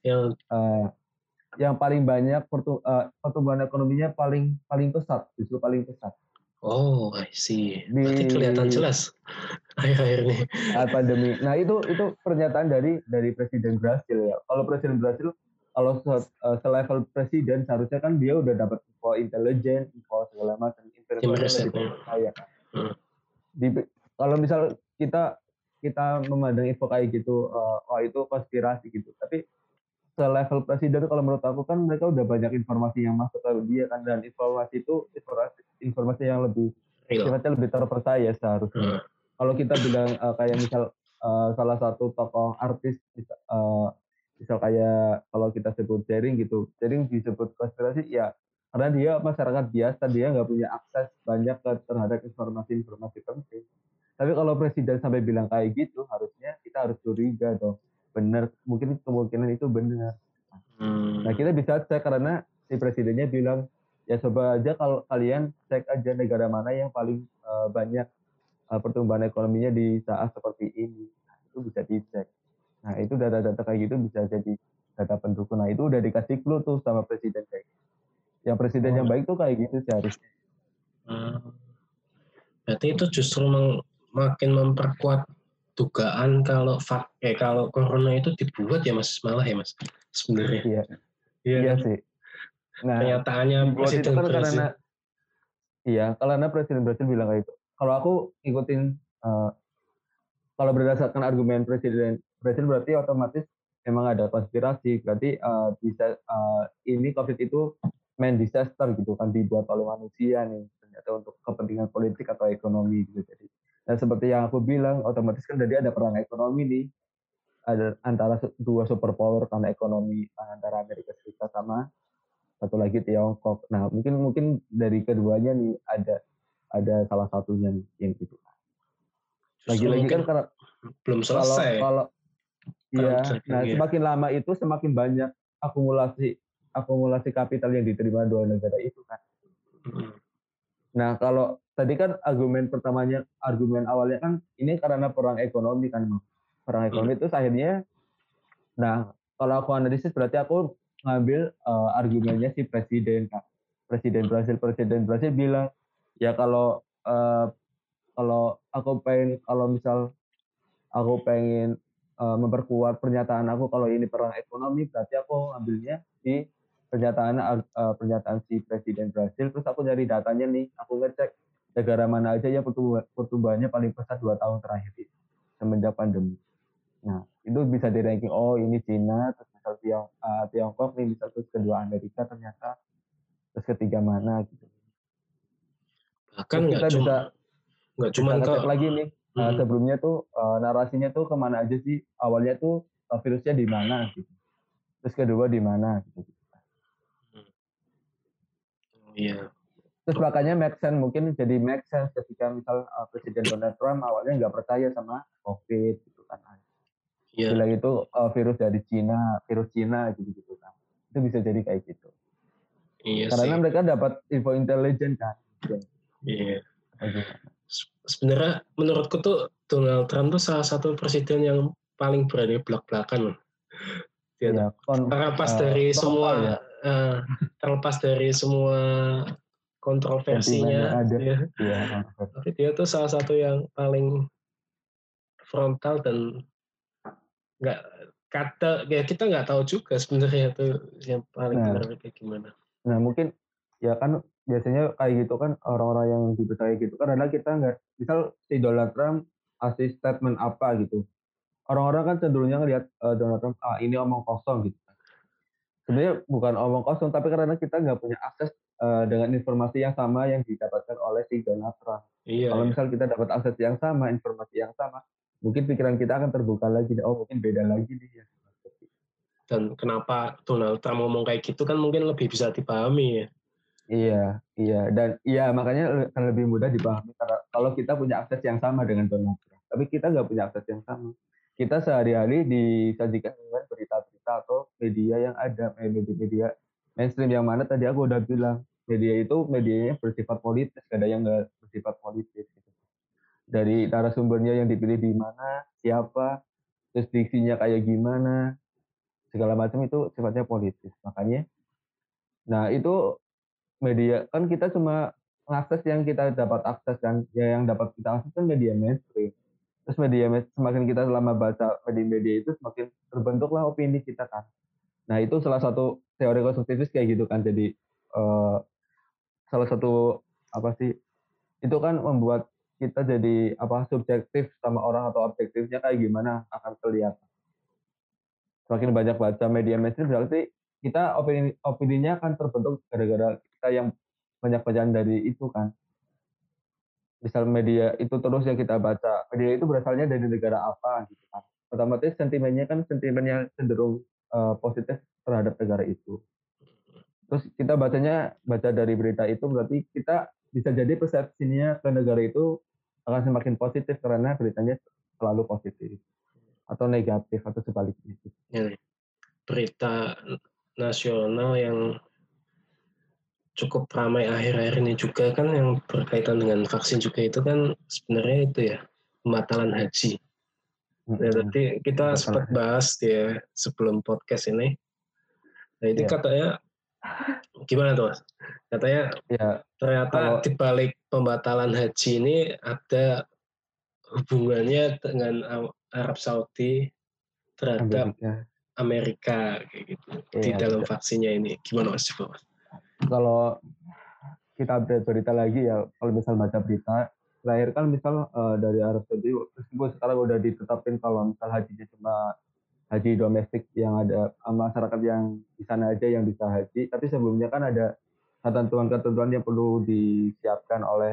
Yang paling banyak pertumbuhan ekonominya paling pesat, justru paling pesat. Oh, I see. Berarti kelihatan jelas akhir-akhir ini. Pandemi. Nah itu pernyataan dari Presiden Brasil ya. Kalau Presiden Brasil, kalau selevel presiden seharusnya kan dia udah dapat info intelijen, info segala macam, informasi yang lebih terpercaya kan. Kalau misal kita memandang info kayak gitu, itu konspirasi gitu. Tapi selevel presiden kalau menurut aku kan mereka udah banyak informasi yang masuk ke dia kan, dan informasi itu informasi yang lebih sifatnya lebih terpercaya seharusnya. Kalau kita bilang kayak misal salah satu tokoh artis misal kayak kalau kita sebut Jering gitu, Jering disebut konspirasi ya karena dia masyarakat biasa, dia nggak punya akses banyak terhadap informasi-informasi penting. Tapi kalau presiden sampai bilang kayak gitu, harusnya kita harus curiga dong. Benar, mungkin kemungkinan itu benar. Nah kita bisa cek karena si presidennya bilang, ya coba aja kalau kalian cek aja negara mana yang paling banyak pertumbuhan ekonominya di saat seperti ini. Nah, itu bisa dicek. Nah itu data-data kayak gitu bisa jadi data pendukung. Nah itu udah dikasih clue tuh sama presiden kayak gitu. Yang presiden yang baik tuh kayak gitu seharusnya. Berarti itu justru makin memperkuat dugaan kalau corona itu dibuat ya Mas, malah ya Mas sebenarnya. Iya sih. Nah, kenyataannya presiden Brasil. Karena presiden Brasil bilang kayak itu. Kalau aku ikutin kalau berdasarkan argumen presiden berarti otomatis memang ada konspirasi. Berarti bisa ini COVID itu man disaster gitu kan, dibuat oleh manusia nih ternyata untuk kepentingan politik atau ekonomi gitu. Jadi, dan seperti yang aku bilang, otomatis kan jadi ada perang ekonomi nih, ada antara dua superpower karena ekonomi antara Amerika Serikat sama satu lagi Tiongkok. Nah mungkin dari keduanya nih ada salah satunya nih yang gitu. Lagi-lagi kan karena belum selesai. Kalau nah semakin lama itu semakin banyak akumulasi kapital yang diterima dua negara itu kan. Nah kalau tadi kan argumen awalnya kan ini karena perang ekonomi kan, perang ekonomi itu akhirnya. Nah kalau aku analisis berarti aku ngambil argumennya si presiden kan. Presiden Brasil bilang ya kalau misal aku pengen memperkuat pernyataan aku kalau ini perang ekonomi, berarti aku ambilnya di pernyataan si presiden Brasil. Terus aku nyari datanya nih, aku ngecek negara mana aja yang pertumbuhannya paling pesat 2 tahun terakhir ini semenjak pandemi. Nah itu bisa di ranking, oh ini Cina, terus misal Tiongkok nih, misal terus kedua Amerika ternyata, terus ketiga mana gitu. Bahkan nggak cuma ngecek lagi nih Sebelumnya tuh narasinya tuh kemana aja sih? Awalnya tuh virusnya di mana gitu. Terus kedua di mana gitu. Iya. Terus makanya mungkin jadi make sense ketika misal Presiden Donald Trump awalnya nggak percaya sama COVID gitu kan. Iya. Bilang itu virus dari Cina, virus Cina gitu kan. Itu bisa jadi kayak gitu. Iya Karena sih. mereka dapat info intelijen kan. Iya. Sebenarnya menurutku tuh Donald Trump tuh salah satu presiden yang paling berani belak-belakan. Iya, terlepas dari semua ya. terlepas dari semua kontroversinya, ada. Ya. Iya, Tapi dia tuh salah satu yang paling frontal dan nggak kata ya kita nggak tahu juga sebenarnya tuh yang paling benar kayak gimana. Nah mungkin ya kan biasanya kayak gitu kan orang-orang yang dipercaya gitu kan adalah kita nggak misal si Donald Trump kasih statement apa gitu, orang-orang kan cenderungnya ngelihat Donald Trump ini omong kosong gitu. Sebenarnya bukan omong kosong tapi karena kita nggak punya akses dengan informasi yang sama yang didapatkan oleh si Donald Trump. Iya, Kalau iya. misal kita dapat akses yang sama, informasi yang sama, mungkin pikiran kita akan terbuka lagi. Oh mungkin beda lagi nih ya. Dan kenapa Donald Trump ngomong kayak gitu kan mungkin lebih bisa dipahami ya. Iya, dan iya makanya akan lebih mudah dipahami karena kalau kita punya akses yang sama dengan Donald Trump. Tapi kita nggak punya akses yang sama. Kita sehari-hari disajikan dengan berita-berita atau media yang ada, media mainstream yang mana tadi aku udah bilang media itu medianya bersifat politis, ada yang nggak bersifat politis. Gitu. Dari narasumbernya yang dipilih di mana, siapa, terus diksinya kayak gimana, segala macam itu sifatnya politis. Makanya, nah itu media kan kita cuma mengakses yang kita dapat akses kan ya yang dapat kita akses kan media mainstream. Terus semakin kita lama baca media-media itu semakin terbentuklah opini kita kan. Nah itu salah satu teori konstruktivis kayak gitu kan. Jadi salah satu apa sih itu kan membuat kita jadi subjektif sama orang atau objektifnya kayak gimana akan kelihatan. Semakin banyak baca media mainstream berarti kita opininya akan terbentuk gara-gara kita yang banyak bacaan dari itu kan. Misal media itu terus yang kita baca, media itu berasalnya dari negara apa gitu kan. Otomatis sentimennya kan sentimennya cenderung positif terhadap negara itu. Terus kita baca dari berita itu berarti kita bisa jadi persepsinya ke negara itu akan semakin positif karena beritanya selalu positif atau negatif atau sebaliknya. Ya, berita nasional yang cukup ramai akhir-akhir ini juga kan yang berkaitan dengan vaksin juga itu kan sebenarnya itu ya pembatalan haji. Ya, tadi kita sempat bahas ya sebelum podcast ini. Nah ini katanya gimana tuh Mas? Katanya ternyata di balik pembatalan haji ini ada hubungannya dengan Arab Saudi terhadap Amerika kayak gitu di dalam vaksinnya ini. Gimana Mas? Kalau kita update berita lagi ya, kalau misal baca berita, terakhir kan misal dari Arab Saudi, meskipun sekarang udah ditetapin kalau misal hajinya cuma haji domestik yang ada masyarakat yang di sana aja yang bisa haji, tapi sebelumnya kan ada ketentuan-ketentuan yang perlu disiapkan oleh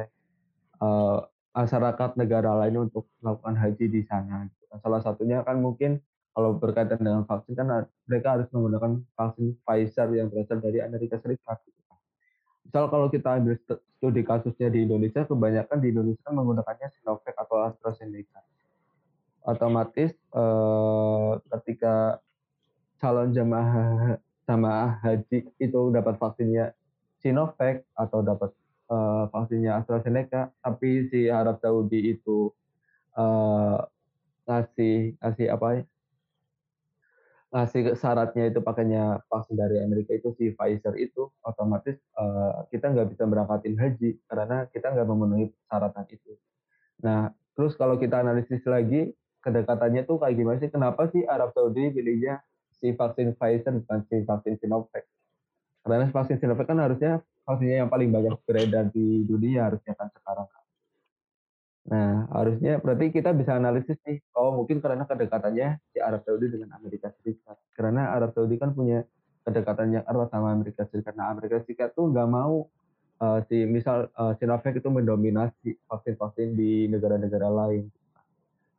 masyarakat negara lain untuk melakukan haji di sana. Salah satunya kan mungkin kalau berkaitan dengan vaksin kan mereka harus menggunakan vaksin Pfizer yang berasal dari Amerika Serikat. Misal kalau kita ambil studi kasusnya di Indonesia, kebanyakan di Indonesia kan menggunakannya Sinovac atau AstraZeneca. Otomatis ketika calon jamaah haji itu dapat vaksinnya Sinovac atau dapat vaksinnya AstraZeneca, tapi si Arab Saudi itu ngasih syaratnya itu pakainya vaksin dari Amerika itu si Pfizer itu, otomatis kita nggak bisa berangkatin haji karena kita nggak memenuhi persyaratan itu. Nah, terus kalau kita analisis lagi kedekatannya tuh kayak gimana sih? Kenapa sih Arab Saudi pilihnya si vaksin Pfizer bukan si vaksin Sinovac? Karena vaksin Sinovac kan harusnya vaksinnya yang paling banyak beredar di dunia harusnya kan sekarang. Nah, harusnya berarti kita bisa analisis nih, mungkin karena kedekatannya si Arab Saudi dengan Amerika Serikat. Karena Arab Saudi kan punya kedekatan yang erat sama Amerika Serikat. Nah, Amerika Serikat tuh nggak mau misal Sinovac itu mendominasi vaksin-vaksin di negara-negara lain.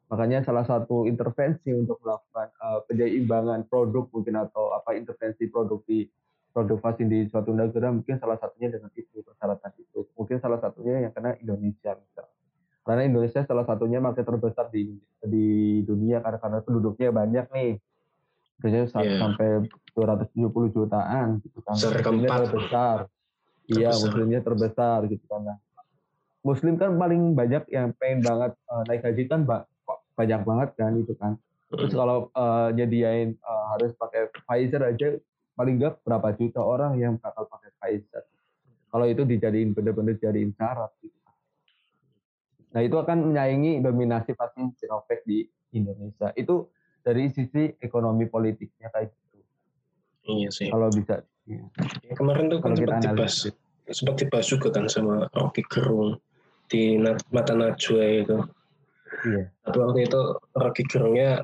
Makanya salah satu intervensi untuk melakukan penyeimbangan produk mungkin atau intervensi produk vaksin di suatu negara mungkin salah satunya dengan itu persyaratan itu. Mungkin salah satunya yang kena Indonesia misalnya. Karena Indonesia salah satunya market terbesar di dunia karena penduduknya banyak nih. Biasanya sampai 270 jutaan gitu kan. Muslimnya terbesar. Iya, muslimnya terbesar gitu kan. Nah, Muslim kan paling banyak yang pengen banget naik haji kan banyak banget kan itu kan. Terus kalau nyediain harus pakai Pfizer aja paling nggak berapa juta orang yang bakal pakai Pfizer. Kalau itu dijadiin bener-bener jadiin syarat gitu. Nah itu akan menyaingi dominasi vaksin Sinovac di Indonesia. Itu dari sisi ekonomi politiknya kayak gitu. Iya sih. Kalau bisa. Ya, kemarin tuh kan sempat dibahas juga kan sama Rocky Gerung di Mata Najwa itu. Iya. Tapi waktu itu Rocky Gerungnya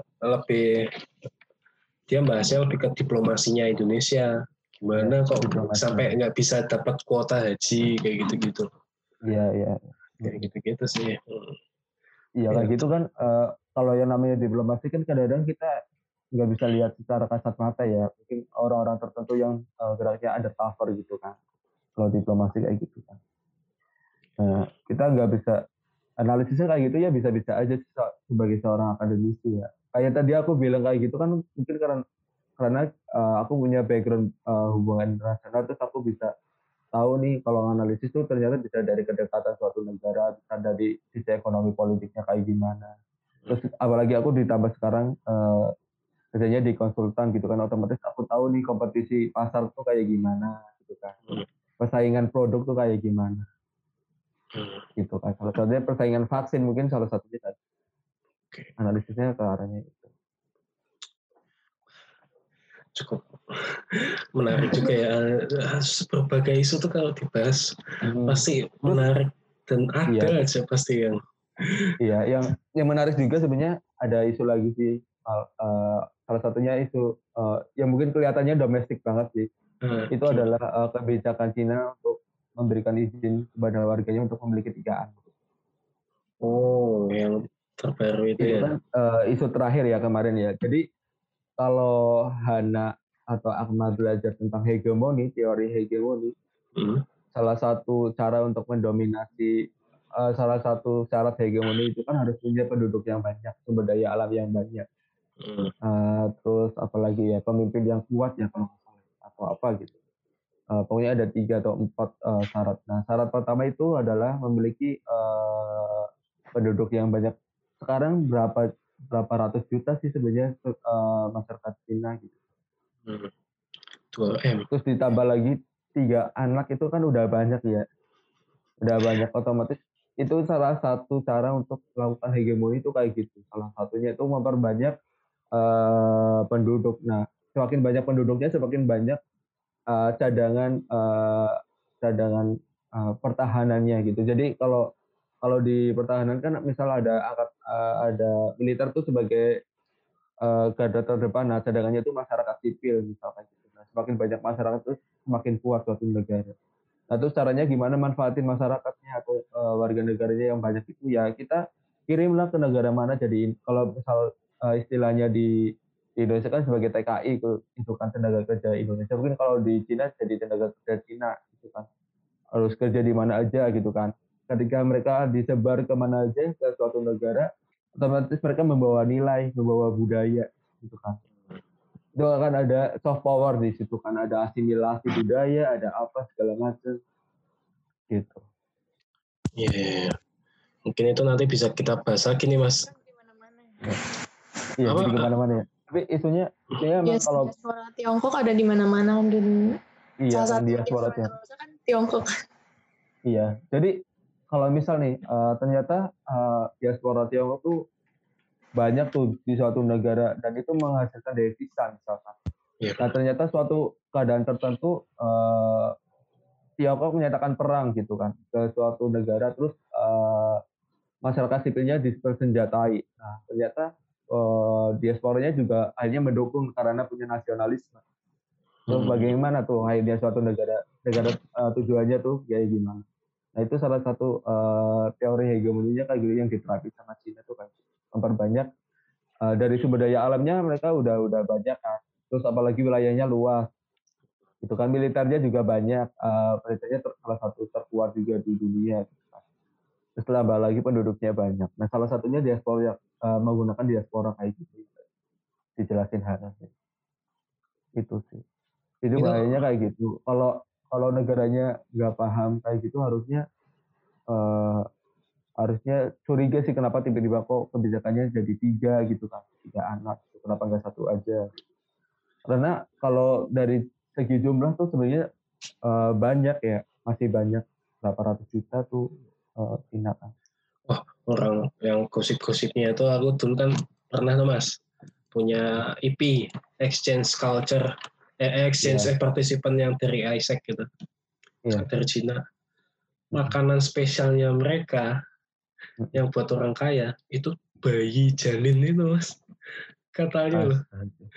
dia bahasnya lebih ke diplomasinya Indonesia. Gimana kok sampai nggak bisa dapat kuota haji kayak gitu-gitu. Iya. Kayak gitu-gitu sih. Iya kayak gitu kan kalau yang namanya diplomasi kan kadang-kadang kita nggak bisa lihat secara kasat mata ya. Mungkin orang-orang tertentu yang geraknya undercover gitu kan. Kalau diplomasi kayak gitu kan. Nah, kita nggak bisa analisisnya kayak gitu ya bisa-bisa aja sebagai seorang akademisi ya. Kayak tadi aku bilang kayak gitu kan mungkin karena aku punya background hubungan internasional terus aku bisa tahu nih kalau analisis itu ternyata bisa dari kedekatan suatu negara, bisa dari sisi ekonomi politiknya kayak gimana. Terus apalagi aku ditambah sekarang kerjanya di konsultan gitu kan, otomatis aku tahu nih kompetisi pasar tuh kayak gimana gitu kan. Persaingan produk tuh kayak gimana. Gitu kan. Salah satunya persaingan vaksin mungkin salah satunya tadi. Analisisnya ke arahnya itu. Cukup menarik juga ya. Berbagai isu tuh kalau dibahas pasti menarik dan ada aja pasti yang. Iya, yang menarik juga sebenarnya ada isu lagi sih. Salah satunya isu yang mungkin kelihatannya domestik banget sih. Itu adalah kebijakan Cina untuk memberikan izin kepada warganya untuk memiliki 3 anak. Oh, yang terbaru itu ya. Itu kan isu terakhir ya kemarin ya. Jadi kalau Hana atau Ahmad belajar tentang hegemoni, teori hegemoni, salah satu cara untuk mendominasi, salah satu syarat hegemoni itu kan harus punya penduduk yang banyak, sumber daya alam yang banyak. Terus apalagi ya pemimpin yang kuat ya kalau atau apa gitu. Pokoknya ada 3 atau 4 syarat. Nah syarat pertama itu adalah memiliki penduduk yang banyak. Sekarang berapa ratus juta sih sebenarnya masyarakat Cina gitu. 2M. Terus ditambah lagi 3 anak itu kan udah banyak ya. Udah banyak, otomatis itu salah satu cara untuk melakukan hegemoni itu kayak gitu. Salah satunya itu memperbanyak penduduk. Nah, semakin banyak penduduknya semakin banyak cadangan pertahanannya gitu. Jadi kalau di pertahanan kan misal ada militer tuh sebagai garda terdepan, nah cadangannya itu masyarakat sipil misalkan gitu. Nah, semakin banyak masyarakat itu semakin kuat suatu negara. Nah, terus caranya gimana manfaatin masyarakatnya atau warga negaranya yang banyak itu ya kita kirimlah ke negara mana jadiin. Kalau misal istilahnya di Indonesia kan sebagai TKI itu kan tenaga kerja Indonesia. Mungkin kalau di Cina jadi tenaga kerja Cina gitu kan. Harus kerja di mana aja gitu kan. Ketika mereka disebar ke mana aja ke suatu negara, otomatis mereka membawa nilai, membawa budaya gitu kan. Itu akan ada soft power di situ kan, ada asimilasi budaya, ada apa segala macam gitu. Iya. Mungkin itu nanti bisa kita bahas lagi nih Mas. Iya, jadi kemana-mana ya. Tapi isunya emang kalau diaspora Tiongkok ada di mana-mana dan salah satu diaspora kan Tiongkok. Iya, jadi kalau misal nih ternyata diaspora Tiongkok tuh banyak tuh di suatu negara dan itu menghasilkan devisa misalkan. Nah ternyata suatu keadaan tertentu Tiongkok menyatakan perang gitu kan ke suatu negara, terus masyarakat sipilnya dipersenjatai. Nah ternyata diasporanya juga akhirnya mendukung karena punya nasionalisme. Terus bagaimana tuh akhirnya suatu negara tujuannya tuh kayak gimana? Nah itu salah satu teori hegemoninya kayak gitu yang diterapi sama Cina tuh kan. memperbanyak dari sumber daya alamnya mereka udah banyak kan. Terus apalagi wilayahnya luas. Itu kan militernya juga banyak, militernya salah satu terkuat juga di dunia. Terus tambah lagi penduduknya banyak. Nah salah satunya diaspora menggunakan diaspora kayak gitu. Dijelasin Hana sih. Itu sih. Jadi bahayanya kayak gitu. Kalau negaranya nggak paham kayak gitu harusnya curiga sih kenapa tiba-tiba kok kebijakannya jadi 3 gitu kan, 3 anak. Kenapa nggak 1 aja? Karena kalau dari segi jumlah tuh sebenarnya banyak ya, masih banyak 800 juta tuh tindakan. Wah, orang yang gosip-gosipnya itu aku dulu kan pernah tuh Mas punya IP exchange culture participant yang dari AIESEC gitu, dari Cina. Makanan spesialnya mereka yang buat orang kaya itu bayi janin itu Mas, katanya loh.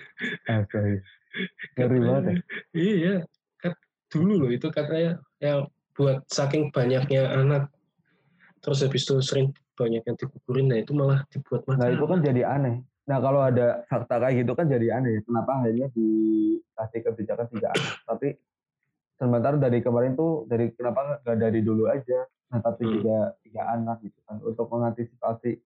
Ngeri banget. Iya, dulu loh itu katanya ya buat saking banyaknya anak. Terus habis itu sering banyak yang dikuburin, nah itu malah dibuat makanan. Nah itu kan jadi aneh. Nah kalau ada fakta kayak gitu kan jadi aneh. Kenapa akhirnya dikasih kebijakan 3 anak? Tapi sementara dari kemarin tuh kenapa nggak dari dulu aja? Nah tapi 3 anak gitu kan untuk mengantisipasi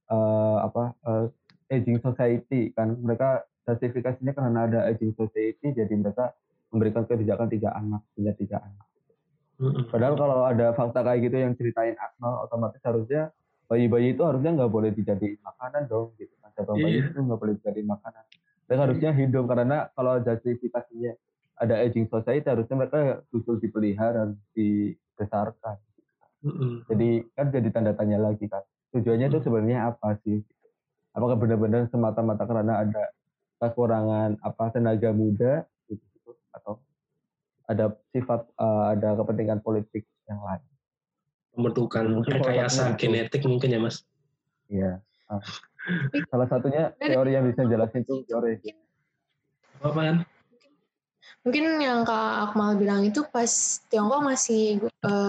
aging society kan. Mereka justifikasinya karena ada aging society jadi mereka memberikan kebijakan 3 anak, punya 3 anak. Padahal kalau ada fakta kayak gitu yang ceritain Akmal, otomatis harusnya bayi-bayi itu harusnya nggak boleh dijadiin makanan dong, gitu. Cabang bayi itu nggak boleh dijadiin makanan. Dan harusnya hidup karena kalau justifikasinya ada aging society harusnya mereka usul dipelihara, dibesarkan. Jadi kan jadi tanda tanya lagi kan. Tujuannya itu sebenarnya apa sih? Apakah benar-benar semata-mata karena ada kekurangan tenaga muda gitu atau ada sifat ada kepentingan politik yang lain, pembentukan rekayasa genetik mungkin ya Mas. Iya. Salah satunya teori yang bisa jelasin itu teori apaan? Mungkin yang Kak Akmal bilang itu pas Tiongkok masih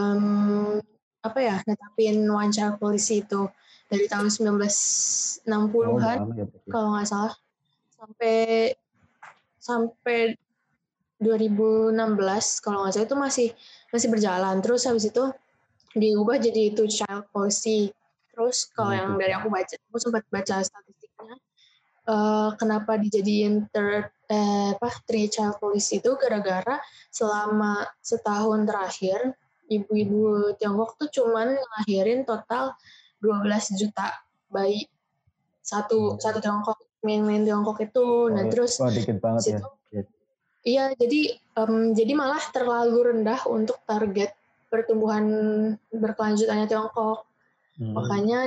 netapin one child policy itu dari tahun 1960-an kalau nggak salah sampai 2016 kalau nggak salah itu masih berjalan. Terus habis itu diubah jadi two child policy. Terus kalau yang dari aku sempat baca statistiknya, kenapa dijadiin three child policy itu gara-gara selama setahun terakhir ibu-ibu Tiongkok tuh cuman ngelahirin total 12 juta bayi satu Tiongkok main Tiongkok itu. Nah terus dikit banget ya. Iya, jadi malah terlalu rendah untuk target pertumbuhan berkelanjutannya Tiongkok. Makanya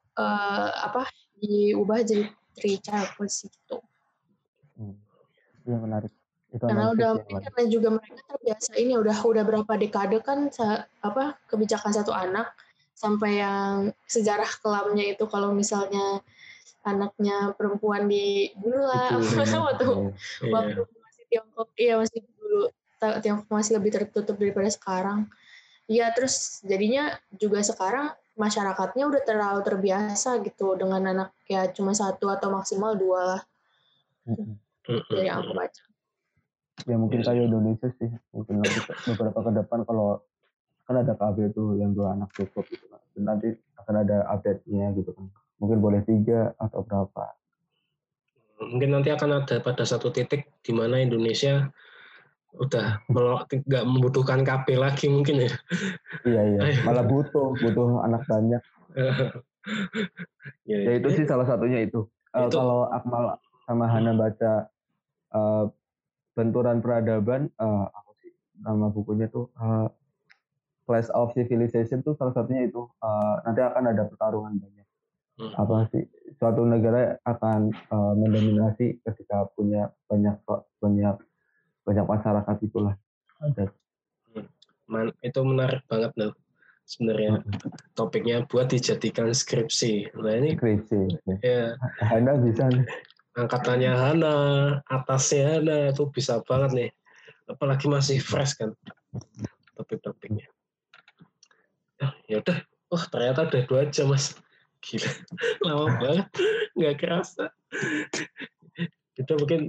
diubah jadi three child policy gitu. Iya menarik. Karena karena juga mereka terbiasa ini udah berapa dekade kan kebijakan 1 anak sampai yang sejarah kelamnya itu kalau misalnya anaknya perempuan dibunuh lah waktu Tiongkok masih dulu Tiongkok masih lebih tertutup daripada sekarang. Iya terus jadinya juga sekarang masyarakatnya udah terlalu terbiasa gitu dengan anak ya cuma 1 atau maksimal 2 lah. Dari yang aku baca. Ya mungkin kayak Indonesia sih, mungkin nanti beberapa ke depan kalau kan ada KB tuh yang 2 anak cukup gitu kan. Dan nanti akan ada update-nya gitu kan. Mungkin boleh 3 atau berapa. Mungkin nanti akan ada pada satu titik di mana Indonesia udah nggak membutuhkan KB lagi mungkin ya. Iya. Malah butuh anak banyak. Ya itu sih salah satunya itu. Kalau Akmal sama Hana baca Benturan Peradaban, nama bukunya tuh Clash of Civilization tuh salah satunya itu. Nanti akan ada pertarungan banyak. Suatu negara akan mendominasi ketika punya banyak masyarakat itulah. Itu menarik banget loh sebenarnya. Topiknya buat dijadikan skripsi. Nah ini skripsi. Ya. Hana bisa nih. Angkatannya Hana, atasnya Hana itu bisa banget nih. Apalagi masih fresh kan topik-topiknya. Ya udah. Ternyata udah 2 jam Mas. Gila, lama banget, nggak kerasa. Itu mungkin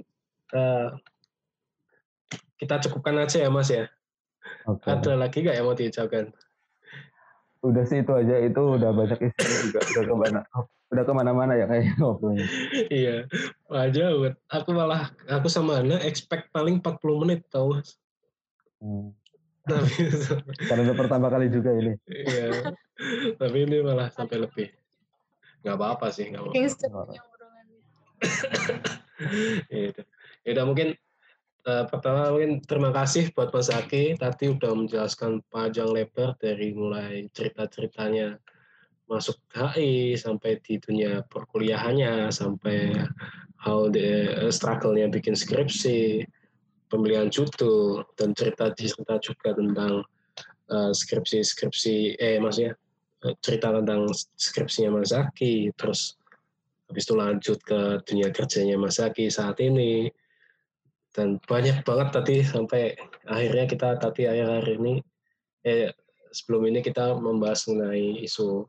kita cukupkan aja ya Mas ya. Oke. Ada lagi nggak yang mau diucapkan? Udah sih itu aja, itu udah banyak isinya juga, udah kemana-mana ya kayaknya ngobrolnya. Iya, aja buat aku sama Hana expect paling 40 menit tau Mas. Tapi Karena udah pertama kali juga ini. iya, tapi ini malah sampai lebih. Nggak apa-apa sih, nggak apa-apa. Ya mungkin pertama mungkin terima kasih buat Mas Zaki tadi udah menjelaskan panjang lebar dari mulai cerita-ceritanya masuk HI sampai di dunia perkuliahannya sampai how the struggle-nya bikin skripsi, pemilihan judul dan cerita juga tentang maksudnya cerita tentang skripsinya Mas Zaki, terus habis itu lanjut ke dunia kerjanya Mas Zaki saat ini. Dan banyak banget tadi sampai akhirnya kita tadi akhir ini sebelum ini kita membahas mengenai isu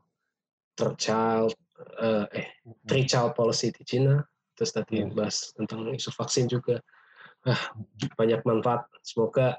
three child policy di Cina, terus tadi bahas tentang isu vaksin juga. Banyak manfaat. Semoga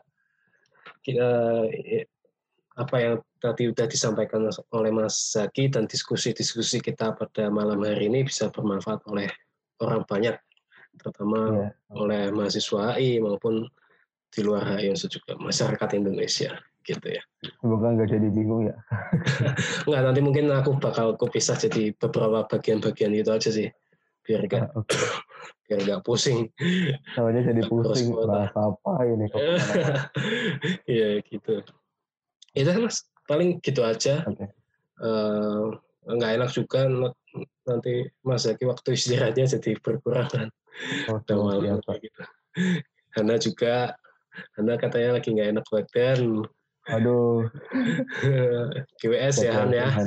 apa yang tadi sudah disampaikan oleh Mas Zaki dan diskusi-diskusi kita pada malam hari ini bisa bermanfaat oleh orang banyak, terutama oleh mahasiswa HI maupun di luar HI juga masyarakat Indonesia gitu ya. Semoga nggak jadi bingung ya. Nggak, nanti mungkin aku pisah jadi beberapa bagian-bagian itu aja sih biar nggak pusing. Soalnya jadi pusing bahas apa ini kok. Iya gitu. Itu Mas, paling gitu aja. Nggak enak juga nanti Mas Zaki waktu istirahatnya jadi berkurang kan. Gitu. Hana katanya lagi nggak enak badan. Aduh. GWS ya Han ya.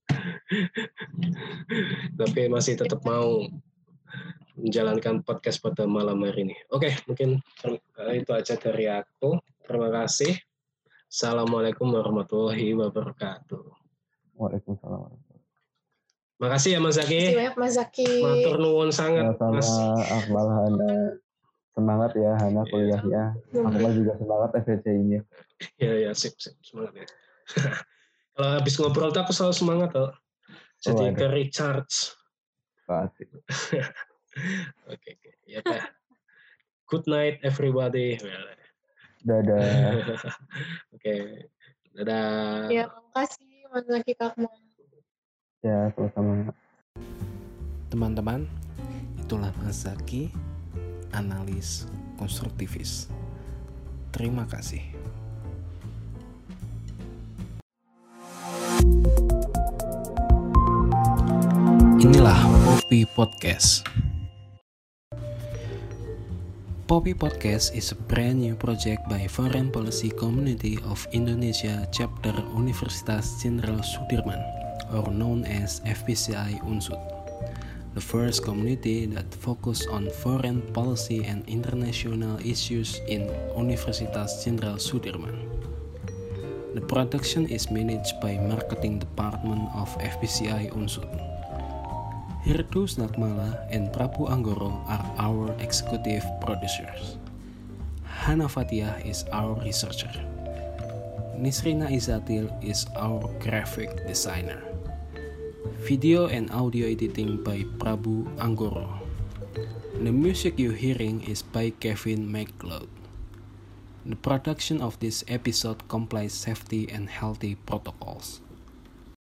Tapi masih tetap mau menjalankan podcast pada malam hari ini. Oke, mungkin itu aja dari aku. Terima kasih. Assalamualaikum warahmatullahi wabarakatuh. Waalaikumsalam. Makasih ya Mas Zaki. Terima kasih banyak Mas Zaki. Matur nuwun sangat Mas. Akmal Hana. Semangat ya Hana kuliahnya. Akmal juga semangat SCCI-nya. Ya sip semangat ya. Kalau habis ngobrol tuh aku selalu semangat tuh. Jadi ke recharge. Pasti. Oke. Ya Pak. Good night everybody. Dadah. Oke. Dadah. Ya, makasih Mas Zaki Kakmal. Ya, sama-sama. Teman-teman, itulah Mas Zaki, analis konstruktivis. Terima kasih. Inilah Poppy Podcast. Poppy Podcast is a brand new project by Foreign Policy Community of Indonesia Chapter Universitas Jenderal Sudirman, or known as FPCI Unsud, the first community that focus on foreign policy and international issues in Universitas Jenderal Sudirman. The production is managed by Marketing Department of FPCI Unsud. Hirdus Nakmala and Prabu Anggoro are our executive producers. Hana Fatihah is our researcher. Nisrina Izatil is our graphic designer. Video and audio editing by Prabu Anggoro. The music you're hearing is by Kevin McLeod. The production of this episode complies safety and healthy protocols.